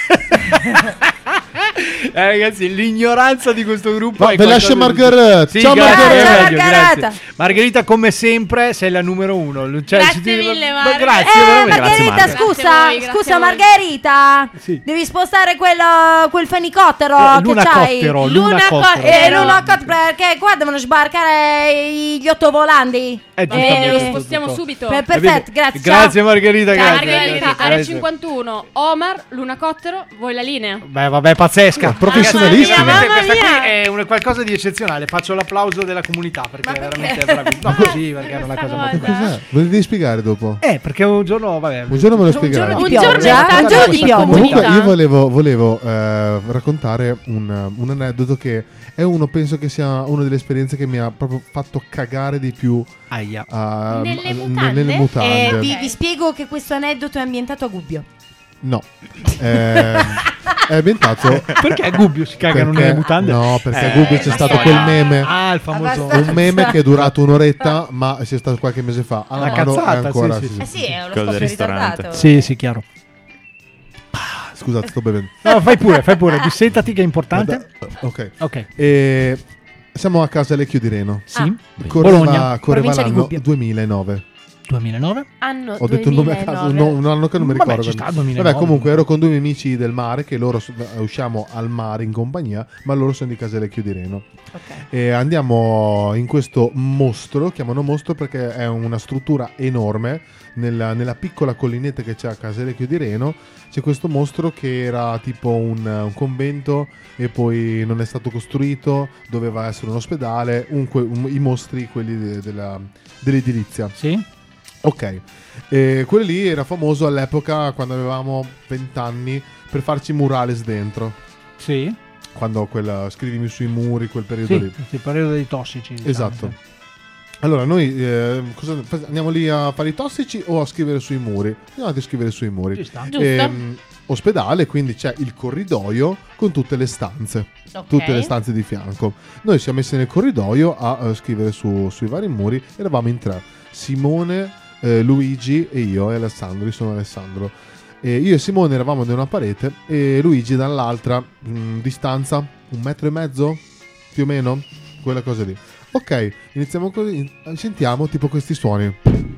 Eh, ragazzi, l'ignoranza di questo gruppo Va, è ve qualcosa lascio di- Margherita. Sì, Ciao, grazie, Margherita. è Ciao, meglio, Margherita. grazie. Margherita, come sempre, sei la numero uno. Cioè, Grazie ci ti- mille, ma Margherita. grazie, Eh, veramente. Margherita, Grazie, scusa, Grazie a voi, grazie scusa a voi. Margherita. Sì. Devi spostare quello, quel fenicottero Eh, che lunacottero, c'hai. lunacottero. Eh, lunacottero, perché qua devono sbarcare gli ottovolanti. Eh, Va bene, giustamente, lo tutto, spostiamo tutto. subito. Per- perfetto, grazie. Grazie Margherita, Ciao, grazie. Margherita, grazie, area grazie. cinquantuno, Omar, lunacottero, voi la linea. Beh, vabbè, pazzesca. Professionalissima. Ragazzi, Mamma questa mia. qui è un qualcosa di eccezionale. Faccio l'applauso della comunità perché è veramente bravissima. No, così, perché è una cosa molto Cos'è? Ve lo devi spiegare dopo? Eh, perché un giorno, vabbè. Un giorno me lo spiegherai. giorno Un giorno è stato un giorno di in pioggia. comunità. Comunque io volevo, volevo eh, raccontare un, un aneddoto che è uno, penso che sia una delle esperienze che mi ha proprio fatto cagare di più. Aia. a- Nelle a- mutande? nelle mutande. Eh, vi, vi spiego che questo aneddoto è ambientato a Gubbio. No, Eh, è ambientato. Perché a Gubbio si cagano Perché- nelle mutande? No, perché Eh, a Gubbio c'è la stato storia. quel meme. Ah, il famoso Un meme che è durato un'oretta, ma sia stato qualche mese fa. Alla Una mano è cazzata, ancora. sì, sì, Eh sì, è uno Quello del scoppio ristorante. ritardato. Sì, sì, chiaro. Scusate, sto bevendo. No, fai pure, fai pure. Dissentati che è importante. Ok. Ok. E siamo a casa Lecchio di Reno. Sì. Ah. Correva, Bologna. correva Provincia di l'anno Gubbio. duemilanove. duemilanove? Anno Ho detto un nome a caso, no, un anno che non mi Vabbè, ricordo. ci sta, duemilanove. Vabbè, comunque ero con due miei amici del mare, che loro so- usciamo al mare in compagnia, ma loro sono di Casalecchio di Reno. E andiamo in questo mostro, chiamano mostro perché è una struttura enorme. Nella, nella piccola collinetta che c'è a Casalecchio di Reno c'è questo mostro che era tipo un, un convento e poi non è stato costruito, doveva essere un ospedale, un, que- un- i mostri, quelli de- della, dell'edilizia. Sì. Ok, e quello lì era famoso all'epoca quando avevamo venti anni per farci murales dentro. Sì. Quando quella scrivimi sui muri, quel periodo Sì, lì. il periodo dei tossici. diciamo, Esatto. sì. Allora, noi eh, cosa- andiamo lì a fare i tossici o a scrivere sui muri? Andiamo a scrivere sui muri. Ci sta. Giusto. Ehm, ospedale, quindi c'è il corridoio con tutte le stanze. Ok. Tutte le stanze di fianco. Noi siamo messi nel corridoio a eh, scrivere su- sui vari muri. Eravamo in tre. Simone, eh, Luigi e io e Alessandro. Io sono Alessandro. E io e Simone eravamo da una parete e Luigi dall'altra. Mh, distanza un metro e mezzo più o meno, quella cosa lì. Ok, iniziamo così. Sentiamo tipo questi suoni.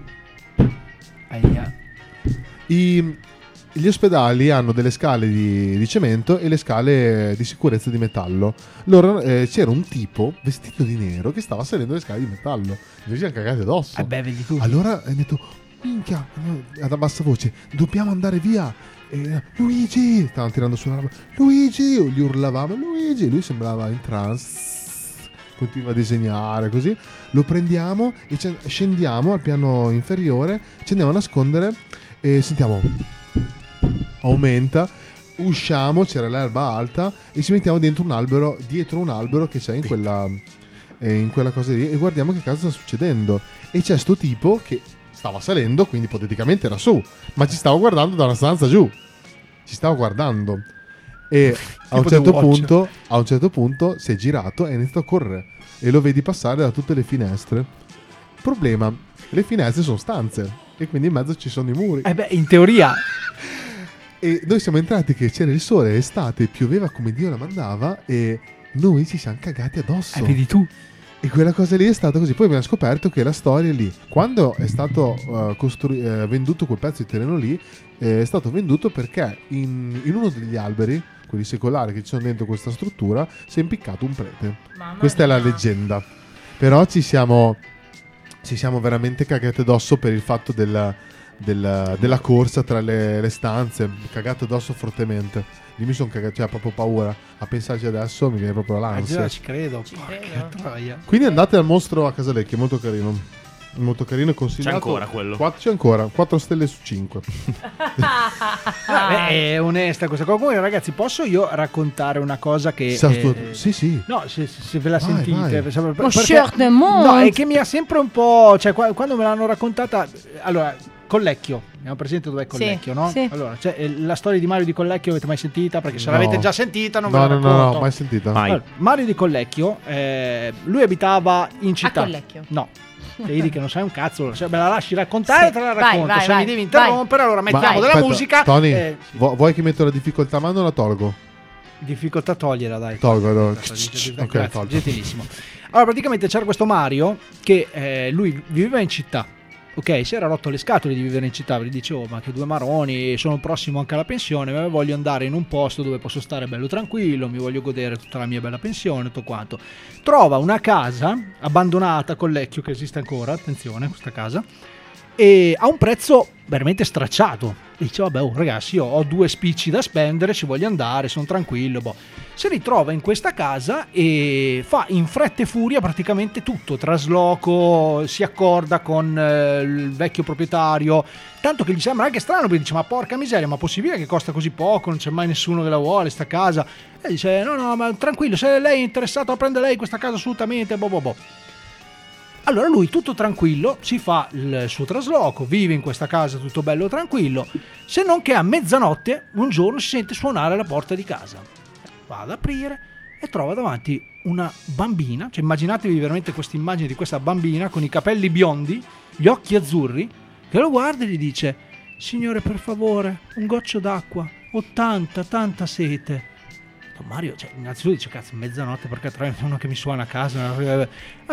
Aia. I, gli ospedali hanno delle scale di, di cemento e le scale di sicurezza di metallo. Loro, eh, c'era un tipo vestito di nero che stava salendo le scale di metallo. Noi ci siamo cagati addosso. Eh beh, vedi tu. Allora ha detto: minchia, ad bassa voce, dobbiamo andare via. E, Luigi, stavano tirando su una roba. Luigi, gli urlavamo Luigi. Lui sembrava in trance. Continua a disegnare così. Lo prendiamo e ce- scendiamo al piano inferiore. Ci andiamo a nascondere e sentiamo. Aumenta. Usciamo, c'era l'erba alta e ci mettiamo dentro un albero, dietro un albero che c'è in quella, eh, in quella cosa lì, e guardiamo che cosa sta succedendo. E c'è sto tipo che stava salendo, quindi ipoteticamente era su, ma ci stava guardando da una stanza giù. Ci stava guardando. E a un, Tipo certo The Watch. punto, a un certo punto si è girato e ha iniziato a correre. E lo vedi passare da tutte le finestre. Problema, le finestre sono stanze e quindi in mezzo ci sono i muri. Eh beh, in teoria. E noi siamo entrati che c'era il sole, estate, pioveva come Dio la mandava e noi ci siamo cagati addosso. Eh, vedi tu. E quella cosa lì è stata così. Poi abbiamo scoperto che la storia è lì. Quando è stato uh, costru- eh, venduto quel pezzo di terreno lì, eh, è stato venduto perché in, in uno degli alberi, quelli secolari che ci sono dentro questa struttura, si è impiccato un prete. Mamma Questa mia. è la leggenda. Però ci siamo, ci siamo veramente cagati addosso per il fatto della, della, della corsa tra le, le stanze. Cagato addosso fortemente. Io mi sono cagato, cioè proprio paura. A pensarci adesso mi viene proprio Eh, l'ansia. già, ci credo. Ci Porca credo. troia. Quindi andate al mostro a Casalecchio, è molto carino. È molto carino e consigliato. C'è ancora quello? Quattro, c'è ancora, quattro stelle su cinque. Beh, è onesta questa cosa. Comunque, ragazzi, posso io raccontare una cosa che. Sa- eh, sì, sì. No, se, se ve la Vai, sentite. vai. per- Ma perché- certamente. No, è che mi ha sempre un po'. Cioè, qua- quando me l'hanno raccontata. Allora, Collecchio. Abbiamo presente dov'è Collecchio, no? sì. Allora, cioè, eh, la storia di Mario di Collecchio avete mai sentita? Perché se No. l'avete già sentita, non No, ve la no, no, racconto. no, mai sentita. Mai. Allora, Mario di Collecchio, eh, lui abitava in città. Collecchio. No. Te vedi che non sai un cazzo, se me la lasci raccontare, Sì. te la Vai, racconto. vai, se vai, mi devi interrompere, allora Ma- mettiamo della aspetta, musica. Tony, eh, vu- vuoi che metto la difficoltà ma non la tolgo? difficoltà togliela, dai. Tolgo, no. Grazie, Ok, grazie, tolgo. gentilissimo. Allora, praticamente c'era questo Mario che eh, lui viveva in città. Ok, si era rotto le scatole di vivere in città, gli dicevo, ma che due maroni, sono prossimo anche alla pensione, ma voglio andare in un posto dove posso stare bello tranquillo, mi voglio godere tutta la mia bella pensione, tutto quanto. Trova una casa abbandonata a Collecchio, che esiste ancora, attenzione, questa casa, e a un prezzo veramente stracciato. E dice vabbè oh, ragazzi, io ho due spicci da spendere, ci voglio andare, sono tranquillo, boh. Si ritrova in questa casa e fa in fretta e furia praticamente tutto, trasloco, si accorda con eh, il vecchio proprietario, tanto che gli sembra anche strano perché dice ma porca miseria, ma possibile che costa così poco, non c'è mai nessuno che la vuole sta casa? E dice no no ma tranquillo, se lei è interessato a prendere lei questa casa assolutamente, boh boh boh. Allora lui tutto tranquillo si fa il suo trasloco, vive in questa casa tutto bello tranquillo, se non che a mezzanotte un giorno si sente suonare alla porta di casa. Va ad aprire e trova davanti una bambina, cioè immaginatevi veramente questa immagine di questa bambina con i capelli biondi, gli occhi azzurri, che lo guarda e gli dice signore per favore un goccio d'acqua, ho tanta tanta sete. Mario, cioè, innanzitutto dice cazzo mezzanotte perché trovi uno che mi suona a casa. Vabbè,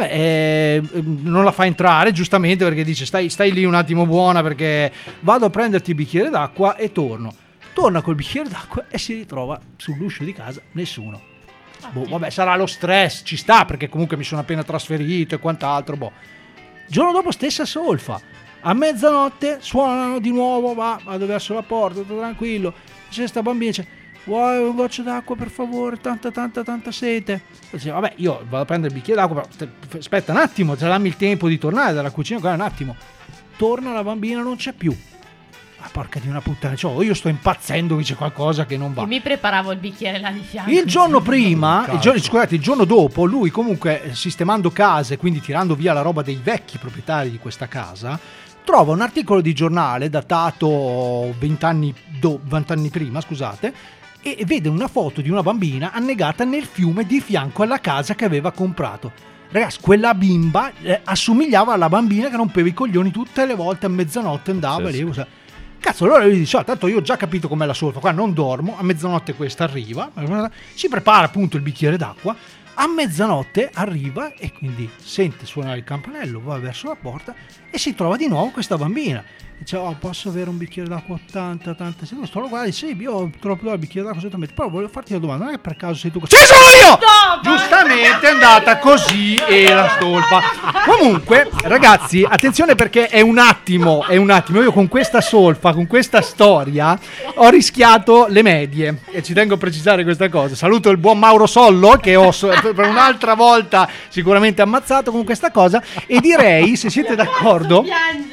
eh, non la fa entrare giustamente perché dice stai, stai lì un attimo buona perché vado a prenderti il bicchiere d'acqua e torno. Torna col bicchiere d'acqua e si ritrova sull'uscio di casa nessuno. Boh, vabbè, sarà lo stress, ci sta perché comunque mi sono appena trasferito e quant'altro. Boh. Giorno dopo stessa solfa, a mezzanotte suonano di nuovo, va, vado verso la porta, tutto tranquillo. C'è sta bambina, dice vuoi un goccio d'acqua per favore, tanta tanta tanta sete. Dice, vabbè io vado a prendere il bicchiere d'acqua, però aspetta un attimo, cioè, dammi il tempo di tornare dalla cucina, un attimo. Torna la bambina, non c'è più. Ah, porca di una puttana, cioè, io sto impazzendo che c'è qualcosa che non va. Io mi preparavo il bicchiere là di fianco. Il giorno prima, il giorno, scusate, il giorno dopo, lui comunque sistemando case, quindi tirando via la roba dei vecchi proprietari di questa casa, trova un articolo di giornale datato venti anni, do, venti anni prima, scusate, e vede una foto di una bambina annegata nel fiume di fianco alla casa che aveva comprato. Ragazzi, quella bimba eh, assomigliava alla bambina che rompeva i coglioni tutte le volte a mezzanotte, andava sì, lì. sì. Cazzo, allora lui dice, oh, tanto io ho già capito com'è la solfa, qua non dormo, a mezzanotte questa arriva, si prepara appunto il bicchiere d'acqua, a mezzanotte arriva e quindi sente suonare il campanello, va verso la porta e si trova di nuovo questa bambina. Dice, oh, posso avere un bicchiere d'acqua tanta, tanta, se non sto lo guardi, sì, io ho troppo il bicchiere d'acqua assolutamente, però volevo farti una domanda, non è che per caso sei tu? Sì, sono io! No, giustamente è andata così e la stolpa. Comunque, ragazzi, attenzione perché è un attimo, è un attimo, io con questa solfa, con questa storia, ho rischiato le medie e ci tengo a precisare questa cosa. Saluto il buon Mauro Sollo che ho so- per un'altra volta sicuramente ammazzato con questa cosa e direi, se siete d'accordo...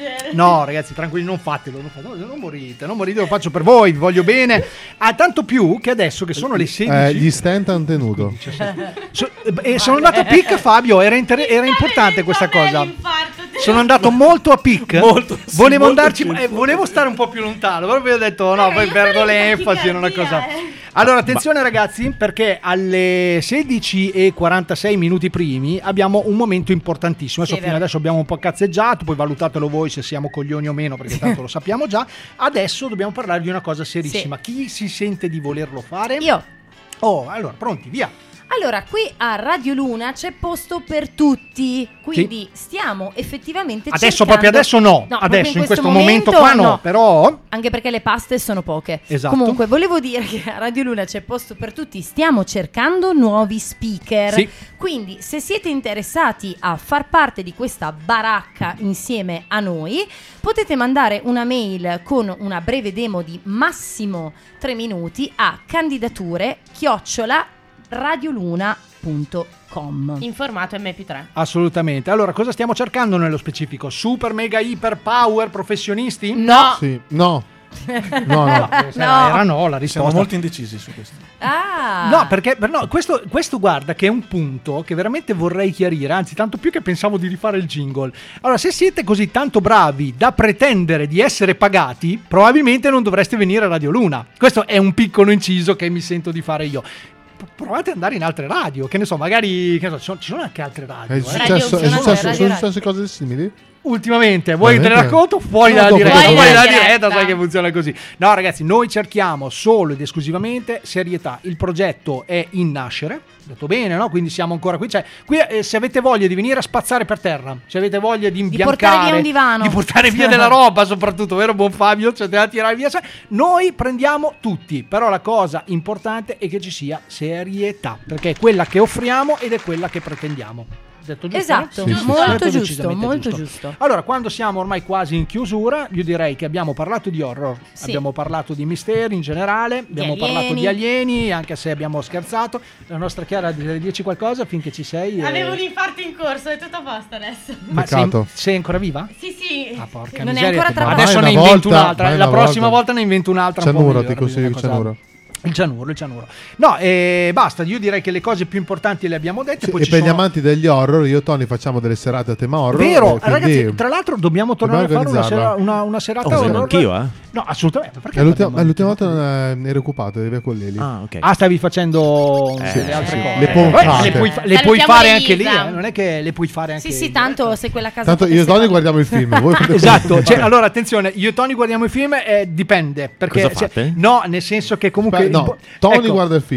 No, ragazzi, tranquilli, non fatelo, non, fatelo, non morite, non morite, lo faccio per voi, vi voglio bene. Ah, tanto più che adesso che sono le sedici... Eh, gli stent hanno tenuto. So, e sono andato a pic, Fabio, era, inter- era importante questa cosa. Sono andato molto a pic. Molto, sì, volevo molto andarci, pic. eh, volevo stare un po' più lontano, però vi ho detto no, poi perdo l'enfasi, è una cosa. Allora, attenzione ragazzi, perché alle sedici e quarantasei minuti primi abbiamo un momento importantissimo. Adesso Sì, fino vero. adesso abbiamo un po' cazzeggiato, poi valutatelo voi se siamo coglioni o meno, perché tanto lo sappiamo già. Adesso dobbiamo parlare di una cosa serissima. Chi si sente di volerlo fare? Io. Oh, allora, pronti, via. Allora, qui a Radio Luna c'è posto per tutti, quindi stiamo effettivamente Adesso cercando... proprio adesso no, No, adesso proprio in questo momento qua no, però... Anche perché le paste sono poche. Esatto. Comunque, volevo dire che a Radio Luna c'è posto per tutti, stiamo cercando nuovi speaker. Sì. Quindi, se siete interessati a far parte di questa baracca insieme a noi, potete mandare una mail con una breve demo di massimo tre minuti a candidature chiocciola radioluna punto com. In formato emme pi tre. Assolutamente. Allora, cosa stiamo cercando nello specifico? Super, mega, iper, power, professionisti? No. Sì, no. No, no. Era, era no la risposta. Siamo molto indecisi su questo. Ah. No, perché per- no, questo, questo guarda che è un punto che veramente vorrei chiarire, anzi tanto più che pensavo di rifare il jingle. Allora, se siete così tanto bravi da pretendere di essere pagati, probabilmente non dovreste venire a Radio Luna. Questo è un piccolo inciso che mi sento di fare io. Provate ad andare in altre radio, che ne so, magari che ne so, ci, sono, ci sono anche altre radio. È eh. successo, è Radio- successo, Radio- sono successe cose simili? Ultimamente, vuoi te le Veramente? racconto fuori No, dalla dopo, diretta? dopo. Fuori dalla diretta. diretta, sai che funziona così. No, ragazzi, noi cerchiamo solo ed esclusivamente serietà. Il progetto è in nascere, detto bene, no? Quindi siamo ancora qui. Cioè, qui eh, se avete voglia di venire a spazzare per terra, se avete voglia di imbiancare, portare via un divano, di portare via della roba, soprattutto, vero buon Fabio? Cioè, da tirare via. Cioè, noi prendiamo tutti, però la cosa importante è che ci sia serietà, perché è quella che offriamo ed è quella che pretendiamo. Detto giusto? Esatto, Sì, sì, molto detto giusto, decisamente molto giusto. giusto. Allora, quando siamo ormai quasi in chiusura, io direi che abbiamo parlato di horror, Sì. abbiamo parlato di misteri in generale, abbiamo alieni. parlato di alieni, anche se abbiamo scherzato. La nostra Chiara, dici qualcosa finché ci sei? e- Avevo un infarto in corso, è tutto a posto adesso. Ma sei, Peccato. sei ancora viva? Sì, sì. Ah, porca Non è miseria. ancora trattato. Adesso Vai ne una invento volta, un'altra. vai La una prossima volta. volta ne invento un'altra. un po' Cianuro, migliore, ti consiglio il bisogna cosa- cianuro. Il cianuro, il cianuro. No, e basta, io direi che le cose più importanti le abbiamo dette. Sì, poi e ci per gli sono... amanti degli horror, io e Tony facciamo delle serate a tema horror. Vero, eh, quindi ragazzi, tra l'altro dobbiamo tornare dobbiamo a fare una, sera- organizzarla. una, una serata Oh, horror. anch'io, eh? No, assolutamente. Perché È l'ultima, abbiamo- ma l'ultima volta non è- eri occupato, eri via con Leli. Ah, ok. Ah, stavi facendo Eh, delle altre sì. cose. Le pompate. Eh, le puoi, fa- le puoi Salutiamo fare Elisa. anche lì, eh, non è che le puoi fare anche Sì, sì, in tanto se quella casa Tanto io e potesse Tony fare- guardiamo il film. Voi potete- Esatto, cioè, allora attenzione, io e Tony guardiamo i film, eh, dipende perché Cosa se- fate? no, nel senso che comunque Beh, no, il po- Tony ecco, guarda il film.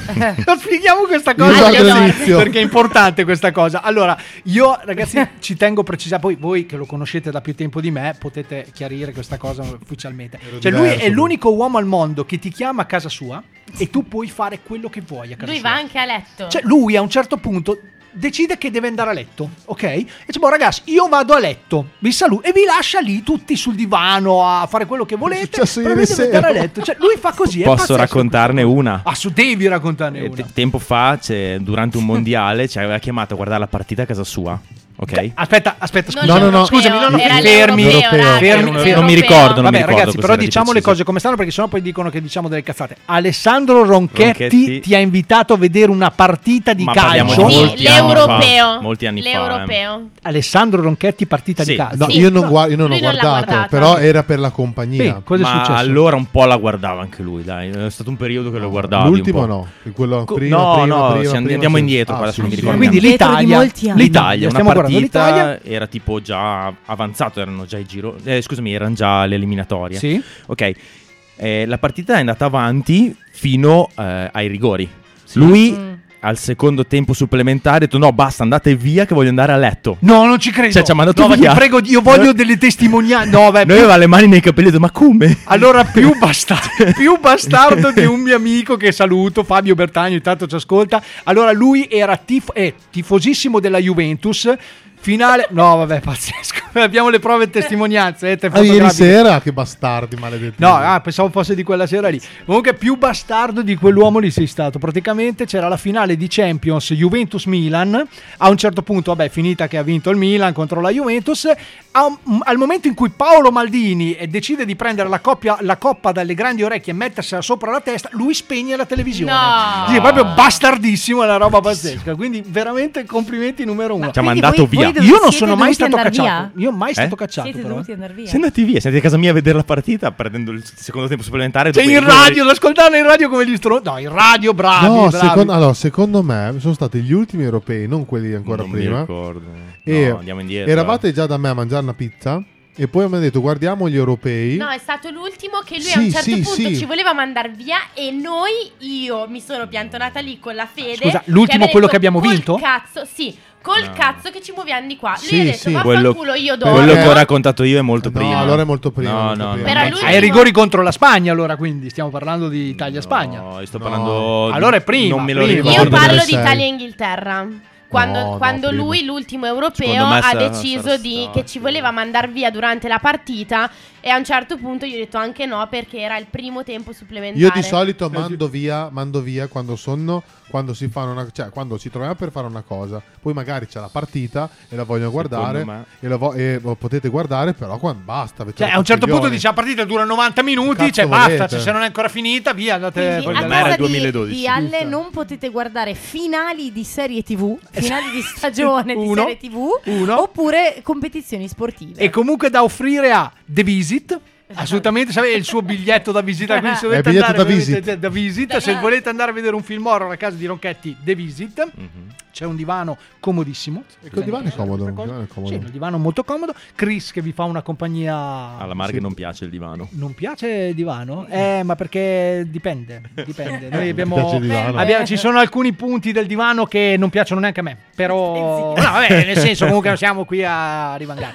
non spieghiamo questa Io cosa guardo perché, l'inizio. perché è importante questa cosa. Allora, io ragazzi ci tengo a precisare, poi voi che lo conoscete da più tempo di me potete chiarire questa cosa ufficialmente. Cioè lui diverso, è l'unico uomo al mondo che ti chiama a casa sua e tu puoi fare quello che vuoi a casa Lui sua. va anche a letto. Cioè lui a un certo punto decide che deve andare a letto, ok? E dice, boh ragazzi, io vado a letto, vi saluto e vi lascia lì tutti sul divano a fare quello che volete, successo però ieri voi dovete sera. andare a letto. Cioè lui fa così, è Posso pazzesco. raccontarne una? Ah, su devi raccontarne Eh, una. te- tempo fa, c'è- durante un mondiale, ci aveva chiamato a guardare la partita a casa sua. Ok? Aspetta, aspetta, Non scusami, No, no, no. scusami, no, no, Era fermi, l'europeo, Europeo. raga, fermi, era fermi. Non mi l'europeo. ricordo, non Vabbè, mi ricordo ragazzi, però cos'era di diciamo le preciso. cose come stanno perché sennò poi dicono che diciamo delle cazzate. Alessandro Ronchetti, Ronchetti ti ha invitato a vedere una partita di Ma parliamo calcio. di Sì, molti anni l'europeo. fa, molti anni fa, L'europeo. Alessandro Ronchetti, partita Sì. di calcio. No, Sì. io non, guard- io non Lui ho non l'ha guardato, guardata. però era per la compagnia. Sì, cosa è Ma successo? allora un po' la guardava anche lui, dai. È stato un periodo che lo guardavi. L'ultimo un po'. no, quello Co- prima, no, prima, no, prima, se and- prima, andiamo sì. indietro, Ah, guarda, se sì, non mi sì. ricordo Quindi neanche. Dietro di l'Italia, molti anni. L'Italia, una stiamo guardando partita l'Italia. era tipo già avanzato, erano già i giro, eh, scusami, erano già le eliminatorie. Sì. Ok. Eh, la partita è andata avanti fino eh, ai rigori. Lui Mm. al secondo tempo supplementare ha detto no, basta, andate via che voglio andare a letto. No, non ci credo. Cioè, ci ha mandato no, ma via. ti prego, io voglio delle testimonianze. No, beh, Noi aveva le mani nei capelli e ho detto ma come? allora più bastardo, più bastardo di un mio amico che saluto, Fabio Bertagno, intanto ci ascolta. Allora lui era tifo- eh, tifosissimo della Juventus. Finale, no vabbè, pazzesco. Abbiamo le prove e testimonianze. Eh, te Ah, ieri fotografiche. sera, che bastardi maledetti. No, ah, pensavo fosse di quella sera lì. Comunque più bastardo di quell'uomo lì sei stato. Praticamente c'era la finale di Champions Juventus-Milan. A un certo punto, vabbè, finita che ha vinto il Milan contro la Juventus. A un- al momento in cui Paolo Maldini eh, decide di prendere la, coppia, la coppa dalle grandi orecchie e mettersela sopra la testa, lui spegne la televisione. No. Sì, è proprio bastardissimo, è una roba pazzesca. Quindi veramente complimenti numero uno. Ci ha Quindi mandato voi- via. voi dove Io non siete sono mai dovuti stato andar cacciato. via? Io mai stato Eh? cacciato. Siete però. dovuti andare via. Siete andati via, siete a casa mia a vedere la partita prendendo il secondo tempo supplementare. Cioè dopo in i rigori. radio, l'ascoltavano in radio come gli stronzi. No, in radio bravi, No, bravi. secondo, allora, secondo me sono stati gli ultimi europei, non quelli ancora Non mi prima. ricordo. E No, andiamo indietro. eravate già da me a mangiare una pizza e poi mi ha detto guardiamo gli europei. No, è stato l'ultimo che lui Sì, a un certo sì, punto sì. ci voleva mandare via e noi, io mi sono piantonata lì con la fede. Scusa, l'ultimo aveva quello detto, che abbiamo "Col vinto?" Cazzo, sì, col No. cazzo che ci muoviamo di qua. Lui Sì, ha detto, sì. Quello, vaffanculo io do. quello Perché- che ho raccontato io è molto No, prima. allora è molto prima, No, molto no, prima. no. Però no. lui- Ai rigori contro la Spagna, allora, quindi stiamo parlando di Italia-Spagna. No, io sto No. parlando. Allora è prima, Non me lo prima. ricordo. Io parlo delle di sei. Italia e Inghilterra. Quando, No, no, quando prima. lui, l'ultimo europeo, Secondo me ha sarà- deciso sarà di, stato. che ci voleva mandare via durante la partita. E a un certo punto io ho detto anche no, perché era il primo tempo supplementare. Io di solito mando via, mando via quando sono, quando si fanno una, cioè quando ci troviamo per fare una cosa, poi magari c'è la partita e la voglio guardare me. e, la vo- e potete guardare, però quando basta. avete Cioè, la a un certo punto coglioni. dice la partita dura novanta minuti, Cazzo cioè basta, volete? cioè, se non è ancora finita, via, andate Quindi poi a andate. casa di, duemiladodici. di Alle non potete guardare finali di serie tv, finali di stagione di Uno, serie tv, uno. oppure competizioni sportive. E comunque da offrire a The Visit. Assolutamente, sapete il suo biglietto da visita, quindi se È volete biglietto andare da veramente visit. da visit, se volete andare a vedere un film horror a casa di Ronchetti, The Visit, Mhm. c'è un divano comodissimo. E quel divano è comodo, il divano è comodo. Sì, il divano molto comodo. Chris che vi fa una compagnia. Alla Marghe non piace il divano. Non piace il divano? Eh, ma perché dipende, dipende. Noi abbiamo, piace il divano? abbiamo- ci sono alcuni punti del divano che non piacciono neanche a me, però no, vabbè, nel senso comunque non siamo qui a rivangare.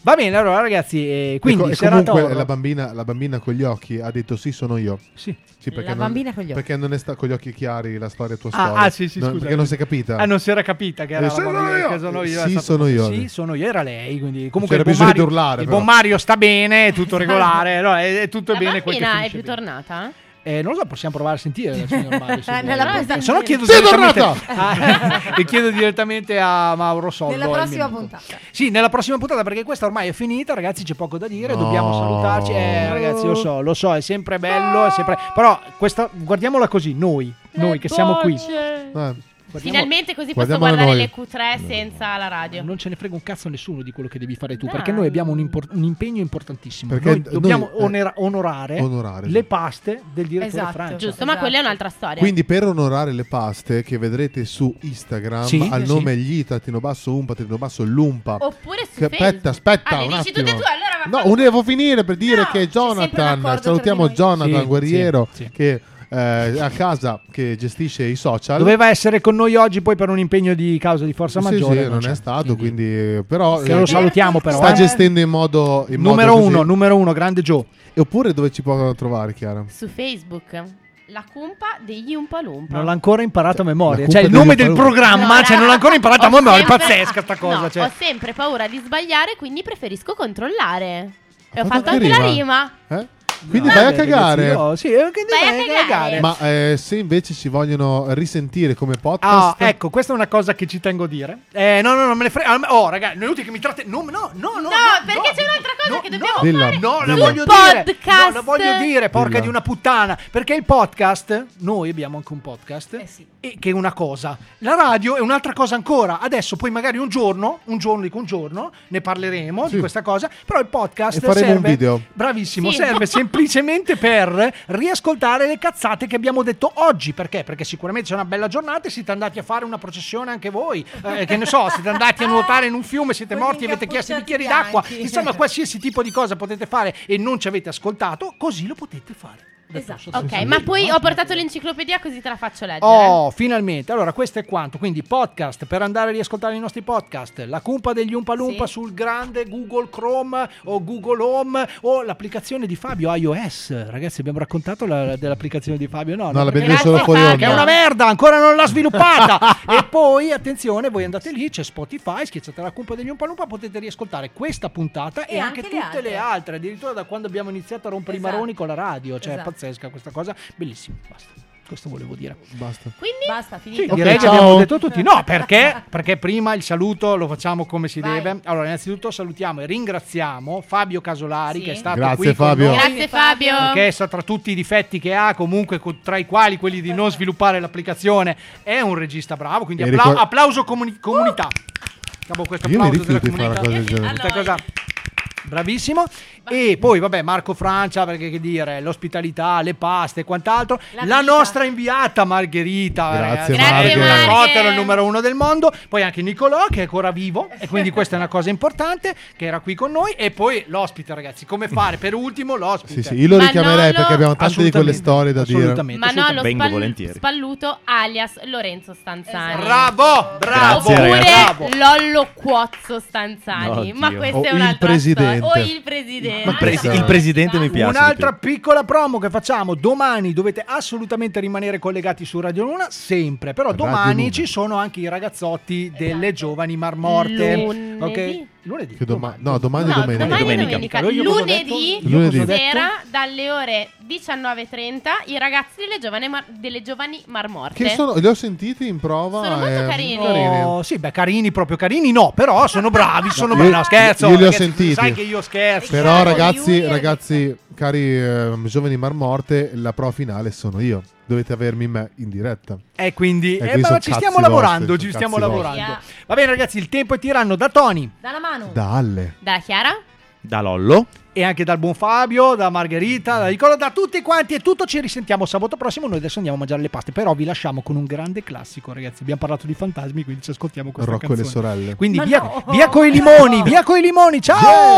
Va bene, allora ragazzi, eh, quindi e, co- e serata comunque horror. la bambina, la bambina con gli occhi ha detto sì, sono io. Sì. Sì, perché La non, bambina con gli occhi. Perché non è sta con gli occhi chiari la storia tua Ah, storia. ah, sì, sì, No, scusa. perché non si è capita. Ah, non si era capita che era Eh, la sono bambina, io. che sono io. Sì, è stato- sono io. Sì, sono io, era lei, quindi comunque C'era il buon bisogno di Mario, urlare, il però. buon Mario sta bene, è tutto regolare, no, è, è tutto La bene quel che bambina è finisce più bene. tornata? Eh, non lo so, possiamo provare a sentire dal signor Mario. se vuole. Nella prossima- Se no chiedo Sei direttamente tornata! a- e chiedo direttamente a Mauro Sollo. Nella al prossima minuto. puntata. Sì, nella prossima puntata, perché questa ormai è finita, ragazzi, c'è poco da dire, No. dobbiamo salutarci. Eh, ragazzi, lo so, lo so, è sempre bello, è sempre... Però questa, guardiamola così, noi, noi che siamo qui. Eh. Guardiamo- Finalmente così posso guardiamola guardare noi. le Q tre senza la radio. Non ce ne frega un cazzo a nessuno di quello che devi fare tu, Dai. perché noi abbiamo un, impor- un impegno importantissimo. Perché noi noi- dobbiamo eh, onera- onorare, onorare, le paste del direttore Esatto. Francia. Giusto, ma quella è un'altra storia. Quindi per onorare le paste che vedrete su Instagram Sì, al sì. nome gli trattino basso umpa trattino basso lumpa. Oppure su Che- Facebook. aspetta, aspetta Ah, le un dici attimo. tutte e due, allora va No, un devo finire per dire che sempre un Jonathan, accordo salutiamo tra di noi. Jonathan Sì, Guerriero sì, sì. che eh, è a casa che gestisce i social. Doveva essere con noi oggi, poi per un impegno di causa di forza Sì, maggiore sì, non c'è. è stato, quindi eh, però Che lo eh, salutiamo però. sta eh. gestendo in modo in Numero modo uno, così. numero uno, grande Joe. E oppure dove ci possono trovare, Chiara? Su Facebook. La cumpa degli Umpa Lumpa. Non l'ha ancora imparato a memoria. La Cioè, il cumpa nome degli del Umpa programma, No, cioè, non l'ha ancora imparato a ho memoria. È sempre- pazzesca sta cosa. No, cioè. ho sempre paura di sbagliare, quindi preferisco controllare. E ho fatto fatto anche anche la rima. rima. Eh? Quindi No, vai a vabbè, cagare. ragazzi, no, sì, eh, quindi Vai a vai cagare. Ma eh, se invece si vogliono risentire come Ah, podcast, ecco, questa è una cosa che ci tengo a dire. Eh, no, no, non me ne frega. Oh, ragazzi, non è utile che mi tratti. No, no, no, no. No, perché c'è un'altra cosa che dobbiamo Dilla, fare. No, la Dilla. voglio Podcast. dire. No, la voglio dire, porca Dilla. di una puttana. Perché il podcast, noi abbiamo anche un podcast, Eh sì. e che è una cosa. La radio è un'altra cosa ancora. Adesso, poi magari un giorno, un giorno dico un giorno, ne parleremo Sì. di questa cosa. Però il podcast E faremo serve, un video. bravissimo, Sì. serve semplicemente per riascoltare le cazzate che abbiamo detto oggi. Perché? Perché sicuramente c'è una bella giornata e siete andati a fare una processione anche voi. Eh, che ne so, siete andati a nuotare in un fiume, siete Con gli morti, avete chiesto bicchieri incappucciati d'acqua. bianchi. Insomma, qualsiasi tipo di cosa potete fare e non ci avete ascoltato, così lo potete fare. Esatto. Ok, ma poi ho portato l'enciclopedia così te la faccio leggere. Oh, finalmente. Allora, questo è quanto. Quindi, podcast per andare a riascoltare i nostri podcast. La cumpa degli Umpa Lumpa Sì. sul grande Google Chrome o Google Home o l'applicazione di Fabio iOS. Ragazzi, abbiamo raccontato la- dell'applicazione di Fabio? No, No, l'abbiamo detto solo fuori onda. Che è una merda, ancora non l'ha sviluppata. E poi, attenzione, voi andate lì, c'è Spotify, schiacciate la cumpa degli Umpa Lumpa, potete riascoltare questa puntata e, E anche, anche le tutte le altre. altre. Addirittura da quando abbiamo iniziato a rompere Esatto. i maroni con la radio. Cioè, Esatto. è pazzesca questa cosa. Bellissimo, basta. Questo volevo dire. basta. Quindi Basta, Sì, finito. direi che Ciao. abbiamo detto tutti. No, perché? Perché prima il saluto lo facciamo come si Vai. deve. Allora, innanzitutto salutiamo e ringraziamo Fabio Casolari, Sì. che è stato Grazie, qui con Fabio. noi. Grazie Fabio. Perché sa, tra tutti i difetti che ha, comunque co- tra i quali quelli di non sviluppare l'applicazione, è un regista bravo. Quindi E appla- ricor- applauso comuni- comunità. Dopo questo Io mi applauso della rifiuto di fare comunità. una cosa del genere. Questa cosa- Bravissimo. E poi vabbè, Marco Francia, perché che dire, l'ospitalità, le paste e quant'altro. La La, vita. nostra inviata Margherita, Grazie, Grazie, Marghe. Marghe. Cottero, il numero uno del mondo. Poi anche Nicolò, che è ancora vivo, e quindi questa è una cosa importante, che era qui con noi. E poi l'ospite, ragazzi, come fare per ultimo l'ospite. Sì, sì, io lo Ma richiamerei Manolo- perché abbiamo tante di quelle Assolutamente, storie da dire. assolutamente, Manolo assolutamente. Vengo Spal- volentieri. Spalluto alias Lorenzo Stanzani. Bravo, bravo, Grazie, Oppure bravo. Lollo Cuozzo Stanzani. Oddio. Ma questa O è il un'altra presidente. storia. O il presidente. Il, presi- il presidente mi piace. di Un'altra piccola promo che facciamo domani, dovete assolutamente rimanere collegati su Radio Luna sempre, però Radio domani Luna. ci sono anche i ragazzotti delle giovani marmorte. Lunedì. Ok? Lunedì. Che doma- no, domani No, è domenica. domani è Domenica. domenica. Allora io cosa ho Lunedì, detto? Io Lunedì. cosa ho detto? sera dalle ore diciannove e trenta i ragazzi delle giovani, mar- delle giovani marmorte. Che sono, li ho sentiti in prova. Sono molto eh, carini. Oh, sì, beh, carini, proprio carini, no, però sono bravi, sono io- bravi. No, scherzo. io li ho ragazzi, sentiti. Sai che io scherzo. Però Chiaro, ragazzi, Yuri e ragazzi, cari eh, giovani marmorte, la prova finale sono io. Dovete avermi me in diretta. E quindi, E eh, quindi ma sono ci cazzi stiamo lavorando, vostri, ci sono stiamo cazzi lavorando. vostri. Va bene, ragazzi, il tempo è tiranno da Tony Dalla mano. Da Alle. Da Chiara? Da Lollo. e anche dal buon Fabio, da Margherita, da Nicola, da tutti quanti. E tutto, ci risentiamo sabato prossimo. Noi adesso andiamo a mangiare le paste, però vi lasciamo con un grande classico, ragazzi. Abbiamo parlato di fantasmi, quindi ci ascoltiamo questa Rocco e canzone. le sorelle. Quindi Ma via, no. via coi limoni, via coi limoni. Ciao!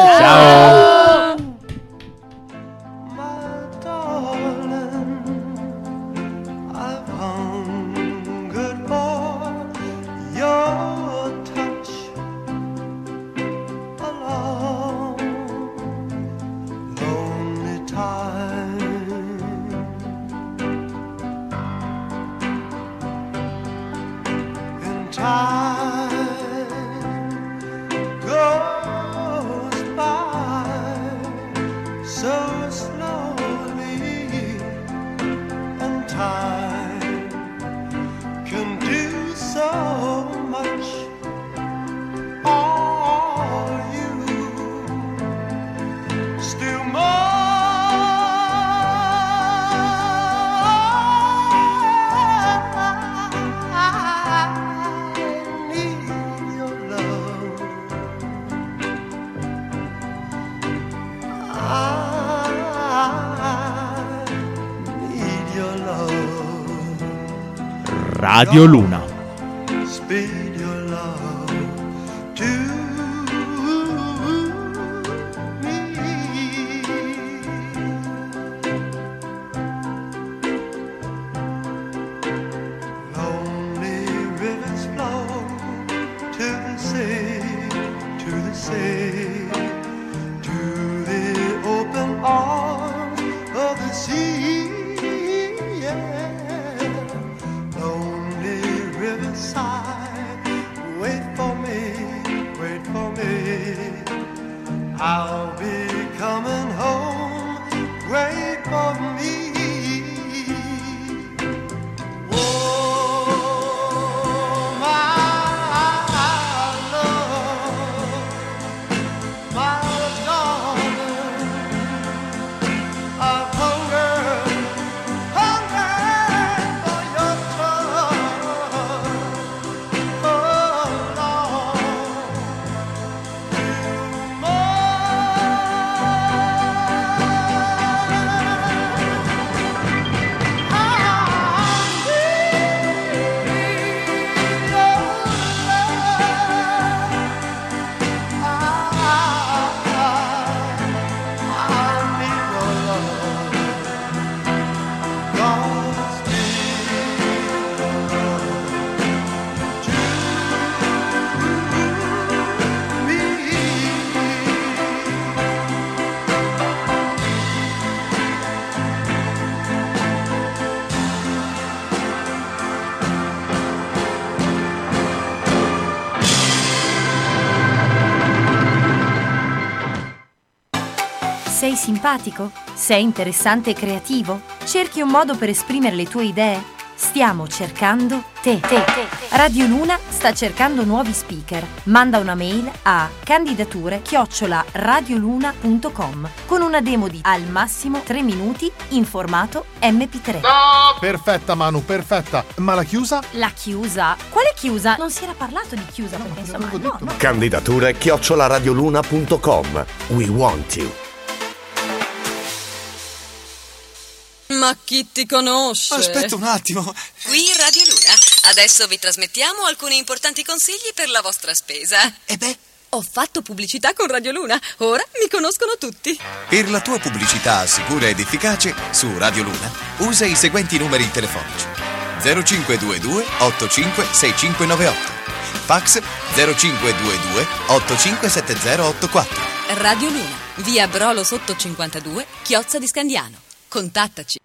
Ciao! I've hungered for your touch along Radio Luna. Speed your love to me. Lonely rivers flow to the sea, to the sea, to the open arms of the sea. Yeah. Lonely riverside, wait for me, wait for me. I'll be coming home, wait for me. Oh, my love, my darling, I've hungered, hungered for your touch. Oh, Lord, Sei simpatico? Sei interessante e creativo? Cerchi un modo per esprimere le tue idee? Stiamo cercando te. te. Radio Luna sta cercando nuovi speaker. Manda una mail a candidature chiocciola radioluna punto com con una demo di al massimo tre minuti in formato emme pi tre. Perfetta Manu, perfetta. Ma la chiusa? La chiusa? Quale chiusa? Non si era parlato di chiusa perché insomma no, no. Candidature chiocciola radioluna punto com. We want you. Ma chi ti conosce? Aspetta un attimo. Qui Radio Luna. Adesso vi trasmettiamo alcuni importanti consigli per la vostra spesa. E beh? Ho fatto pubblicità con Radio Luna. Ora mi conoscono tutti. Per la tua pubblicità sicura ed efficace su Radio Luna usa i seguenti numeri telefonici: zero cinque due due otto cinque sei cinque nove otto, fax zero cinque due due otto cinque sette zero otto quattro. Radio Luna, via Brolo sotto cinquantadue, Chiozza di Scandiano. Contattaci.